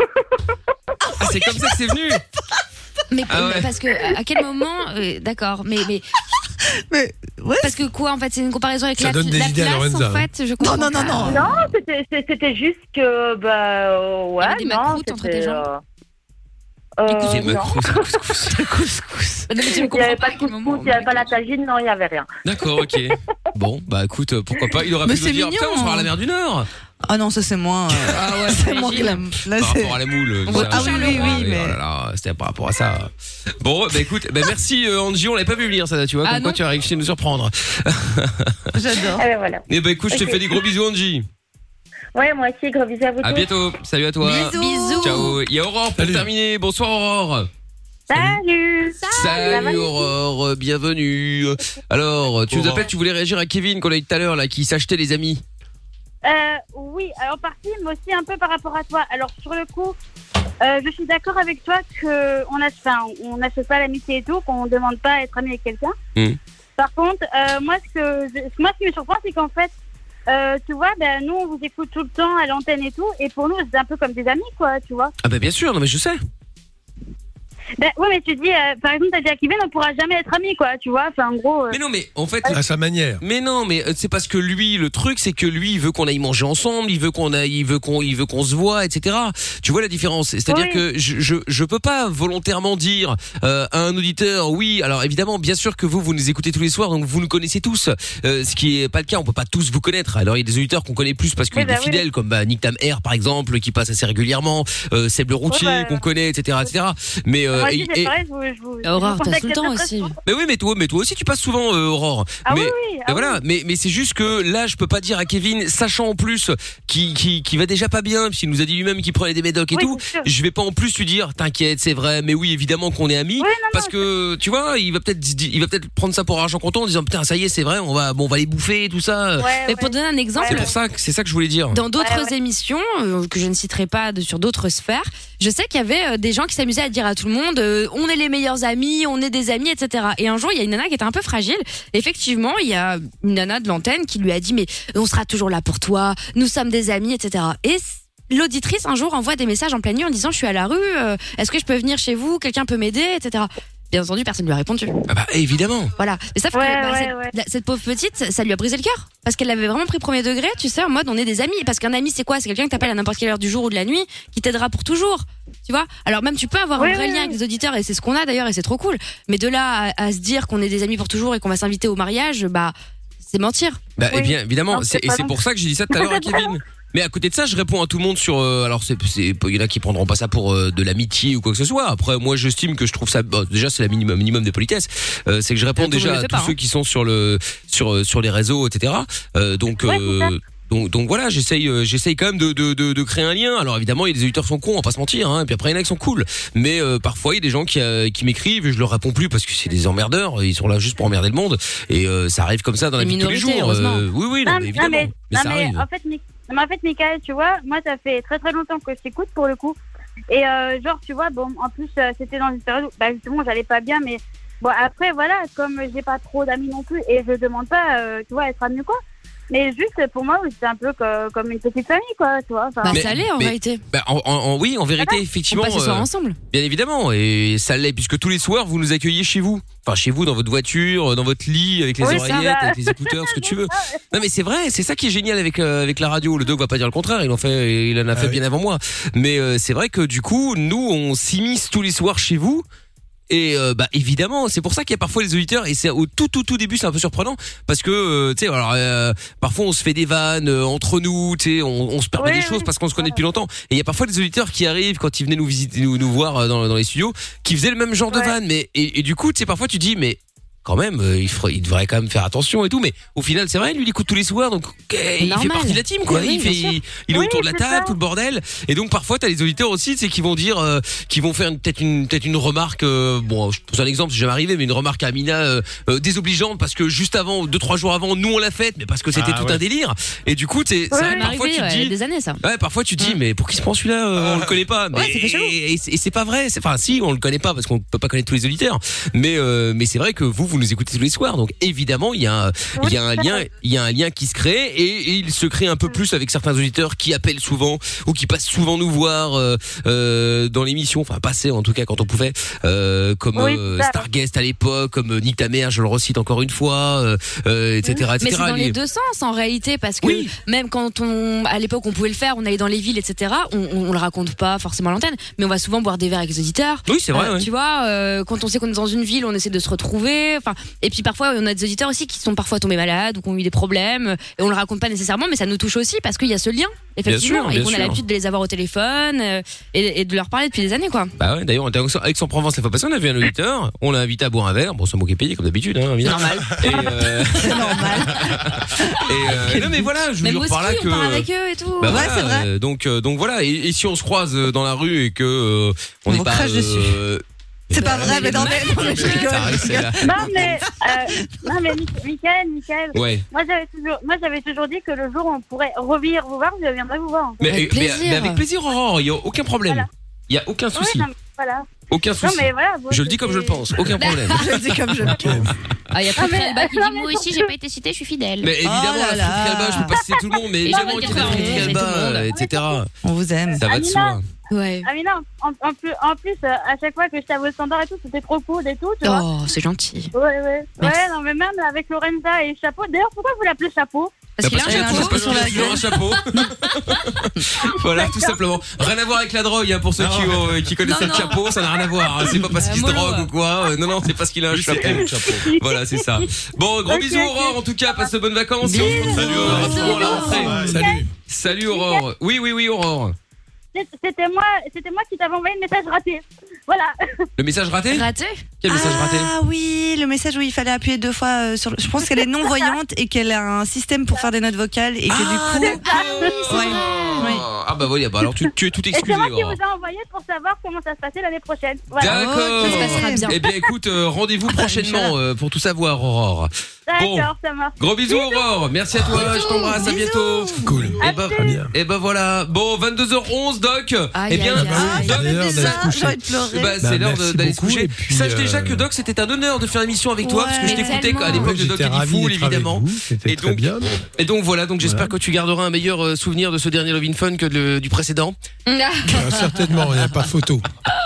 Speaker 2: Ah, c'est comme ça que c'est venu?
Speaker 15: Mais
Speaker 2: Ah ouais.
Speaker 15: parce que à quel moment euh, d'accord mais mais
Speaker 3: Mais, ouais.
Speaker 15: parce que quoi en fait c'est une comparaison avec
Speaker 6: Ça
Speaker 15: la,
Speaker 6: donne des
Speaker 15: la
Speaker 6: idées à
Speaker 15: classe
Speaker 6: Lorenza,
Speaker 15: en fait je
Speaker 3: Non,
Speaker 15: comprends
Speaker 3: non, non,
Speaker 15: pas.
Speaker 3: non.
Speaker 17: Non, c'était, c'est- c'était juste que, bah, euh, ouais,
Speaker 15: Il y avait des
Speaker 17: non,
Speaker 15: macroutes entre tes
Speaker 17: c'était,
Speaker 15: jambes.
Speaker 17: euh,
Speaker 15: Des
Speaker 17: euh,
Speaker 2: Des
Speaker 17: non.
Speaker 2: macros, couscous.
Speaker 3: Couscous.
Speaker 15: Non, mais tu
Speaker 17: Il
Speaker 15: me
Speaker 17: n'y
Speaker 15: comprends
Speaker 17: avait
Speaker 15: pas
Speaker 17: pas
Speaker 15: à
Speaker 17: de
Speaker 15: quel
Speaker 17: couscous,
Speaker 15: moment
Speaker 17: il n'y avait pas la tagine, non, il n'y avait rien.
Speaker 2: D'accord, ok. Bon, bah écoute, euh, pourquoi pas? Il aurait
Speaker 3: Mais
Speaker 2: pu nous
Speaker 3: c'est
Speaker 2: dire,
Speaker 3: mignon,
Speaker 2: putain, on se
Speaker 3: hein.
Speaker 2: part à la mer du Nord.
Speaker 3: Ah non, ça c'est moins. euh,
Speaker 15: ah ouais
Speaker 3: c'est moins que la. Là,
Speaker 2: Par
Speaker 3: c'est.
Speaker 2: rapport à la moule. euh,
Speaker 15: voit
Speaker 2: ça,
Speaker 3: Ah oui, oui,
Speaker 2: Charleroi,
Speaker 3: oui, mais-
Speaker 2: Oh là là, c'était par rapport à ça. Bon, bah écoute, bah merci euh, Angie, on l'avait pas vu venir ça, tu vois,
Speaker 15: Ah
Speaker 2: comme quoi
Speaker 15: non.
Speaker 2: tu as réussi à nous surprendre.
Speaker 3: J'adore.
Speaker 17: Eh ben voilà.
Speaker 2: Et bah écoute, je te
Speaker 17: Ok.
Speaker 2: fais des gros bisous Angie.
Speaker 17: Ouais, moi aussi, gros bisous à vous
Speaker 2: À
Speaker 17: tous.
Speaker 2: bientôt. Salut à toi.
Speaker 3: Bisous.
Speaker 15: Bisous.
Speaker 2: Ciao. Il y a Aurore pour
Speaker 6: Salut.
Speaker 2: terminer. Bonsoir Aurore.
Speaker 17: Salut.
Speaker 2: Salut Aurore, euh, bienvenue. Alors, tu nous
Speaker 6: Aurore.
Speaker 2: appelles, tu voulais réagir à Kevin qu'on a eu tout à l'heure là, qui s'achetait les amis.
Speaker 8: Euh, oui, alors partie, mais aussi un peu par rapport à toi. Alors sur le coup, euh, je suis d'accord avec toi que on a, enfin, on n'achète pas l'amitié et tout, qu'on ne demande pas à être ami avec quelqu'un.
Speaker 2: Mm.
Speaker 8: Par contre, euh, moi, ce que, je- moi, ce qui me surprend, c'est qu'en fait, euh, tu vois, ben nous on vous écoute tout le temps à l'antenne et tout, et pour nous c'est un peu comme des amis, quoi, tu vois.
Speaker 2: Ah bah bien sûr, non mais je sais.
Speaker 8: Ben ouais, mais tu dis, euh, par exemple, t'as dit à Kevin, on pourra jamais être amis, quoi, tu vois. Enfin, en gros. Euh...
Speaker 2: Mais non, mais en fait,
Speaker 6: à sa manière.
Speaker 2: Mais non, mais c'est parce que lui, le truc, c'est que lui, il veut qu'on aille manger ensemble, il veut qu'on aille, il veut qu'on, il veut qu'on se voit, et cetera. Tu vois la différence. C'est-à-dire
Speaker 8: Oui.
Speaker 2: que je, je, je peux pas volontairement dire euh, à un auditeur, oui. Alors évidemment, bien sûr que vous, vous nous écoutez tous les soirs, donc vous nous connaissez tous. Euh, ce qui est pas le cas, on peut pas tous vous connaître. Alors il y a des auditeurs qu'on connaît plus parce qu'il
Speaker 8: Oui,
Speaker 2: y a des
Speaker 8: bah oui.
Speaker 2: fidèles, comme bah, Nick Tam Air par exemple, qui passe assez régulièrement, euh, Seb le routier
Speaker 8: Ouais, bah,
Speaker 2: qu'on connaît, et cetera, et cetera. Mais euh,
Speaker 8: Moi
Speaker 2: et-
Speaker 8: aussi, c'est
Speaker 2: et-
Speaker 8: pareil, je vous, je vous,
Speaker 15: Aurore,
Speaker 8: je vous
Speaker 15: t'as
Speaker 8: contacte
Speaker 15: tout le temps
Speaker 8: très
Speaker 15: aussi.
Speaker 8: souvent.
Speaker 2: Mais oui, mais toi, mais toi aussi tu passes souvent, euh, Aurore.
Speaker 8: Ah
Speaker 2: mais,
Speaker 8: oui, oui, ah
Speaker 2: mais voilà, mais mais c'est juste que là, je peux pas dire à Kevin, sachant en plus qui qui qui va déjà pas bien, puisqu'il nous a dit lui-même qu'il prenait des médocs et
Speaker 8: Oui,
Speaker 2: tout.
Speaker 8: c'est sûr.
Speaker 2: Je vais pas en plus lui dire, t'inquiète, c'est vrai, mais oui, évidemment qu'on est amis,
Speaker 8: Oui, non,
Speaker 2: parce
Speaker 8: non,
Speaker 2: que tu vois, il va peut-être il va peut-être prendre ça pour argent comptant en disant putain, ça y est, c'est vrai, on va bon, on va les bouffer et tout ça.
Speaker 8: Ouais,
Speaker 15: Mais
Speaker 8: ouais.
Speaker 15: pour donner un exemple,
Speaker 2: C'est pour ça que c'est ça que je voulais dire.
Speaker 15: dans d'autres
Speaker 8: Ouais, ouais.
Speaker 15: émissions euh, que je ne citerai pas de, sur d'autres sphères, je sais qu'il y avait euh, des gens qui s'amusaient à dire à tout le monde euh, on est les meilleurs amis, on est des amis, et cetera. Et un jour, il y a une nana qui était un peu fragile. Effectivement, il y a une nana de l'antenne qui lui a dit mais on sera toujours là pour toi, nous sommes des amis, et cetera. Et c- l'auditrice un jour envoie des messages en pleine nuit en disant je suis à la rue, euh, est-ce que je peux venir chez vous, quelqu'un peut m'aider, et cetera. Bien entendu, personne ne lui a répondu.
Speaker 2: Ah bah évidemment.
Speaker 15: Voilà. Mais sauf
Speaker 8: Ouais,
Speaker 15: que bah,
Speaker 8: ouais,
Speaker 15: cette,
Speaker 8: ouais.
Speaker 15: la- cette pauvre petite, ça lui a brisé le cœur. Parce qu'elle l'avait vraiment pris premier degré, tu sais, en mode on est des amis. Parce qu'un ami, c'est quoi? C'est quelqu'un que t'appelles à n'importe quelle heure du jour ou de la nuit, qui t'aidera pour toujours. Tu vois? Alors même tu peux avoir
Speaker 8: Oui,
Speaker 15: un vrai
Speaker 8: oui,
Speaker 15: lien
Speaker 8: oui.
Speaker 15: avec les auditeurs, et c'est ce qu'on a d'ailleurs, et c'est trop cool. Mais de là à, à se dire qu'on est des amis pour toujours et qu'on va s'inviter au mariage, bah, c'est mentir.
Speaker 2: Bah
Speaker 8: Oui.
Speaker 2: et bien évidemment,
Speaker 8: Non,
Speaker 2: c'est-
Speaker 8: c'est
Speaker 2: et
Speaker 8: pas
Speaker 2: c'est
Speaker 8: non.
Speaker 2: pour ça que j'ai dit ça tout à l'heure à Kevin. Mais à côté de ça, je réponds à tout le monde sur. euh, alors, c'est, c'est, il y en a qui prendront pas ça pour euh, de l'amitié ou quoi que ce soit. Après, moi, j'estime que je trouve ça. Bon, déjà, c'est le minimum, minimum des politesses. Euh, c'est que je réponds
Speaker 15: tout le monde
Speaker 2: déjà
Speaker 15: le
Speaker 2: à
Speaker 15: fait
Speaker 2: tous
Speaker 15: pas,
Speaker 2: ceux
Speaker 15: hein.
Speaker 2: qui sont sur le, sur, euh, sur les réseaux, et cetera. Euh, donc.
Speaker 8: Ouais, c'est ça.
Speaker 2: euh, donc, donc voilà, j'essaye, euh, j'essaye quand même de, de, de, de créer un lien. Alors évidemment, il y a des auditeurs qui sont cons, on va pas se mentir. Hein, et puis après, il y en a qui sont cool. Mais euh, parfois, il y a des gens qui, euh, qui m'écrivent et je leur réponds plus parce que c'est des emmerdeurs. Ils sont là juste pour emmerder le monde. Et euh, ça arrive comme ça dans la
Speaker 15: Les
Speaker 2: vie de tous les
Speaker 15: minorités,
Speaker 2: jours.
Speaker 15: heureusement.
Speaker 2: Euh, oui, oui, non, mais évidemment.
Speaker 8: mais,
Speaker 2: mais
Speaker 8: non,
Speaker 2: ça
Speaker 8: mais
Speaker 2: arrive.
Speaker 8: en fait, Mick- non, mais en fait, Michael, tu vois, moi, ça fait très très longtemps que je t'écoute pour le coup. Et euh, genre, tu vois, bon, en plus, euh, c'était dans une période où, bah, justement, j'allais pas bien, mais bon, après, voilà, comme j'ai pas trop d'amis non plus, et je demande pas, euh, tu vois, être amie ou quoi. Mais juste, pour moi, c'est un peu que- comme une petite famille, quoi, tu vois. Enfin,
Speaker 15: Bah,
Speaker 2: Mais-
Speaker 15: ça l'est en
Speaker 2: mais-
Speaker 15: réalité.
Speaker 2: Bah, en, en- en- oui, en vérité,
Speaker 15: On
Speaker 2: effectivement.
Speaker 15: passe le soir
Speaker 2: euh,
Speaker 15: ensemble.
Speaker 2: Bien évidemment, et ça l'est, puisque tous les soirs, vous nous accueillez chez vous. Enfin, chez vous, dans votre voiture, dans votre lit, avec les
Speaker 8: Oui, ça
Speaker 2: oreillettes,
Speaker 8: va.
Speaker 2: avec les écouteurs, ce que tu veux. Non, mais c'est vrai, c'est ça qui est génial avec, euh, avec la radio. Le Doc va pas dire le contraire, il en fait, il en a fait
Speaker 6: oui.
Speaker 2: bien avant moi. Mais euh, c'est vrai que du coup, nous, on s'immisce tous les soirs chez vous. Et euh, bah évidemment, c'est pour ça qu'il y a parfois les auditeurs, et c'est au tout tout tout début, c'est un peu surprenant parce que euh, tu sais, alors euh, parfois on se fait des vannes euh, entre nous, tu sais, on, on se permet
Speaker 8: Oui,
Speaker 2: des choses
Speaker 8: oui.
Speaker 2: parce qu'on se connaît depuis longtemps. Et il y a parfois des auditeurs qui arrivent quand ils venaient nous visiter, nous, nous voir euh, dans, dans les studios, qui faisaient le même genre de
Speaker 8: Ouais.
Speaker 2: vannes. Mais et, et du coup, tu sais, parfois tu dis mais quand même, euh, il, ferait, il devrait quand même faire attention et tout. Mais au final, c'est vrai, lui, il écoute tous les soirs, donc ok, il
Speaker 15: normal.
Speaker 2: fait partie de la team, quoi.
Speaker 15: Mais oui,
Speaker 2: il fait,
Speaker 15: bien sûr.
Speaker 2: il, il est
Speaker 8: Oui,
Speaker 2: autour de la
Speaker 8: c'est
Speaker 2: table,
Speaker 8: ça.
Speaker 2: tout le bordel. Et donc parfois, t'as les auditeurs aussi, c'est qui vont dire, euh, qui vont faire une- peut-être une peut-être une remarque. Euh, bon, je pose un exemple, c'est jamais arrivé, mais une remarque à Amina euh, euh, désobligeante parce que juste avant, deux trois jours avant, nous on l'a faite, mais parce que c'était
Speaker 6: Ah,
Speaker 2: tout
Speaker 6: ouais.
Speaker 2: un délire. Et du coup, t'es, c'est
Speaker 8: Ouais,
Speaker 2: vrai,
Speaker 15: Ça
Speaker 2: que
Speaker 15: m'est
Speaker 2: parfois
Speaker 15: arrivé
Speaker 2: tu te
Speaker 15: ouais, il y a
Speaker 2: dis.
Speaker 15: des années ça.
Speaker 2: Ouais, parfois tu te dis, mais pour qui se prend celui-là euh, On le connaît pas. Mais,
Speaker 15: Ouais, ça fait chelou.
Speaker 2: et, et c'est et c'est pas vrai. C'est- Enfin, si, on le connaît pas parce qu'on peut pas connaître tous les auditeurs. Mais euh, mais c'est vrai que vous, vous nous écoutez tous les soirs. Donc évidemment, il y a un- il y a un lien, il y a un lien qui se crée et, et il se crée un peu plus avec certains auditeurs qui appellent souvent ou qui passent souvent nous voir euh, euh, dans l'émission. Enfin, passer en tout cas quand on pouvait, euh, comme
Speaker 8: Oui,
Speaker 2: euh,
Speaker 8: c'est ça.
Speaker 2: Starguest à l'époque, comme euh, Nick ta mère, je le recite encore une fois, euh, euh, et cetera, et
Speaker 15: Mais c'est
Speaker 2: cetera.
Speaker 15: dans les
Speaker 2: Les-
Speaker 15: deux sens en réalité parce que
Speaker 2: Oui.
Speaker 15: même quand on à l'époque on pouvait le faire, on allait dans les villes, et cetera. On, on, on le raconte pas forcément à l'antenne, mais on va souvent boire des verres avec les auditeurs.
Speaker 2: Oui, c'est vrai.
Speaker 15: Euh,
Speaker 2: ouais.
Speaker 15: Tu vois, euh, quand on sait qu'on est dans une ville, on essaie de se retrouver. Enfin, et puis parfois on a des auditeurs aussi qui sont parfois tombés malades ou qui ont eu des problèmes et on le raconte pas nécessairement, mais ça nous touche aussi parce qu'il y a ce lien effectivement
Speaker 2: sûr,
Speaker 15: et
Speaker 2: bien
Speaker 15: qu'on a
Speaker 2: sûr.
Speaker 15: l'habitude de les avoir au téléphone euh, et, et de leur parler depuis des années quoi.
Speaker 2: Bah ouais, d'ailleurs, on était à Aix-en-Provence la fois passée, on a vu un auditeur, on l'a invité à boire un verre, bon, c'est moi qui ai payé comme d'habitude, hein, évidemment.
Speaker 15: Normal.
Speaker 2: Et, euh...
Speaker 3: C'est normal.
Speaker 2: et euh, non mais voilà, je
Speaker 15: Même
Speaker 2: veux dire
Speaker 15: au
Speaker 2: par là
Speaker 15: ski,
Speaker 2: que.
Speaker 15: on part avec eux et tout.
Speaker 2: Bah
Speaker 3: Ouais,
Speaker 2: voilà,
Speaker 3: c'est vrai.
Speaker 2: euh, donc euh, donc voilà, et, et si on se croise euh, dans la rue et que euh, on
Speaker 3: On
Speaker 2: n'est
Speaker 3: vous
Speaker 2: pas.
Speaker 3: crache dessus. C'est pas vrai, mais non, mais non, mais je rigole.
Speaker 2: T'as
Speaker 3: je
Speaker 2: arrêté,
Speaker 3: rigole.
Speaker 2: là.
Speaker 8: Non, mais, euh, non, mais Mick- Michael, Michael.
Speaker 2: Ouais.
Speaker 8: Moi, j'avais toujours, moi, j'avais toujours dit que le jour où on pourrait revenir vous voir, je viendrai vous voir.
Speaker 2: Mais,
Speaker 15: Avec
Speaker 2: mais-
Speaker 15: plaisir.
Speaker 2: mais avec plaisir, Aurore, il y a aucun problème.
Speaker 8: Voilà.
Speaker 2: Il y a aucun
Speaker 8: Oui,
Speaker 2: souci.
Speaker 8: non, mais voilà.
Speaker 2: Aucun souci.
Speaker 8: Non, mais voilà, bon,
Speaker 2: je le dis comme je le pense, aucun problème.
Speaker 3: Je le dis comme je le pense.
Speaker 15: Ah, il y a
Speaker 8: Ah, mais-
Speaker 15: Patrick Alba qui dit
Speaker 8: non, mais
Speaker 15: moi aussi, j'ai pas été citée, je suis fidèle.
Speaker 2: Mais évidemment,
Speaker 3: Oh là là.
Speaker 2: Frédéric Alba, je peux pas citer tout le monde, mais
Speaker 15: Et
Speaker 2: évidemment
Speaker 15: Jean-Marc
Speaker 2: qu'il y a Frédéric
Speaker 15: Alba,
Speaker 2: Alba,
Speaker 15: tout le monde.
Speaker 2: euh, et cetera.
Speaker 3: On vous aime.
Speaker 2: Ça va de soi.
Speaker 8: Amina,
Speaker 15: Ouais.
Speaker 8: Amina, en, en plus, en plus euh, à chaque fois que je t'avais au standard et tout, c'était trop cool et tout, tu vois.
Speaker 15: Oh, c'est gentil.
Speaker 8: Ouais, ouais.
Speaker 15: Merci.
Speaker 8: Ouais, non, mais même là, avec Lorenza et Chapeau. D'ailleurs, pourquoi vous l'appelez Chapeau?
Speaker 15: Parce
Speaker 2: Bah,
Speaker 15: qu'il a un
Speaker 2: parce
Speaker 15: chapeau.
Speaker 2: que sur la gueule. un chapeau. Voilà, tout simplement. Rien à voir avec la drogue, hein, pour ceux qui, ont, euh, qui connaissent
Speaker 15: Non,
Speaker 2: le
Speaker 15: non.
Speaker 2: chapeau, ça n'a rien à voir. hein. C'est pas parce
Speaker 15: Euh,
Speaker 2: qu'il se
Speaker 15: mollo,
Speaker 2: drogue
Speaker 15: ouais.
Speaker 2: ou quoi. euh, Non, non, c'est parce qu'il a un chapeau. Voilà, c'est ça. Bon, gros
Speaker 8: Ok,
Speaker 2: bisous,
Speaker 8: ok.
Speaker 2: Aurore, en tout cas, passe de bonnes vacances. Et on se retrouve
Speaker 13: Salut,
Speaker 2: euh,
Speaker 13: Aurore.
Speaker 2: rapidement à la rentrée.
Speaker 6: Salut.
Speaker 2: Salut, Aurore. Oui, oui, oui, Aurore.
Speaker 8: C'était moi, c'était moi qui t'avais envoyé le message raté. Voilà.
Speaker 2: Le message raté
Speaker 15: Raté.
Speaker 2: Quel message raté
Speaker 3: Ah oui, le message où il fallait appuyer deux fois euh, sur le... Je pense qu'elle est non-voyante et qu'elle a un système pour faire des notes vocales et que
Speaker 2: Ah,
Speaker 3: du coup... Ouais. Oui.
Speaker 2: Ah bah voilà, bah alors tu, tu es tout
Speaker 8: Et
Speaker 2: excusé,
Speaker 8: c'est moi qui
Speaker 2: Aurore.
Speaker 8: vous ai envoyé pour savoir comment ça se passait l'année prochaine. Voilà.
Speaker 2: D'accord.
Speaker 3: Ok, ça se passera bien.
Speaker 2: Eh bien, écoute, euh, rendez-vous prochainement euh, pour tout savoir, Aurore. Bon.
Speaker 8: D'accord, ça marche.
Speaker 2: Gros bisous, Aurore. Merci à toi, je t'embrasse, à bientôt.
Speaker 6: Cool.
Speaker 2: Et ben,
Speaker 6: Très bien.
Speaker 2: et ben voilà. Bon, vingt-deux heures onze, Doc.
Speaker 15: Aïe,
Speaker 2: Eh bien,
Speaker 15: aïe, aïe.
Speaker 2: Doc,
Speaker 6: C'est l'heure d'aller
Speaker 2: ça-
Speaker 6: se coucher.
Speaker 3: J'ai envie de pleurer.
Speaker 2: bah, c'est
Speaker 6: Bah,
Speaker 2: l'heure
Speaker 6: merci
Speaker 2: de- d'aller se
Speaker 6: beaucoup,
Speaker 2: coucher.
Speaker 6: et puis,
Speaker 2: Sache déjà
Speaker 6: euh,
Speaker 2: que Doc, c'était un honneur de faire l'émission avec toi,
Speaker 3: Ouais,
Speaker 2: parce que je
Speaker 15: mais
Speaker 2: t'écoutais
Speaker 15: tellement.
Speaker 2: à l'époque de Doc
Speaker 6: J'étais
Speaker 2: et
Speaker 6: ravi
Speaker 2: Diffoul,
Speaker 6: d'être avec
Speaker 2: évidemment.
Speaker 6: vous, C'était
Speaker 2: Et
Speaker 6: très
Speaker 2: donc,
Speaker 6: bien.
Speaker 2: et donc voilà, donc j'espère
Speaker 6: Voilà.
Speaker 2: que tu garderas un meilleur euh, souvenir de ce dernier Love in Fun que le- du précédent.
Speaker 6: Euh, certainement, il n'y a pas photo.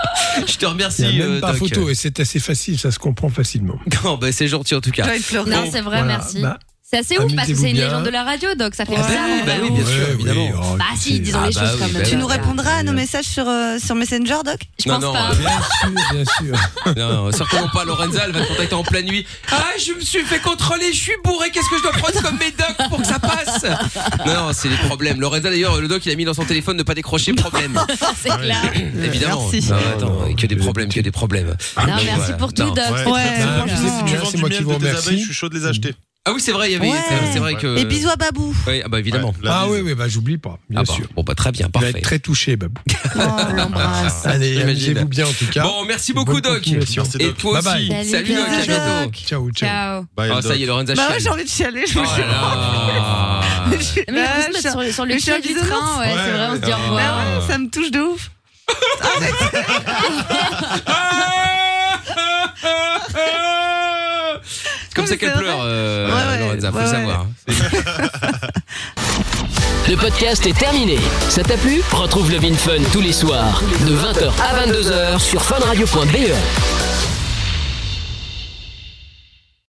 Speaker 2: Je te
Speaker 6: Il
Speaker 2: remercie,
Speaker 6: n'y a même
Speaker 2: euh,
Speaker 6: pas
Speaker 2: Doc.
Speaker 6: photo et c'est assez facile, ça se comprend facilement.
Speaker 2: Non, bah, c'est gentil en tout cas.
Speaker 3: J'ai envie de pleurer.
Speaker 15: Non, c'est vrai,
Speaker 6: Voilà,
Speaker 15: merci.
Speaker 6: bah,
Speaker 15: C'est assez ouf parce que c'est
Speaker 6: amusez-vous
Speaker 15: une
Speaker 6: bien.
Speaker 15: légende de la radio, donc ça fait
Speaker 2: Ah bah
Speaker 15: bizarre.
Speaker 2: oui, bah oui,
Speaker 15: vraiment.
Speaker 2: bien sûr,
Speaker 6: ouais,
Speaker 2: évidemment.
Speaker 6: oui, oh,
Speaker 15: Bah
Speaker 6: c'est-
Speaker 15: si, disons
Speaker 2: Ah
Speaker 15: les
Speaker 2: bah
Speaker 15: choses
Speaker 2: oui,
Speaker 15: comme
Speaker 2: bah
Speaker 3: Tu
Speaker 2: oui.
Speaker 3: nous répondras à nos messages sur, euh, sur Messenger, Doc?
Speaker 15: Je
Speaker 2: Non,
Speaker 15: pense
Speaker 2: non,
Speaker 15: pas.
Speaker 2: euh,
Speaker 6: Bien sûr, bien sûr.
Speaker 2: Non, certainement pas. Lorenza, elle va te contacter en pleine nuit. Ah, je me suis fait contrôler, je suis bourré, qu'est-ce que je dois prendre comme médoc pour que ça passe? Non, non, c'est des problèmes. Lorenza, d'ailleurs, le doc, il a mis dans son téléphone ne pas décrocher, problème.
Speaker 15: C'est clair.
Speaker 2: Évidemment.
Speaker 3: Merci.
Speaker 2: Non, attends, que des problèmes, que des problèmes.
Speaker 15: Non,
Speaker 2: Donc,
Speaker 15: merci
Speaker 2: voilà.
Speaker 15: pour tout,
Speaker 2: Non.
Speaker 15: Doc.
Speaker 13: Ouais,
Speaker 3: Ouais,
Speaker 13: très, très bien.
Speaker 3: franchement.
Speaker 13: Je sais, si tu
Speaker 6: Ouais,
Speaker 13: vends
Speaker 6: c'est
Speaker 13: du
Speaker 6: moi
Speaker 13: miel,
Speaker 6: qui vous
Speaker 13: de tes
Speaker 6: remercie.
Speaker 13: abeilles, je suis chaud de les acheter.
Speaker 2: Ah oui, c'est vrai, il y avait.
Speaker 3: Ouais.
Speaker 2: c'est- C'est vrai que.
Speaker 3: Et bisous à Babou.
Speaker 2: Oui, ah bah évidemment.
Speaker 13: Ouais, la
Speaker 6: Ah
Speaker 13: bise.
Speaker 6: oui, oui, bah j'oublie pas, bien
Speaker 2: Ah bah,
Speaker 6: sûr.
Speaker 2: bon, bah très bien,
Speaker 6: Il va
Speaker 2: parfait.
Speaker 6: être très touché, Babou.
Speaker 3: Oh, on l'embrasse.
Speaker 6: Allez,
Speaker 2: J'imagine.
Speaker 6: amusez-vous bien en tout cas.
Speaker 2: Bon, merci beaucoup,
Speaker 6: Bonne
Speaker 2: Doc.
Speaker 6: continuation.
Speaker 13: Merci,
Speaker 2: Et
Speaker 13: Doc.
Speaker 2: toi
Speaker 6: Bye
Speaker 2: aussi.
Speaker 6: bye.
Speaker 2: Salut, Doc, à
Speaker 3: Bisous,
Speaker 2: bientôt.
Speaker 3: Doc.
Speaker 6: Ciao, ciao.
Speaker 15: Ciao.
Speaker 13: Bye,
Speaker 2: Ah,
Speaker 13: le
Speaker 2: ça
Speaker 13: doc.
Speaker 2: y est, Lorenza
Speaker 3: Bah ouais,
Speaker 2: chiale.
Speaker 3: j'ai envie de chialer, je vous
Speaker 2: Oh
Speaker 3: jure.
Speaker 2: là là.
Speaker 3: Je-
Speaker 15: Mais on peut se
Speaker 3: je-
Speaker 15: mettre sur, le- sur le
Speaker 3: je suis un
Speaker 15: pied du
Speaker 3: bisounours.
Speaker 15: train, ouais, c'est vrai, on se dit au
Speaker 3: Bah
Speaker 15: revoir.
Speaker 3: ouais, ça me touche de ouf.
Speaker 2: C'est comme ça qu'elle
Speaker 3: c'est
Speaker 2: pleure,
Speaker 3: vrai.
Speaker 2: euh,
Speaker 3: Ouais, ouais,
Speaker 2: Lorenza, faut
Speaker 3: ouais,
Speaker 2: le
Speaker 3: ouais.
Speaker 2: savoir.
Speaker 1: Le podcast est terminé. Ça t'a plu? Retrouve Love in Fun tous les soirs de vingt heures à vingt-deux heures sur funradio point be.